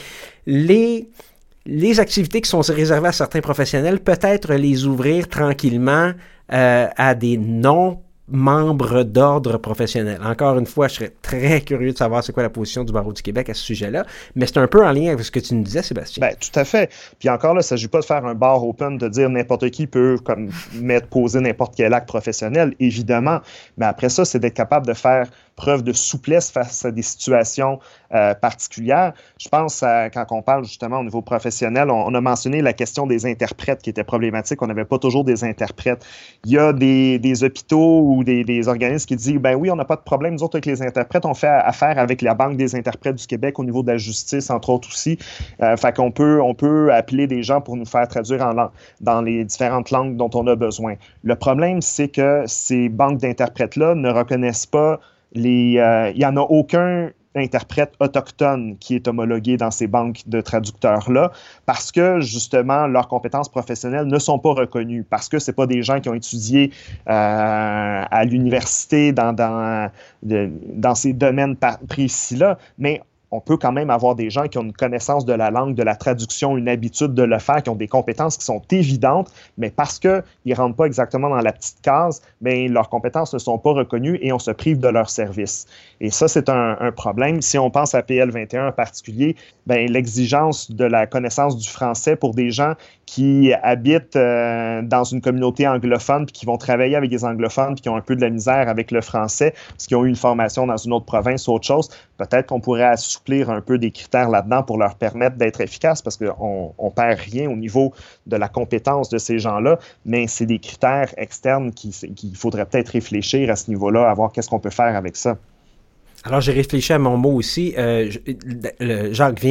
les activités qui sont réservées à certains professionnels, peut-être les ouvrir tranquillement à des non-membres d'ordre professionnel. Encore une fois, je serais très curieux de savoir c'est quoi la position du Barreau du Québec à ce sujet-là, mais c'est un peu en lien avec ce que tu nous disais, Sébastien. Bien, tout à fait. Puis encore là, il ne s'agit pas de faire un bar open, de dire n'importe qui peut poser n'importe quel acte professionnel, évidemment, mais après ça, c'est d'être capable de faire preuve de souplesse face à des situations particulières. Je pense quand on parle justement au niveau professionnel, on a mentionné la question des interprètes qui était problématique. On n'avait pas toujours des interprètes. Il y a des hôpitaux ou des organismes qui disent ben oui, on n'a pas de problème, nous autres avec les interprètes, on fait affaire avec la Banque des interprètes du Québec au niveau de la justice, entre autres aussi. Fait qu'on peut appeler des gens pour nous faire traduire dans les différentes langues dont on a besoin. Le problème, c'est que ces banques d'interprètes-là ne reconnaissent pas il n'y en a aucun interprète autochtone qui est homologué dans ces banques de traducteurs-là parce que, justement, leurs compétences professionnelles ne sont pas reconnues, parce que ce n'est pas des gens qui ont étudié à l'université dans ces domaines précis-là, mais on peut quand même avoir des gens qui ont une connaissance de la langue, de la traduction, une habitude de le faire, qui ont des compétences qui sont évidentes, mais parce qu'ils ne rentrent pas exactement dans la petite case, bien, leurs compétences ne sont pas reconnues et on se prive de leur service. Et ça, c'est un problème. Si on pense à PL 21 en particulier, bien, l'exigence de la connaissance du français pour des gens qui habitent dans une communauté anglophone puis qui vont travailler avec des anglophones puis qui ont un peu de la misère avec le français parce qu'ils ont eu une formation dans une autre province ou autre chose, peut-être qu'on pourrait assouplir un peu des critères là-dedans pour leur permettre d'être efficaces parce qu'on ne perd rien au niveau de la compétence de ces gens-là, mais c'est des critères externes qu'il faudrait peut-être réfléchir à ce niveau-là, à voir qu'est-ce qu'on peut faire avec ça. Alors, j'ai réfléchi à mon mot aussi. Jacques vient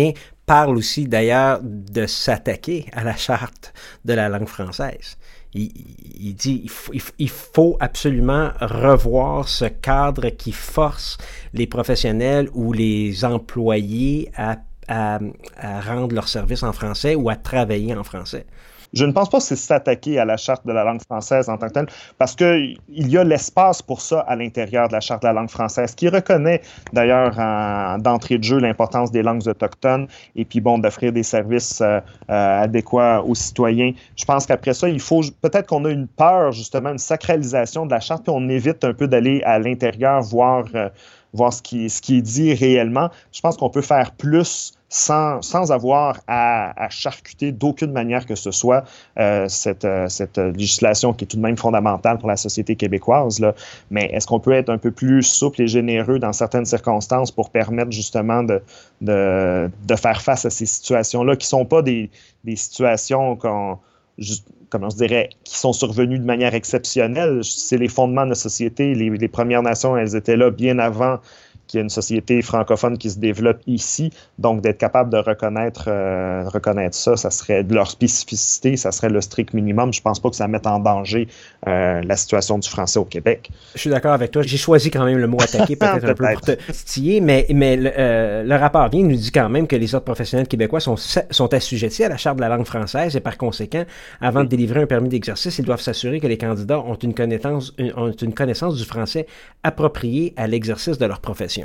parle aussi d'ailleurs de s'attaquer à la charte de la langue française. Il dit il faut absolument revoir ce cadre qui force les professionnels ou les employés à rendre leur service en français ou à travailler en français. Je ne pense pas que c'est s'attaquer à la Charte de la langue française en tant que telle, parce qu'il y a l'espace pour ça à l'intérieur de la Charte de la langue française, qui reconnaît d'ailleurs d'entrée de jeu l'importance des langues autochtones et puis bon, d'offrir des services adéquats aux citoyens. Je pense qu'après ça, il faut peut-être qu'on a une peur, justement, une sacralisation de la Charte, puis on évite un peu d'aller à l'intérieur voir ce qui est dit réellement. Je pense qu'on peut faire plus sans avoir à charcuter d'aucune manière que ce soit cette législation qui est tout de même fondamentale pour la société québécoise, là. Mais est-ce qu'on peut être un peu plus souple et généreux dans certaines circonstances pour permettre justement de faire face à ces situations-là qui ne sont pas des situations comment je dirais, qui sont survenues de manière exceptionnelle. C'est les fondements de la société. Les Premières Nations, elles étaient là bien avant qu'il y ait une société francophone qui se développe ici. Donc, d'être capable de reconnaître ça, ça serait de leur spécificité, ça serait le strict minimum. Je pense pas que ça mette en danger la situation du français au Québec. Je suis d'accord avec toi. J'ai choisi quand même le mot attaquer, peut-être un peu pour te titiller, mais le rapport vient nous dit quand même que les ordres professionnels québécois sont assujettis à la Charte de la langue française et par conséquent, avant de délivrer un permis d'exercice, ils doivent s'assurer que les candidats ont une connaissance du français appropriée à l'exercice de leur profession.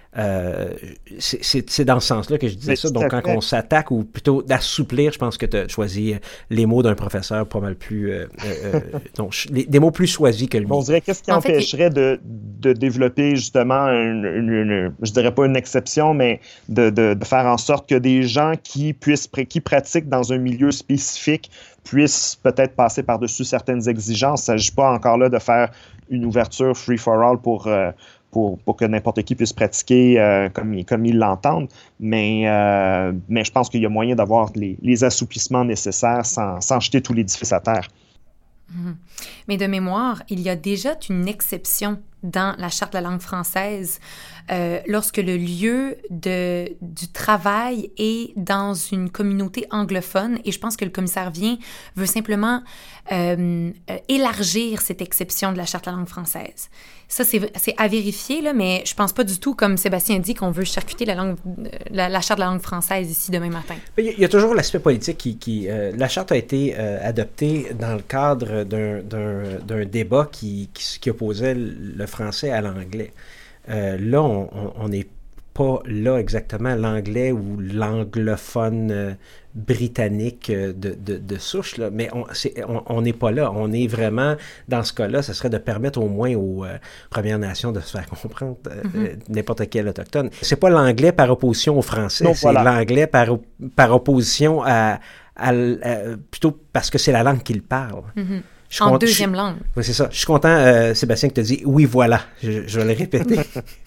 C'est dans ce sens-là que je disais ça. Donc, quand on s'attaque, ou plutôt d'assouplir, je pense que tu as choisi les mots d'un professeur pas mal plus... donc, des mots plus choisis que lui. On dirait, qu'est-ce qui empêcherait de développer justement, je dirais pas une exception, mais de faire en sorte que des gens qui pratiquent dans un milieu spécifique puissent peut-être passer par-dessus certaines exigences. Il ne s'agit pas encore là de faire une ouverture free for all pour que n'importe qui puisse pratiquer comme ils l'entendent. Mais je pense qu'il y a moyen d'avoir les assouplissements nécessaires sans jeter tout l'édifice à terre. Mais de mémoire, il y a déjà une exception dans la Charte de la langue française lorsque le lieu du travail est dans une communauté anglophone, et je pense que le commissaire Vien veut simplement élargir cette exception de la Charte de la langue française. Ça, c'est à vérifier, là, mais je pense pas du tout, comme Sébastien dit, qu'on veut charcuter la Charte de la langue française ici demain matin. Il y a toujours l'aspect politique la Charte a été adoptée dans le cadre d'un débat qui opposait le français à l'anglais. Là, on n'est pas là exactement l'anglais ou l'anglophone britannique de souche, là, mais on n'est pas là. On est vraiment, dans ce cas-là, ce serait de permettre au moins aux Premières Nations de se faire comprendre n'importe quel autochtone. C'est pas l'anglais par opposition au français, non, c'est l'anglais par opposition plutôt parce que c'est la langue qu'ils parlent. En deuxième langue. Oui, c'est ça. Je suis content, Sébastien, que tu as dit « oui, voilà ». Je vais le répéter.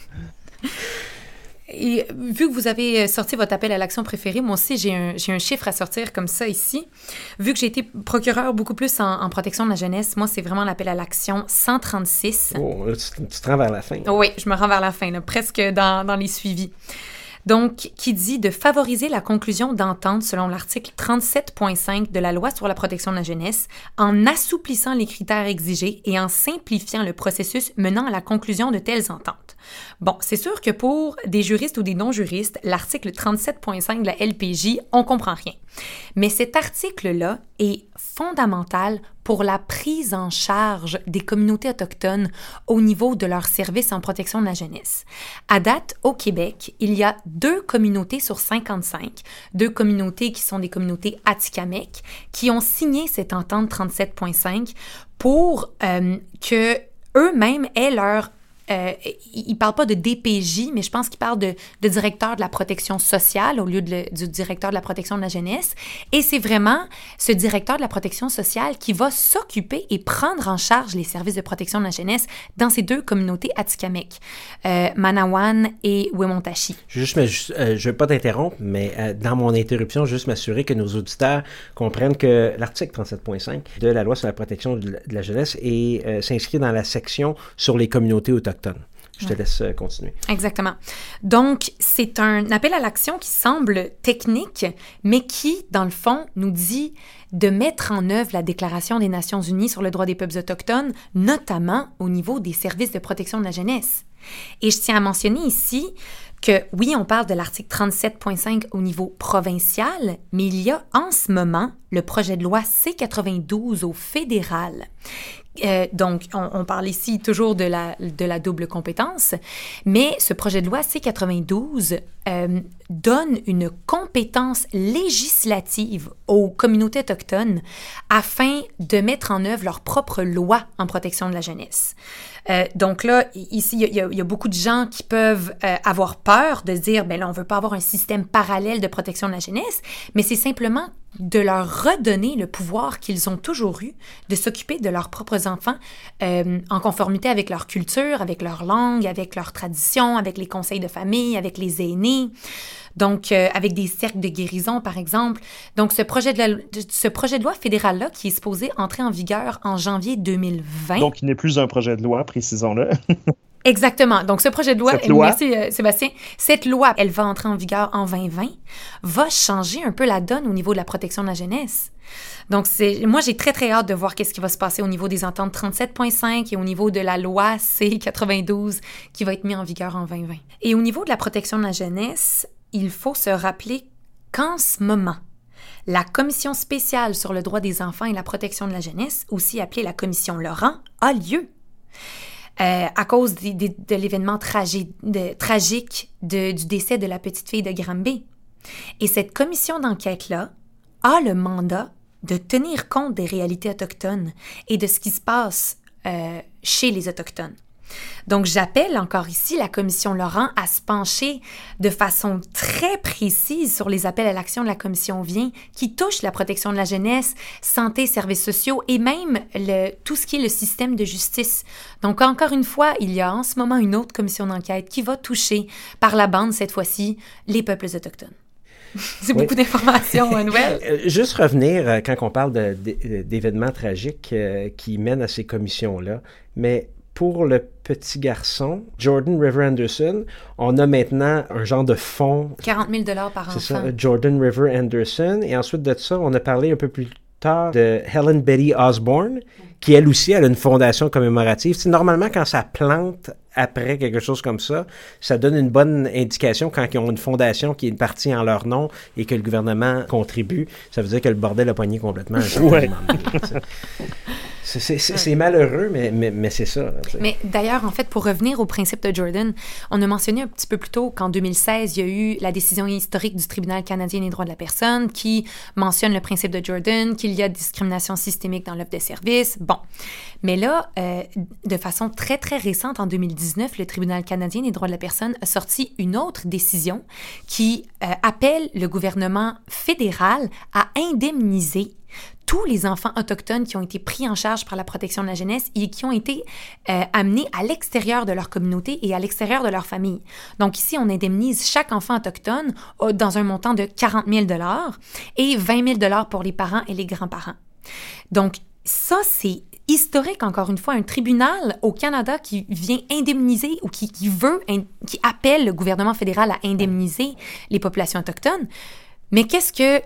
Et vu que vous avez sorti votre appel à l'action préféré, moi aussi, j'ai un chiffre à sortir comme ça ici. Vu que j'ai été procureur beaucoup plus en protection de la jeunesse, moi, c'est vraiment l'appel à l'action 136. Oh, là, tu te rends vers la fin. Oui, je me rends vers la fin, là, presque dans les suivis. Donc, qui dit de favoriser la conclusion d'entente selon l'article 37.5 de la Loi sur la protection de la jeunesse en assouplissant les critères exigés et en simplifiant le processus menant à la conclusion de telles ententes. Bon, c'est sûr que pour des juristes ou des non-juristes, l'article 37.5 de la LPJ, on comprend rien. Mais cet article-là est fondamental pour la prise en charge des communautés autochtones au niveau de leurs services en protection de la jeunesse. À date, au Québec, il y a 2 communautés sur 55, 2 communautés qui sont des communautés Atikamekw, qui ont signé cette entente 37.5 pour que eux-mêmes aient leur... il ne parle pas de DPJ, mais je pense qu'il parle de directeur de la protection sociale au lieu du directeur de la protection de la jeunesse. Et c'est vraiment ce directeur de la protection sociale qui va s'occuper et prendre en charge les services de protection de la jeunesse dans ces 2 communautés Atikamekw, Manawan et Wemontachi. Je ne veux pas t'interrompre, mais dans mon interruption, juste m'assurer que nos auditeurs comprennent que l'article 37.5 de la Loi sur la protection de la jeunesse s'inscrit dans la section sur les communautés autochtones. Je te laisse continuer. Exactement. Donc, c'est un appel à l'action qui semble technique, mais qui, dans le fond, nous dit de mettre en œuvre la Déclaration des Nations unies sur le droit des peuples autochtones, notamment au niveau des services de protection de la jeunesse. Et je tiens à mentionner ici que, oui, on parle de l'article 37.5 au niveau provincial, mais il y a en ce moment le projet de loi C-92 au fédéral. Donc, on parle ici toujours de la double compétence, mais ce projet de loi C-92 donne une compétence législative aux communautés autochtones afin de mettre en œuvre leur propre loi en protection de la jeunesse. Donc là, ici, il y a beaucoup de gens qui peuvent avoir peur de se dire, ben là, on veut pas avoir un système parallèle de protection de la jeunesse, mais c'est simplement de leur redonner le pouvoir qu'ils ont toujours eu de s'occuper de leurs propres enfants en conformité avec leur culture, avec leur langue, avec leurs traditions, avec les conseils de famille, avec les aînés. Donc, avec des cercles de guérison, par exemple. Donc, ce projet de loi fédéral-là, qui est supposé entrer en vigueur en janvier 2020. Donc, il n'est plus un projet de loi, précisons-le. Exactement. Donc, ce projet de loi, merci Sébastien, cette loi, elle va entrer en vigueur en 2020, va changer un peu la donne au niveau de la protection de la jeunesse. Donc, moi, j'ai très, très hâte de voir qu'est-ce qui va se passer au niveau des ententes 37.5 et au niveau de la loi C-92 qui va être mise en vigueur en 2020. Et au niveau de la protection de la jeunesse, il faut se rappeler qu'en ce moment, la Commission spéciale sur le droit des enfants et la protection de la jeunesse, aussi appelée la Commission Laurent, a lieu. À cause de l'événement tragique du décès de la petite fille de Granby. Et cette commission d'enquête-là a le mandat de tenir compte des réalités autochtones et de ce qui se passe chez les Autochtones. Donc, j'appelle encore ici la Commission Laurent à se pencher de façon très précise sur les appels à l'action de la Commission Vient qui touchent la protection de la jeunesse, santé, services sociaux et même tout ce qui est le système de justice. Donc, encore une fois, il y a en ce moment une autre commission d'enquête qui va toucher par la bande, cette fois-ci, les peuples autochtones. C'est beaucoup d'informations, Noël. Juste revenir quand on parle d'événements tragiques qui mènent à ces commissions-là, mais pour le petit garçon, Jordan River Anderson, on a maintenant un genre de fonds. 40 000 par enfant. C'est ça, Jordan River Anderson. Et ensuite de ça, on a parlé un peu plus tard de Helen Betty Osborne, qui elle aussi, elle a une fondation commémorative. C'est normalement, quand ça plante après quelque chose comme ça donne une bonne indication quand ils ont une fondation qui est partie en leur nom et que le gouvernement contribue. Ça veut dire que le bordel a pogné complètement. Ouais. C'est malheureux, mais c'est ça. Là, mais d'ailleurs, en fait, pour revenir au principe de Jordan, on a mentionné un petit peu plus tôt qu'en 2016, il y a eu la décision historique du Tribunal canadien des droits de la personne qui mentionne le principe de Jordan, qu'il y a discrimination systémique dans l'offre de services. Bon. Mais là, de façon très, très récente, en 2019, le Tribunal canadien des droits de la personne a sorti une autre décision qui appelle le gouvernement fédéral à indemniser tous les enfants autochtones qui ont été pris en charge par la protection de la jeunesse et qui ont été amenés à l'extérieur de leur communauté et à l'extérieur de leur famille. Donc ici, on indemnise chaque enfant autochtone dans un montant de 40 000 et 20 000 pour les parents et les grands-parents. Donc ça, c'est historique, encore une fois, un tribunal au Canada qui vient indemniser ou qui appelle le gouvernement fédéral à indemniser les populations autochtones. Mais qu'est-ce que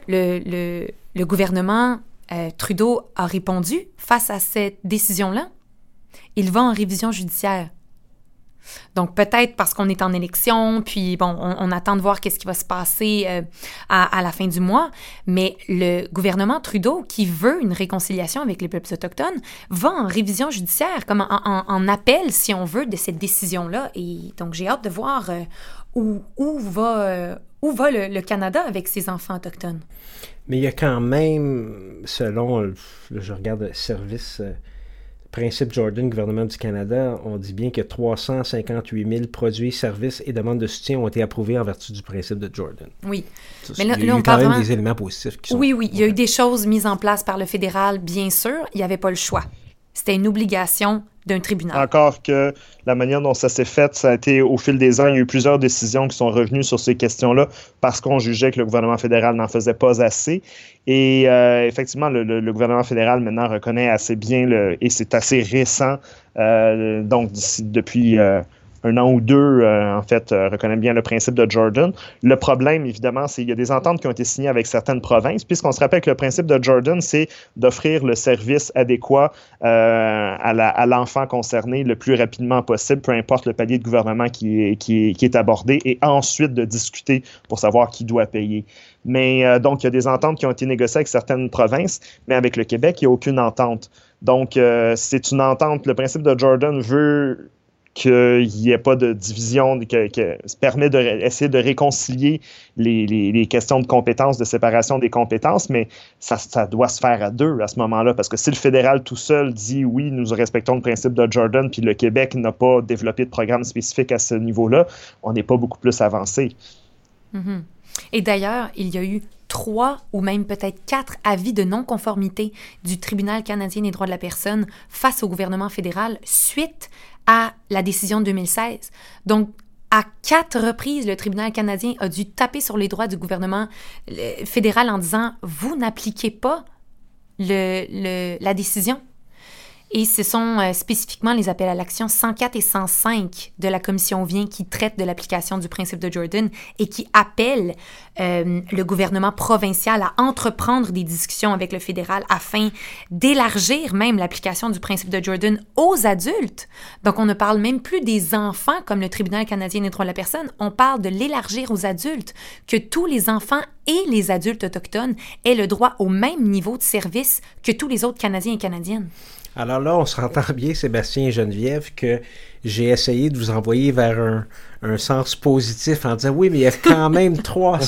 le gouvernement Trudeau a répondu face à cette décision-là? Il va en révision judiciaire. Donc, peut-être parce qu'on est en élection, puis bon, on attend de voir qu'est-ce qui va se passer à la fin du mois, mais le gouvernement Trudeau, qui veut une réconciliation avec les peuples autochtones, va en révision judiciaire, comme en appel, si on veut, de cette décision-là. Et donc, j'ai hâte de voir où va le Canada avec ses enfants autochtones. Mais il y a quand même, selon, je regarde le service Principe Jordan, gouvernement du Canada, on dit bien que 358 000 produits, services et demandes de soutien ont été approuvés en vertu du principe de Jordan. Oui. Mais là, on parle vraiment des éléments positifs qui sont... Oui, il y a eu des choses mises en place par le fédéral, bien sûr. Il n'y avait pas le choix. C'était une obligation d'un tribunal. Encore que la manière dont ça s'est fait, ça a été au fil des ans, il y a eu plusieurs décisions qui sont revenues sur ces questions-là parce qu'on jugeait que le gouvernement fédéral n'en faisait pas assez. Et effectivement, le gouvernement fédéral maintenant reconnaît assez bien, et c'est assez récent, donc depuis un an ou deux, reconnaît bien le principe de Jordan. Le problème, évidemment, c'est qu'il y a des ententes qui ont été signées avec certaines provinces, puisqu'on se rappelle que le principe de Jordan, c'est d'offrir le service adéquat à l'enfant concerné le plus rapidement possible, peu importe le palier de gouvernement qui est abordé, et ensuite de discuter pour savoir qui doit payer. Mais donc, il y a des ententes qui ont été négociées avec certaines provinces, mais avec le Québec, il n'y a aucune entente. Donc, c'est une entente. Le principe de Jordan veut qu'il n'y ait pas de division, que se permet d'essayer de réconcilier les questions de compétences, de séparation des compétences, mais ça doit se faire à deux à ce moment-là, parce que si le fédéral tout seul dit oui, nous respectons le principe de Jordan, puis le Québec n'a pas développé de programme spécifique à ce niveau-là, on n'est pas beaucoup plus avancé. Mm-hmm. Et d'ailleurs, il y a eu 3 ou même peut-être 4 avis de non-conformité du Tribunal canadien des droits de la personne face au gouvernement fédéral suite à la décision de 2016. Donc, à 4 reprises, le tribunal canadien a dû taper sur les droits du gouvernement fédéral en disant « Vous n'appliquez pas la décision ». Et ce sont spécifiquement les appels à l'action 104 et 105 de la Commission Vient qui traitent de l'application du principe de Jordan et qui appellent le gouvernement provincial à entreprendre des discussions avec le fédéral afin d'élargir même l'application du principe de Jordan aux adultes. Donc, on ne parle même plus des enfants comme le Tribunal canadien des droits de la personne, on parle de l'élargir aux adultes, que tous les enfants et les adultes autochtones aient le droit au même niveau de service que tous les autres Canadiens et Canadiennes. Alors là, on s'entend bien, Sébastien et Geneviève, que j'ai essayé de vous envoyer vers un sens positif en disant oui, mais il y a quand même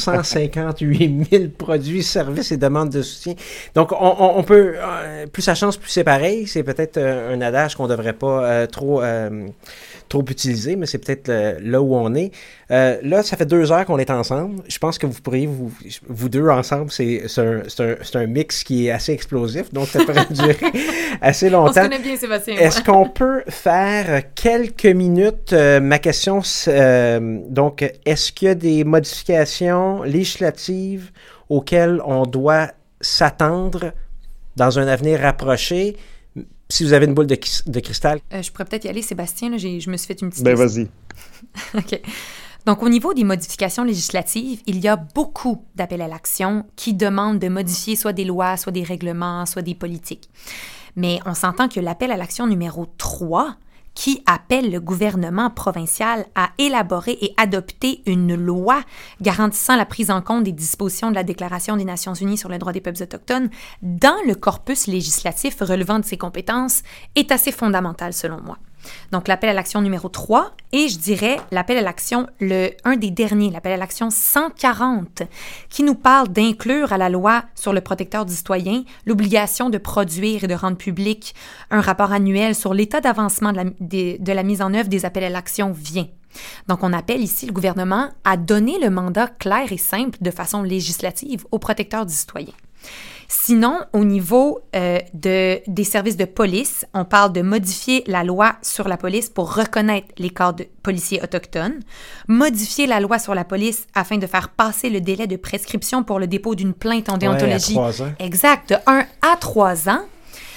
358 000 produits, services et demandes de soutien. Donc, on peut, plus ça change, plus c'est pareil. C'est peut-être un adage qu'on ne devrait pas trop utiliser, mais c'est peut-être là où on est. Là, ça fait 2 heures qu'on est ensemble. Je pense que vous pourriez, vous deux ensemble, c'est un mix qui est assez explosif, donc ça pourrait durer assez longtemps. On se connaît bien, Sébastien. Est-ce qu'on peut faire quelques minutes? Ma question, donc, est-ce qu'il y a des modifications législatives auxquelles on doit s'attendre dans un avenir rapproché? Si vous avez une boule de cristal. Je pourrais peut-être y aller, Sébastien. Là, je me suis fait une petite... Vas-y. OK. Donc, au niveau des modifications législatives, il y a beaucoup d'appels à l'action qui demandent de modifier soit des lois, soit des règlements, soit des politiques. Mais on s'entend que l'appel à l'action numéro 3, qui appelle le gouvernement provincial à élaborer et adopter une loi garantissant la prise en compte des dispositions de la Déclaration des Nations unies sur les droits des peuples autochtones dans le corpus législatif relevant de ses compétences, est assez fondamental selon moi. Donc, l'appel à l'action numéro 3 et je dirais l'appel à l'action, un des derniers, l'appel à l'action 140, qui nous parle d'inclure à la loi sur le protecteur du citoyen l'obligation de produire et de rendre public un rapport annuel sur l'état d'avancement de la mise en œuvre des appels à l'action Vient. Donc, on appelle ici le gouvernement à donner le mandat clair et simple de façon législative au protecteur du citoyen. Sinon, au niveau des services de police, on parle de modifier la loi sur la police pour reconnaître les corps de policiers autochtones, modifier la loi sur la police afin de faire passer le délai de prescription pour le dépôt d'une plainte en déontologie. À 3 ans. Exact, de 1 à 3 ans.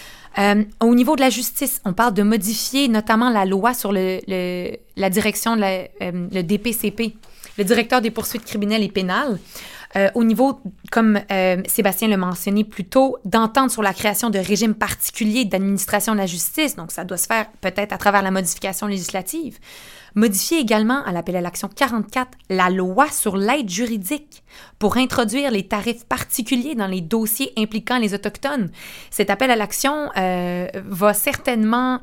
Au niveau de la justice, on parle de modifier notamment la loi sur la direction, le DPCP, le directeur des poursuites criminelles et pénales. Au niveau, comme Sébastien l'a mentionné plus tôt, d'entendre sur la création de régimes particuliers d'administration de la justice. Donc, ça doit se faire peut-être à travers la modification législative. Modifier également, à l'appel à l'action 44, la loi sur l'aide juridique pour introduire les tarifs particuliers dans les dossiers impliquant les Autochtones. Cet appel à l'action va certainement...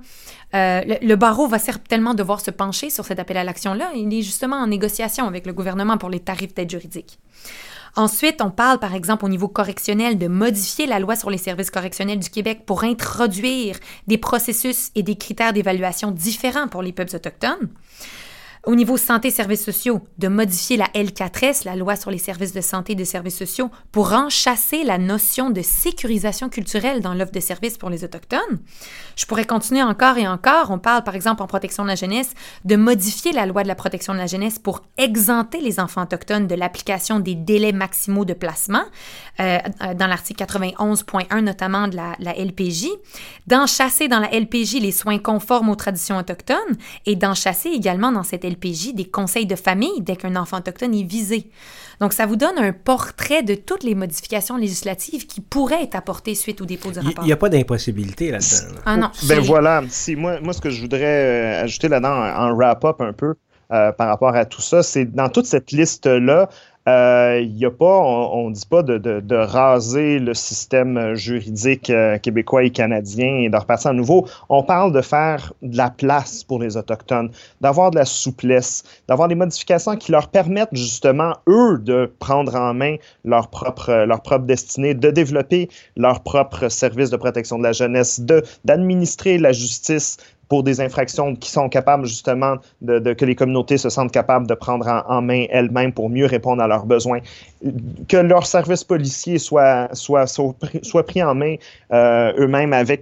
le barreau va certainement devoir se pencher sur cet appel à l'action-là. Il est justement en négociation avec le gouvernement pour les tarifs d'aide juridique. Ensuite, on parle, par exemple, au niveau correctionnel, de modifier la loi sur les services correctionnels du Québec pour introduire des processus et des critères d'évaluation différents pour les peuples autochtones. Au niveau santé et services sociaux, de modifier la L4S, la loi sur les services de santé et de services sociaux, pour enchasser la notion de sécurisation culturelle dans l'offre de services pour les Autochtones. Je pourrais continuer encore et encore. On parle, par exemple, en protection de la jeunesse, de modifier la loi de la protection de la jeunesse pour exempter les enfants autochtones de l'application des délais maximaux de placement, dans l'article 91.1 notamment de la LPJ, d'enchasser dans la LPJ les soins conformes aux traditions autochtones et d'enchasser également dans cette LPJ des conseils de famille dès qu'un enfant autochtone est visé. Donc, ça vous donne un portrait de toutes les modifications législatives qui pourraient être apportées suite au dépôt du rapport. Il n'y a pas d'impossibilité là-dedans. Là. Ah non. Ben voilà, moi, ce que je voudrais ajouter là-dedans en wrap-up un peu par rapport à tout ça, c'est dans toute cette liste-là, il n'y a pas, on ne dit pas de raser le système juridique québécois et canadien et de repartir à nouveau. On parle de faire de la place pour les Autochtones, d'avoir de la souplesse, d'avoir des modifications qui leur permettent justement, eux, de prendre en main leur propre destinée, de développer leur propre service de protection de la jeunesse, d'administrer la justice pour des infractions qui sont capables justement que les communautés se sentent capables de prendre en main elles-mêmes pour mieux répondre à leurs besoins. Que leurs services policiers soient pris en main eux-mêmes avec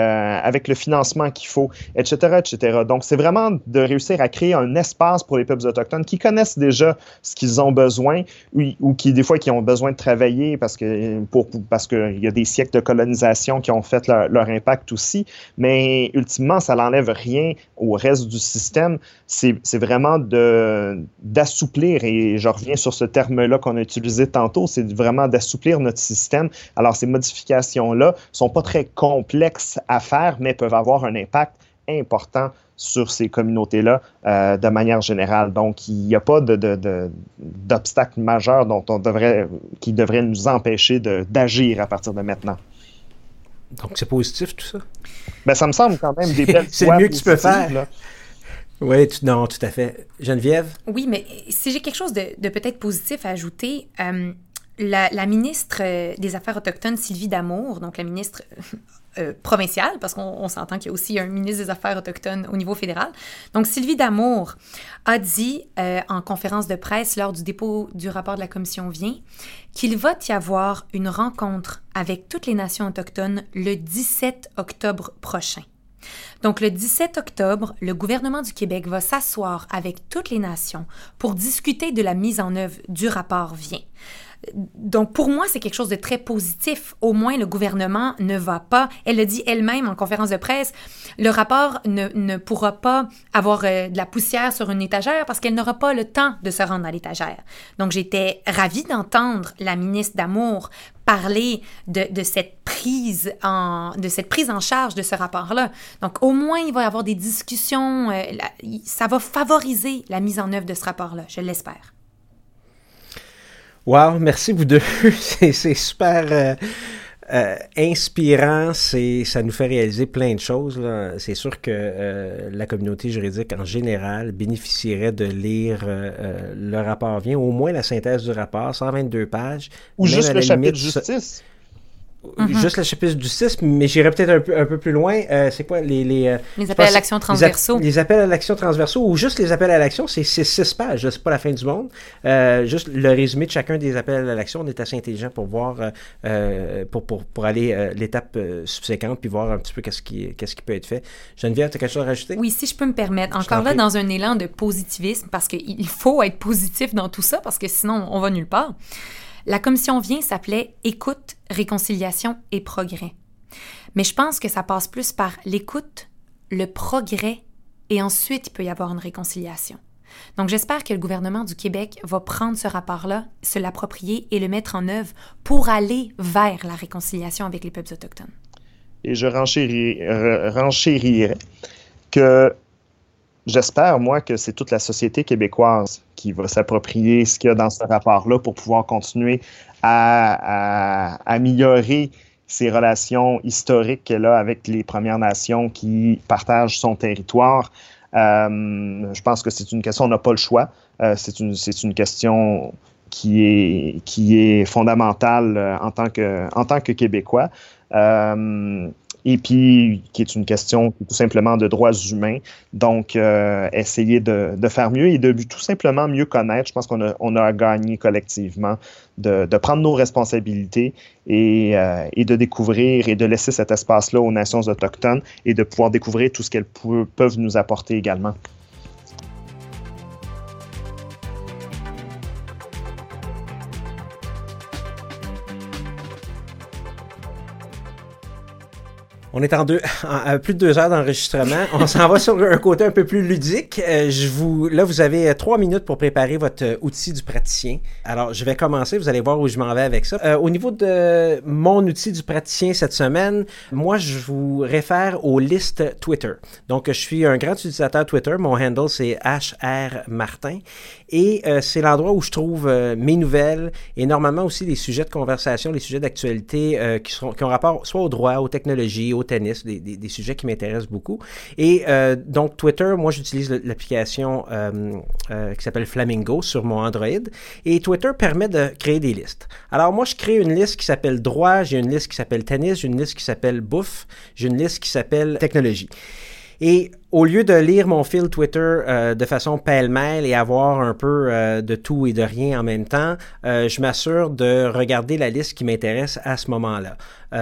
le financement qu'il faut, etc., etc. Donc, c'est vraiment de réussir à créer un espace pour les peuples autochtones qui connaissent déjà ce qu'ils ont besoin ou qui, des fois, qui ont besoin de travailler parce qu'il y a des siècles de colonisation qui ont fait leur impact aussi. Mais ultimement, ça n'enlève rien au reste du système. C'est vraiment d'assouplir, et je reviens sur ce terme-là qu'on a utilisé tantôt, c'est vraiment d'assouplir notre système. Alors, ces modifications-là ne sont pas très complexes à faire, mais peuvent avoir un impact important sur ces communautés-là de manière générale. Donc, il n'y a pas d'obstacle majeur qui devrait nous empêcher d'agir à partir de maintenant. Donc, c'est positif, tout ça? Ben, ça me semble quand même des belles c'est le mieux que tu peux faire. Là. Oui, non, tout à fait. Geneviève? Oui, mais si j'ai quelque chose de peut-être positif à ajouter, la ministre des Affaires autochtones, Sylvie Damour, donc la ministre provinciale, parce qu'on s'entend qu'il y a aussi un ministre des Affaires autochtones au niveau fédéral. Donc, Sylvie Damour a dit en conférence de presse lors du dépôt du rapport de la Commission Vient qu'il va y avoir une rencontre avec toutes les nations autochtones le 17 octobre prochain. Donc, le 17 octobre, le gouvernement du Québec va s'asseoir avec toutes les nations pour discuter de la mise en œuvre du rapport Vient. Donc, pour moi, c'est quelque chose de très positif. Au moins, le gouvernement ne va pas, elle le dit elle-même en conférence de presse, le rapport ne pourra pas avoir de la poussière sur une étagère parce qu'elle n'aura pas le temps de se rendre à l'étagère. Donc, j'étais ravie d'entendre la ministre Damour parler de cette prise en charge de ce rapport-là. Donc, au moins, il va y avoir des discussions, ça va favoriser la mise en œuvre de ce rapport-là, je l'espère. Wow, merci vous deux. c'est super inspirant. Ça nous fait réaliser plein de choses, là. C'est sûr que la communauté juridique en général bénéficierait de lire le rapport Vient, au moins la synthèse du rapport, 122 pages. Ou juste le chapitre justice. Juste le chapitre justice, mais j'irais peut-être un peu plus loin. C'est quoi les appels à l'action transversaux? Les appels à l'action transversaux ou juste les appels à l'action, c'est 6 pages. C'est pas la fin du monde. Juste le résumé de chacun des appels à l'action, on est assez intelligent pour voir, pour aller l'étape subséquente puis voir un petit peu qu'est-ce qui peut être fait. Geneviève, tu as quelque chose à rajouter? Oui, si je peux me permettre. Encore là, dans un élan de positivisme, parce qu'il faut être positif dans tout ça, parce que sinon, on va nulle part. La commission Vient s'appelait « Écoute, réconciliation et progrès ». Mais je pense que ça passe plus par l'écoute, le progrès, et ensuite il peut y avoir une réconciliation. Donc j'espère que le gouvernement du Québec va prendre ce rapport-là, se l'approprier et le mettre en œuvre pour aller vers la réconciliation avec les peuples autochtones. Et je renchérirais que j'espère, moi, que c'est toute la société québécoise qui va s'approprier ce qu'il y a dans ce rapport-là pour pouvoir continuer à améliorer ces relations historiques qu'elle a avec les Premières Nations qui partagent son territoire. Je pense que c'est une question, on n'a pas le choix. C'est une question qui est fondamentale en tant que Québécois. et puis qui est une question tout simplement de droits humains. Donc, essayer de faire mieux et de tout simplement mieux connaître. Je pense qu'on a à gagner collectivement de prendre nos responsabilités et de découvrir et de laisser cet espace-là aux nations autochtones et de pouvoir découvrir tout ce qu'elles peuvent nous apporter également. On est à plus de 2 heures d'enregistrement. On s'en va sur un côté un peu plus ludique. Là, vous avez 3 minutes pour préparer votre outil du praticien. Alors, je vais commencer. Vous allez voir où je m'en vais avec ça. Au niveau de mon outil du praticien cette semaine, moi, je vous réfère aux listes Twitter. Donc, je suis un grand utilisateur Twitter. Mon handle, c'est hrmartin. Et c'est l'endroit où je trouve mes nouvelles et normalement aussi les sujets de conversation, les sujets d'actualité qui ont rapport soit au droit, aux technologies, au tennis, des sujets qui m'intéressent beaucoup. Et donc, Twitter, moi, j'utilise l'application qui s'appelle Flamingo sur mon Android. Et Twitter permet de créer des listes. Alors, moi, je crée une liste qui s'appelle droit, j'ai une liste qui s'appelle tennis, j'ai une liste qui s'appelle bouffe, j'ai une liste qui s'appelle technologie. Et au lieu de lire mon fil Twitter de façon pêle-mêle et avoir un peu de tout et de rien en même temps, je m'assure de regarder la liste qui m'intéresse à ce moment-là.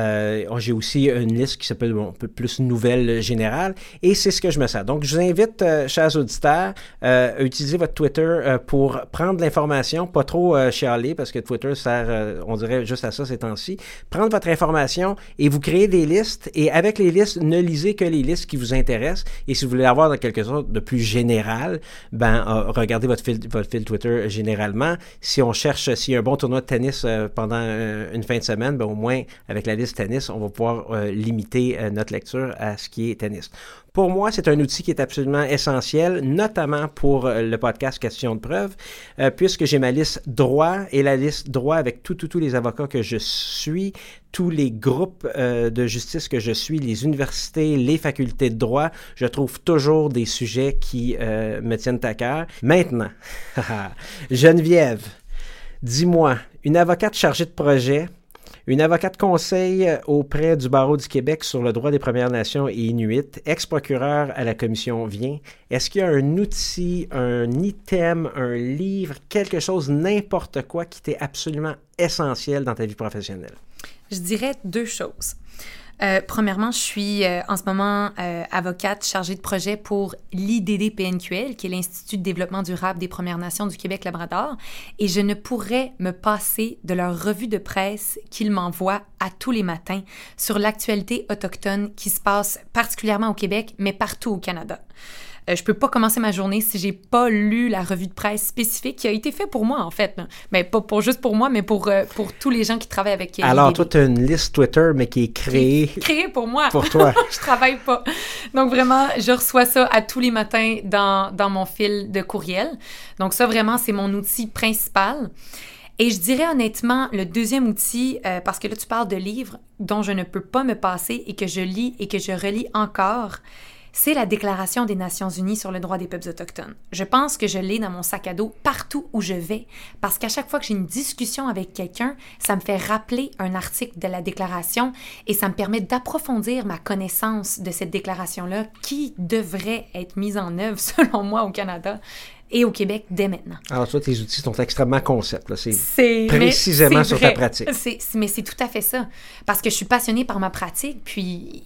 J'ai aussi une liste qui s'appelle un peu plus nouvelles générales et c'est ce que je me sers. Donc, je vous invite, chers auditeurs, à utiliser votre Twitter pour prendre l'information, pas trop chialer parce que Twitter sert, on dirait, juste à ça ces temps-ci. Prendre votre information et vous créez des listes et avec les listes, ne lisez que les listes qui vous intéressent et si vous voulez avoir quelque chose de plus général, regardez votre fil Twitter généralement. Si on cherche, s'il y a un bon tournoi de tennis pendant une fin de semaine, au moins avec la liste tennis, on va pouvoir limiter notre lecture à ce qui est tennis. Pour moi, c'est un outil qui est absolument essentiel, notamment pour le podcast Question de preuve, puisque j'ai ma liste droit et la liste droit avec tous les avocats que je suis, tous les groupes de justice que je suis, les universités, les facultés de droit. Je trouve toujours des sujets qui me tiennent à cœur. Maintenant, Geneviève, dis-moi, une avocate chargée de projet, une avocate conseil auprès du Barreau du Québec sur le droit des Premières Nations et Inuits, ex-procureur à la commission Vient. Est-ce qu'il y a un outil, un item, un livre, quelque chose, n'importe quoi qui t'est absolument essentiel dans ta vie professionnelle? Je dirais 2 choses. Premièrement, je suis en ce moment avocate chargée de projet pour l'IDD-PNQL, qui est l'Institut de développement durable des Premières Nations du Québec-Labrador, et je ne pourrais me passer de leur revue de presse qu'ils m'envoient à tous les matins sur l'actualité autochtone qui se passe particulièrement au Québec, mais partout au Canada. Je peux pas commencer ma journée si j'ai pas lu la revue de presse spécifique qui a été faite pour moi, en fait. Mais pas juste pour moi, mais pour tous les gens qui travaillent avec Alors, l'IDD. toi, tu as une liste Twitter, mais qui est créée... Créée pour moi. Pour toi. Je travaille pas. Donc, vraiment, je reçois ça à tous les matins dans mon fil de courriel. Donc, ça, vraiment, c'est mon outil principal. Et je dirais honnêtement, le deuxième outil, parce que là, tu parles de livres dont je ne peux pas me passer et que je lis et que je relis encore, c'est la Déclaration des Nations unies sur le droit des peuples autochtones. Je pense que je l'ai dans mon sac à dos partout où je vais, parce qu'à chaque fois que j'ai une discussion avec quelqu'un, ça me fait rappeler un article de la Déclaration et ça me permet d'approfondir ma connaissance de cette déclaration-là qui devrait être mise en œuvre, selon moi, au Canada et au Québec dès maintenant. Alors, toi, tes outils sont extrêmement concepts. Là. C'est précisément sur ta pratique. Mais c'est tout à fait ça. Parce que je suis passionnée par ma pratique, puis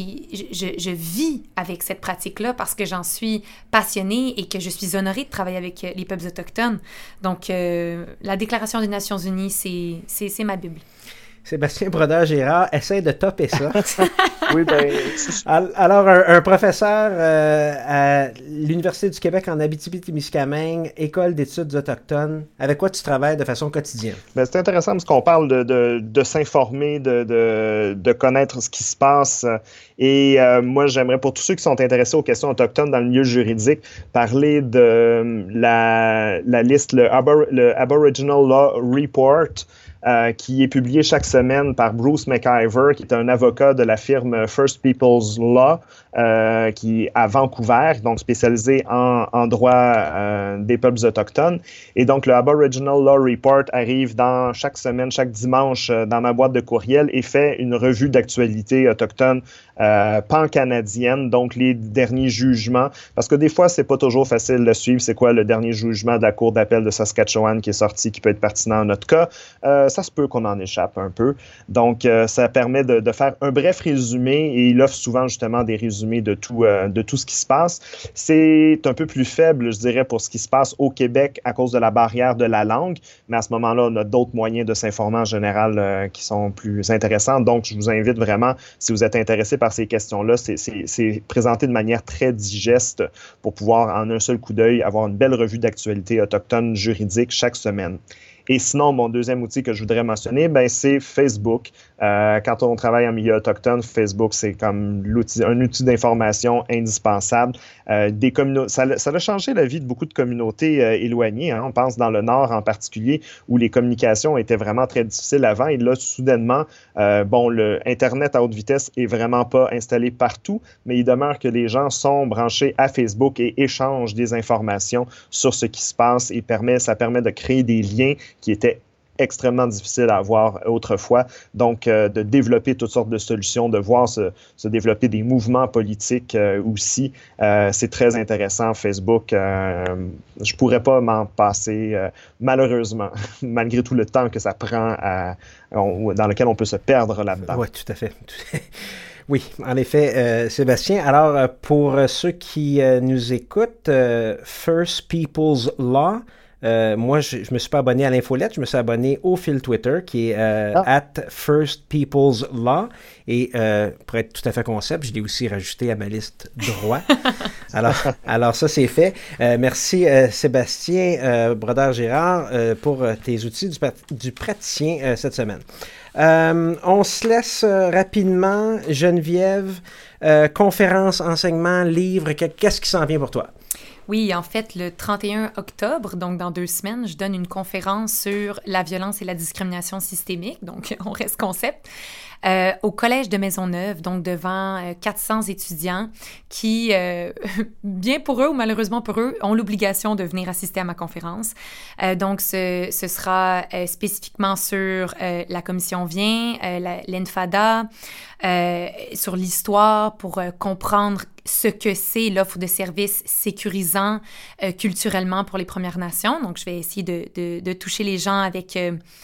je vis avec cette pratique-là parce que j'en suis passionnée et que je suis honorée de travailler avec les peuples autochtones. Donc, la Déclaration des Nations unies, c'est ma Bible. Sébastien Brodeur-Gérard, essaie de topper ça. Oui, alors, un professeur à l'Université du Québec en Abitibi-Témiscamingue, École d'études autochtones, avec quoi tu travailles de façon quotidienne? C'est intéressant parce qu'on parle de s'informer, de connaître ce qui se passe. Et moi, j'aimerais, pour tous ceux qui sont intéressés aux questions autochtones dans le milieu juridique, parler de la liste, le Aboriginal Law Report, qui est publié chaque semaine par Bruce McIver, qui est un avocat de la firme First People's Law, qui est à Vancouver, donc spécialisé en droit des peuples autochtones. Et donc, le Aboriginal Law Report arrive chaque semaine, chaque dimanche, dans ma boîte de courriel et fait une revue d'actualité autochtone pan-canadienne, donc les derniers jugements, parce que des fois, c'est pas toujours facile de suivre c'est quoi le dernier jugement de la Cour d'appel de Saskatchewan qui est sorti, qui peut être pertinent dans notre cas. Ça se peut qu'on en échappe un peu. Donc, ça permet de faire un bref résumé et il offre souvent justement des résumés de tout ce qui se passe. C'est un peu plus faible, je dirais, pour ce qui se passe au Québec à cause de la barrière de la langue, mais à ce moment-là, on a d'autres moyens de s'informer en général qui sont plus intéressants. Donc, je vous invite vraiment, si vous êtes intéressé par ces questions-là, c'est présenté de manière très digeste pour pouvoir, en un seul coup d'œil, avoir une belle revue d'actualité autochtone juridique chaque semaine. Et sinon, mon deuxième outil que je voudrais mentionner, c'est Facebook. Quand on travaille en milieu autochtone, Facebook, c'est comme un outil d'information indispensable. Ça a changé la vie de beaucoup de communautés éloignées. On pense dans le Nord en particulier, où les communications étaient vraiment très difficiles avant. Et là, soudainement, le Internet à haute vitesse est vraiment pas installé partout, mais il demeure que les gens sont branchés à Facebook et échangent des informations sur ce qui se passe et ça permet de créer des liens qui étaient extrêmement difficiles à avoir autrefois. Donc, de développer toutes sortes de solutions, de voir se développer des mouvements politiques aussi. C'est très intéressant, Facebook. Je pourrais pas m'en passer, malheureusement, malgré tout le temps que ça prend dans lequel on peut se perdre là-dedans. Oui, tout à fait. Oui, en effet, Sébastien. Alors, pour ceux qui nous écoutent, First People's Law, moi, je me suis pas abonné à l'infolette, je me suis abonné au fil Twitter qui est @firstpeopleslaw et pour être tout à fait concept, je l'ai aussi rajouté à ma liste droit. alors ça c'est fait. Merci Sébastien Brodeur-Girard pour tes outils du praticien cette semaine. On se laisse rapidement, Geneviève, conférence, enseignement, livre, qu'est-ce qui s'en vient pour toi? Oui, en fait, le 31 octobre, donc dans 2 semaines, je donne une conférence sur la violence et la discrimination systémique, donc on reste concept, au Collège de Maisonneuve, donc devant 400 étudiants qui, bien pour eux ou malheureusement pour eux, ont l'obligation de venir assister à ma conférence. Donc, ce sera spécifiquement sur la Commission Vient, l'ENFADA, sur l'histoire pour comprendre ce que c'est l'offre de services sécurisants culturellement pour les Premières Nations. Donc, je vais essayer de toucher les gens avec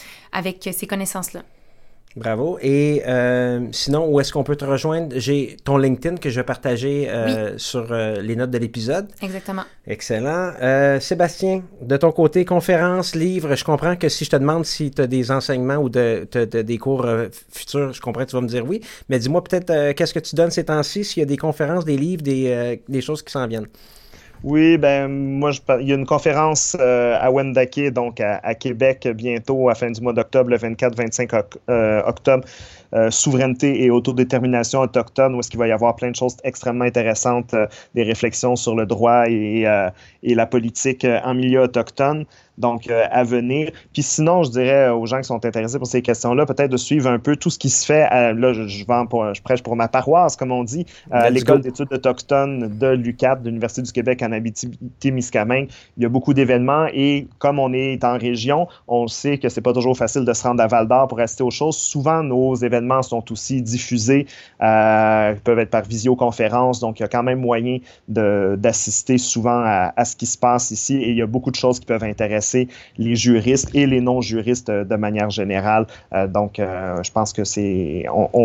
ces connaissances-là. Bravo. Et sinon, où est-ce qu'on peut te rejoindre? J'ai ton LinkedIn que je vais partager sur les notes de l'épisode. Exactement. Excellent. Sébastien, de ton côté, conférence, livre, je comprends que si je te demande si tu as des enseignements ou des cours futurs, je comprends que tu vas me dire oui. Mais dis-moi peut-être qu'est-ce que tu donnes ces temps-ci, s'il y a des conférences, des livres, des choses qui s'en viennent. Oui, moi, il y a une conférence à Wendake, donc à Québec, bientôt, à la fin du mois d'octobre, le 24-25 octobre, souveraineté et autodétermination autochtone, où est-ce qu'il va y avoir plein de choses extrêmement intéressantes, des réflexions sur le droit et la politique en milieu autochtone. Donc, à venir. Puis sinon, je dirais aux gens qui sont intéressés pour ces questions-là, peut-être de suivre un peu tout ce qui se fait. Là, je prêche pour ma paroisse, comme on dit, à l'École d'études autochtones de l'UQAT, de l'Université du Québec en Abitibi-Témiscamingue. Il y a beaucoup d'événements et comme on est en région, on sait que c'est pas toujours facile de se rendre à Val-d'Or pour assister aux choses. Souvent, nos événements sont aussi diffusés, peuvent être par visioconférence, donc il y a quand même moyen d'assister souvent à ce qui se passe ici et il y a beaucoup de choses qui peuvent intéresser les juristes et les non-juristes de manière générale. Donc, je pense que c'est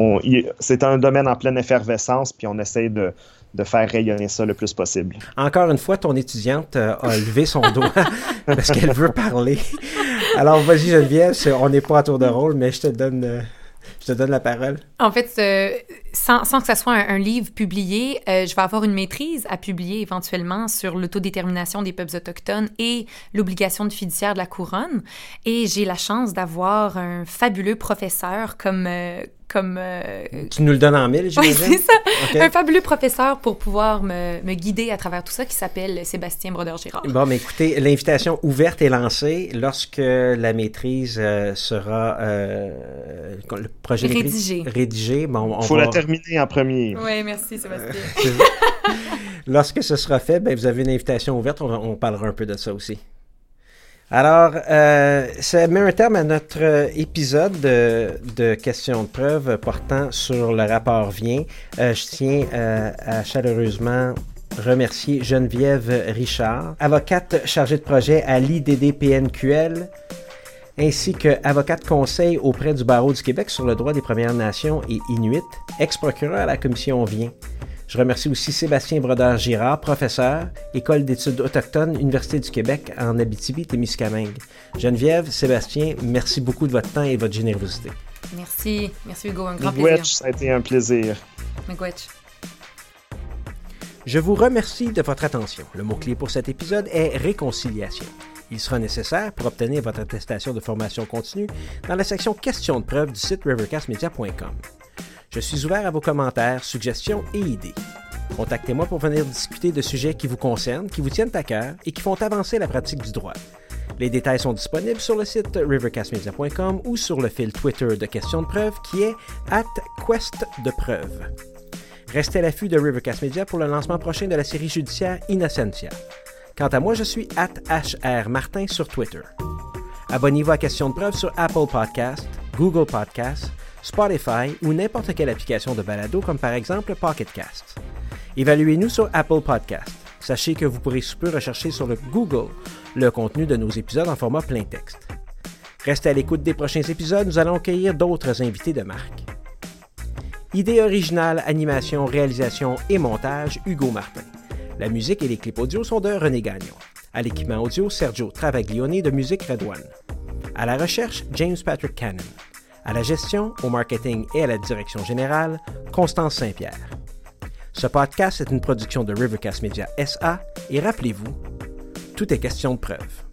un domaine en pleine effervescence, puis on essaie de faire rayonner ça le plus possible. Encore une fois, ton étudiante a levé son doigt parce qu'elle veut parler. Alors, vas-y Geneviève, on n'est pas à tour de rôle, mais je te donne la parole. En fait, sans que ça soit un livre publié, je vais avoir une maîtrise à publier éventuellement sur l'autodétermination des peuples autochtones et l'obligation de fiduciaire de la couronne. Et j'ai la chance d'avoir un fabuleux professeur comme comme... Tu nous le donnes en 1000, j'imagine? Oui, c'est ça. Okay. Un fabuleux professeur pour pouvoir me guider à travers tout ça, qui s'appelle Sébastien Brodeur-Girard. Bon, mais écoutez, l'invitation ouverte est lancée lorsque la maîtrise sera... le projet rédigé. Bon, il faut la terminer en premier. Oui, merci Sébastien. Lorsque ce sera fait, ben, vous avez une invitation ouverte, on parlera un peu de ça aussi. Alors, ça met un terme à notre épisode de questions de preuve portant sur le rapport Vien. Je tiens à chaleureusement remercier Geneviève Richard, avocate chargée de projet à l'IDDPNQL, ainsi qu'avocate conseil auprès du Barreau du Québec sur le droit des Premières Nations et Inuits, ex-procureur à la commission Vien. Je remercie aussi Sébastien Brodeur-Girard, professeur, École d'études autochtones, Université du Québec en Abitibi-Témiscamingue. Geneviève, Sébastien, merci beaucoup de votre temps et de votre générosité. Merci Hugo, un grand plaisir. plaisir. Ça a été un plaisir. Miigwech. Je vous remercie de votre attention. Le mot-clé pour cet épisode est réconciliation. Il sera nécessaire pour obtenir votre attestation de formation continue dans la section questions de preuve du site rivercastmedia.com. Je suis ouvert à vos commentaires, suggestions et idées. Contactez-moi pour venir discuter de sujets qui vous concernent, qui vous tiennent à cœur et qui font avancer la pratique du droit. Les détails sont disponibles sur le site rivercastmedia.com ou sur le fil Twitter de questions de preuve qui est @questdepreuve. Restez à l'affût de Rivercast Media pour le lancement prochain de la série judiciaire Innocentia. Quant à moi, je suis @HRMartin sur Twitter. Abonnez-vous à Questions de preuve sur Apple Podcasts, Google Podcasts, Spotify ou n'importe quelle application de balado comme par exemple Pocket Cast. Évaluez-nous sur Apple Podcasts. Sachez que vous pourrez sous peu rechercher sur le Google le contenu de nos épisodes en format plein texte. Restez à l'écoute des prochains épisodes, nous allons accueillir d'autres invités de marque. Idée originale, animation, réalisation et montage, Hugo Martin. La musique et les clips audio sont de René Gagnon. À l'équipement audio, Sergio Travaglione de Musique Red One. À la recherche, James Patrick Cannon. À la gestion, au marketing et à la direction générale, Constance Saint-Pierre. Ce podcast est une production de Rivercast Media SA et rappelez-vous, tout est question de preuve.